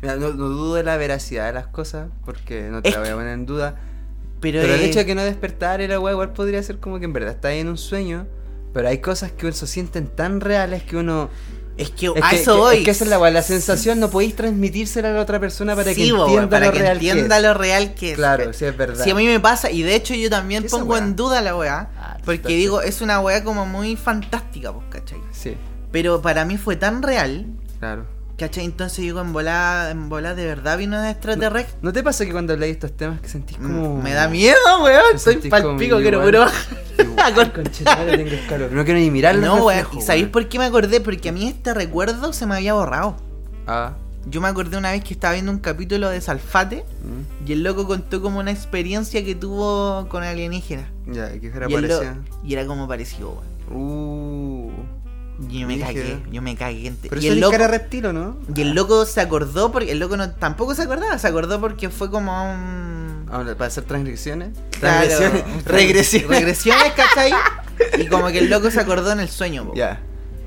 Mira, no, no dudo de la veracidad de las cosas, porque no te Es la voy a que- poner en duda. Pero, Pero el es- hecho de que no despertar y la weá igual podría ser como que en verdad está ahí en un sueño. Pero hay cosas que uno se sienten tan reales que uno. Es que Es a que, eso que- voy. es que esa es la weá, la sensación no podéis transmitírsela a la otra persona para Sí, que bo, entienda para lo que real que entienda es. lo real que es. Claro, sí es verdad. Sí, a mí me pasa, y de hecho yo también ¿Qué esa pongo weá? en duda la weá. Ah, Porque está digo, bien. es una weá como muy fantástica, pues, ¿cachai? Sí, Pero para mí fue tan real, claro. ¿cachai? Entonces digo, en volada, en volada de verdad vino un extraterrestre. ¿No te pasa que cuando habláis de estos temas que sentís como. Mm, Me da miedo, weón. Te Estoy sentís pal como pico, quiero igual. puro bajar. Igual, conchetumare, tengo escalor. No quiero ni mirar No, weón. reflejos, ¿Y sabéis weón. por qué me acordé? Porque a mí este recuerdo se me había borrado. Ah. Yo me acordé una vez que estaba viendo un capítulo de Salfate mm, y el loco contó como una experiencia que tuvo con alienígenas. Ya, ¿y qué era Y, el lo- parecía? y era como parecido, weón. Uh. Y yo me Brígido. cagué, yo me cagué. ente- Pero y, eso el es loco, cara reptil, ¿o no? y el loco se acordó porque el loco no tampoco se acordaba, se acordó porque fue como un... Ah, para hacer transgresiones. Claro, Transgresiones. un- Regresiones. Regresiones, ¿cachai? Y como que el loco se acordó en el sueño, po. Ya.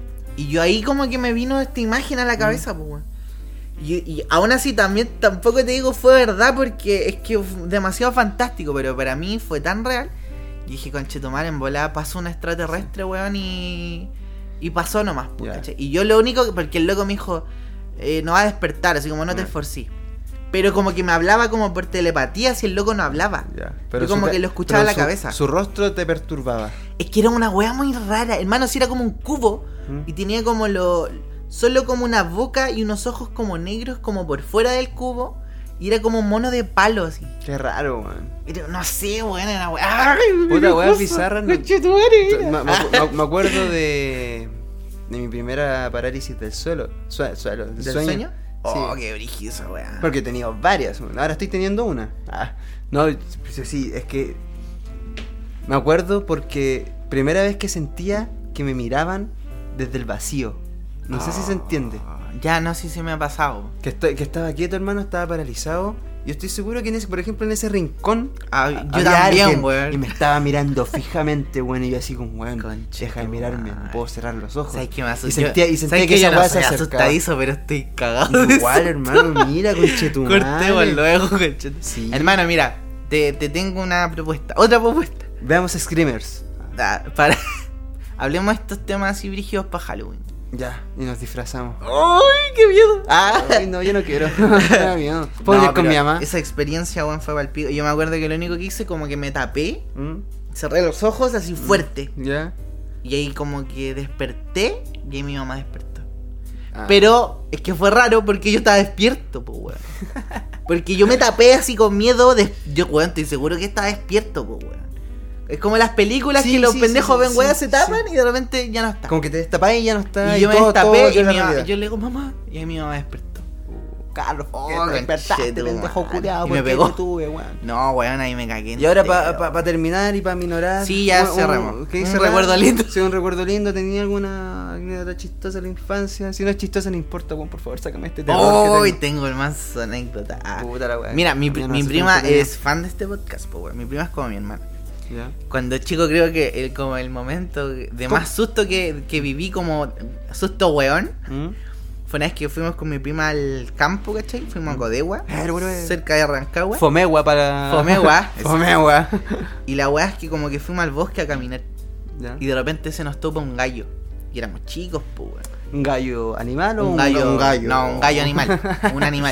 Y yo ahí como que me vino esta imagen a la cabeza, pues, weón. Y, y aún así también tampoco te digo fue verdad porque es que fue demasiado fantástico, pero para mí fue tan real. Y dije, conchetumar, en volada pasó un extraterrestre, weón, y... Y pasó nomás, pues, Ya. ¿cachai? Y yo lo único, que- porque el loco me dijo, eh, no va a despertar, así como no te Ya. esforcí. Pero como que me hablaba como por telepatía si el loco no hablaba. Ya. Yo su como ca- que lo escuchaba en pero la su- cabeza. Su rostro te perturbaba. Es que era una weá muy rara. Hermano, si era como un cubo. ¿Mm? Y tenía como lo. Solo como una boca y unos ojos como negros, como por fuera del cubo. Y era como un mono de palo así. Qué raro, weón. Era- no sé, weón, era weá. ¡Ay, Puta qué weá cosa! bizarra, no- Conchetumare, Me, mira. me acu- me- me acuerdo de. De mi primera parálisis del suelo. Sue- suelo. Del, ¿Del sueño. sueño? Oh, Sí. qué brígido esa weá. Porque he tenido varias. Ahora estoy teniendo una. Ah, no, pues sí, es que. Me acuerdo porque. Primera vez que sentía que me miraban desde el vacío. No sé si se entiende. Ya no sé si se me ha pasado. Que, estoy, que estaba quieto, hermano, estaba paralizado. Yo estoy seguro que, en ese, por ejemplo, en ese rincón. Ah, yo había también, alguien weón. Y me estaba mirando fijamente, weón. Y yo así como, weón, Conche deja de tu mirarme, no madre. puedo cerrar los ojos. ¿Sabes qué me Y asustó? sentía, y sentía ¿Sabes que, que yo esa no weá soy se acercaba. asustadizo, pero estoy cagado de Igual, hermano, mira, conche tu madre. Cortemos luego, conche- Sí. Hermano, mira, te, te tengo una propuesta. Otra propuesta. Veamos Screamers. Ah, para... Hablemos de estos temas así brígidos para Halloween. Ya, y nos disfrazamos. ¡Ay, qué miedo! Ah, Ay, no, yo no quiero. Me da miedo. ¿Puedo No, ir con pero mi mamá? Esa experiencia, weón, fue pa'l pico. Yo me acuerdo que lo único que hice, como que me tapé, ¿Mm? cerré los ojos así fuerte. ¿Ya? Y ahí como que desperté y ahí mi mamá despertó. Ah. Pero es que fue raro porque yo estaba despierto, pues, weón. Porque yo me tapé así con miedo. De... Yo, weón, estoy seguro que estaba despierto, pues, weón. Es como las películas Sí, que los sí, pendejos sí, ven, sí, weón, sí, se tapan sí. y de repente ya no está. Como que te destapás y ya no está. y yo me todo- destapé todo y vuelve a la mi mamá- realidad. yo le digo, mamá, y ahí mi mamá despertó. Carlos, Oh, ¿por qué te despertaste, conchetumare. pendejo culiao? Y me ¿Por qué pegó. te tuve, weón? No, weón, ahí me cagué. Y ahora para entero. pa, pa terminar y para minorar. Sí, ya un- un- cerramos. ¿qué Un cerrar? recuerdo lindo. Sí, un recuerdo lindo. ¿Tenía alguna anécdota chistosa de la infancia? Si no es chistosa, no importa, weón. Por favor, sácame este terror Hoy que tengo. tengo el más anécdota. Ah. Puta la weá. Mira, mi, Ya no mi sé prima cuánto tenía. es fan de este podcast, po, weón. Mi prima es como mi hermana. Ya. Cuando chico creo que el, como el momento de ¿Cómo? más susto que, que viví como susto weón ¿Mm? fue una vez que fuimos con mi prima al campo, ¿cachai? Fuimos a Codegua, Ah, el bueno es- cerca de Rancagua. Fomegua para. Fomegua. Fomegua. Y la weá es que como que fuimos al bosque a caminar. Ya. Y de repente se nos topa un gallo. Y éramos chicos, pues, weón. ¿Un gallo animal o Un gallo, un gallo? No, un gallo animal. Un animal.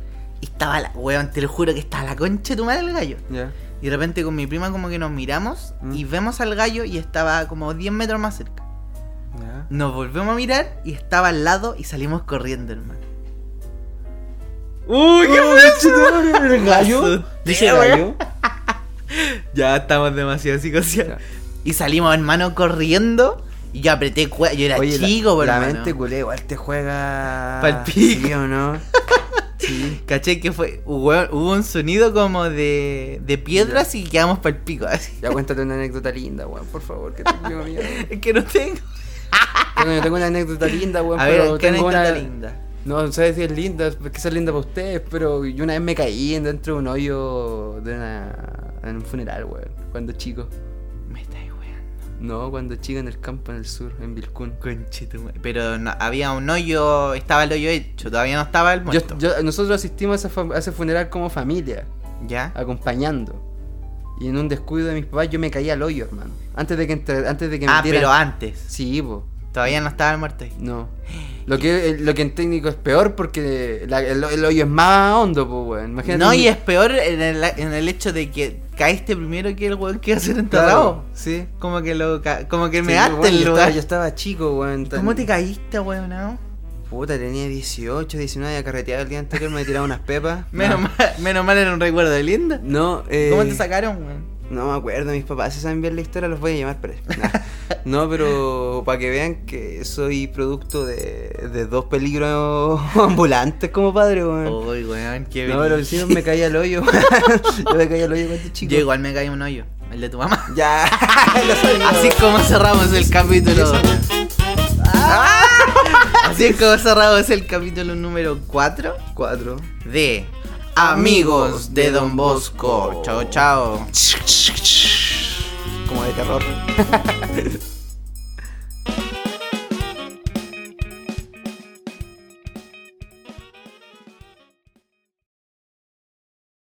Y estaba la, weón, te lo juro que estaba la concha de tu madre el gallo. Ya. Y de repente con mi prima como que nos miramos Mm. y vemos al gallo y estaba como diez metros más cerca. Ya. Nos volvemos a mirar y estaba al lado y salimos corriendo, hermano. ¡Uy, qué ¿El gallo? Asusté, ¿Dice weón. gallo? Ya estamos demasiado psicoseados. Ya. Y salimos, hermano, corriendo. Y yo apreté cue- Yo era Oye, la- chico, la, hermano. mente culé igual te juega. Pal pico. ¿Sí o no? Sí. ¿Caché que fue? Hubo, hubo un sonido como de, de piedras y quedamos para el pico, así. Ya cuéntate una anécdota linda, weón, por favor, que tengo miedo. Es que no tengo. Bueno, yo tengo una anécdota linda, weón, A pero ver, ¿qué tengo anécdota una... linda? No, no sé si es linda, porque es linda para ustedes, pero yo una vez me caí dentro de un hoyo de una... en un funeral, weón, cuando chico. Me estáis weando. No, cuando chica en el campo en el sur, en Vilcún. Conchito, güey. Pero no, había un hoyo, estaba el hoyo hecho, todavía no estaba el Yo, muerto. yo- nosotros asistimos a ese, fa- a ese funeral como familia, ¿Ya? acompañando. Y en un descuido de mis papás yo me caí al hoyo, hermano. Antes de que entre- antes de que Ah, metieran- pero antes. Sí, po. Todavía no estaba el muerto ahí. No. Lo que, lo que en técnico es peor porque la- el, el hoyo es más hondo, pues, weón. Imagínate. No, un- y es peor en el, en el hecho de que caíste primero que el weón que iba a ser Claro, enterrado. sí. Como que lo ca- como que Sí, me measte weón, el yo, lugar. estaba, yo estaba chico, weón. tan- ¿Cómo te caíste, weón? No? Puta, tenía dieciocho, diecinueve, carreteado el día anterior, me tiraba unas pepas. Menos, no. mal, menos mal era un recuerdo de linda. No, eh, ¿Cómo te sacaron, weón? No me acuerdo, mis papás si saben bien la historia, los voy a llamar, pero... nah. No, pero para que vean que soy producto de, de dos peligros ambulantes como padre, weón. Uy, weón, qué No, pero brillo. si no me caía al hoyo. Yo me caía al hoyo cuando chico. Yo igual me caí en un hoyo, el de tu mamá. Ya. Lo sabía. Así es como cerramos el capítulo. Así es como cerramos el capítulo número cuatro Cuatro. de Amigos de Don Bosco. Chao, chao. Como de terror.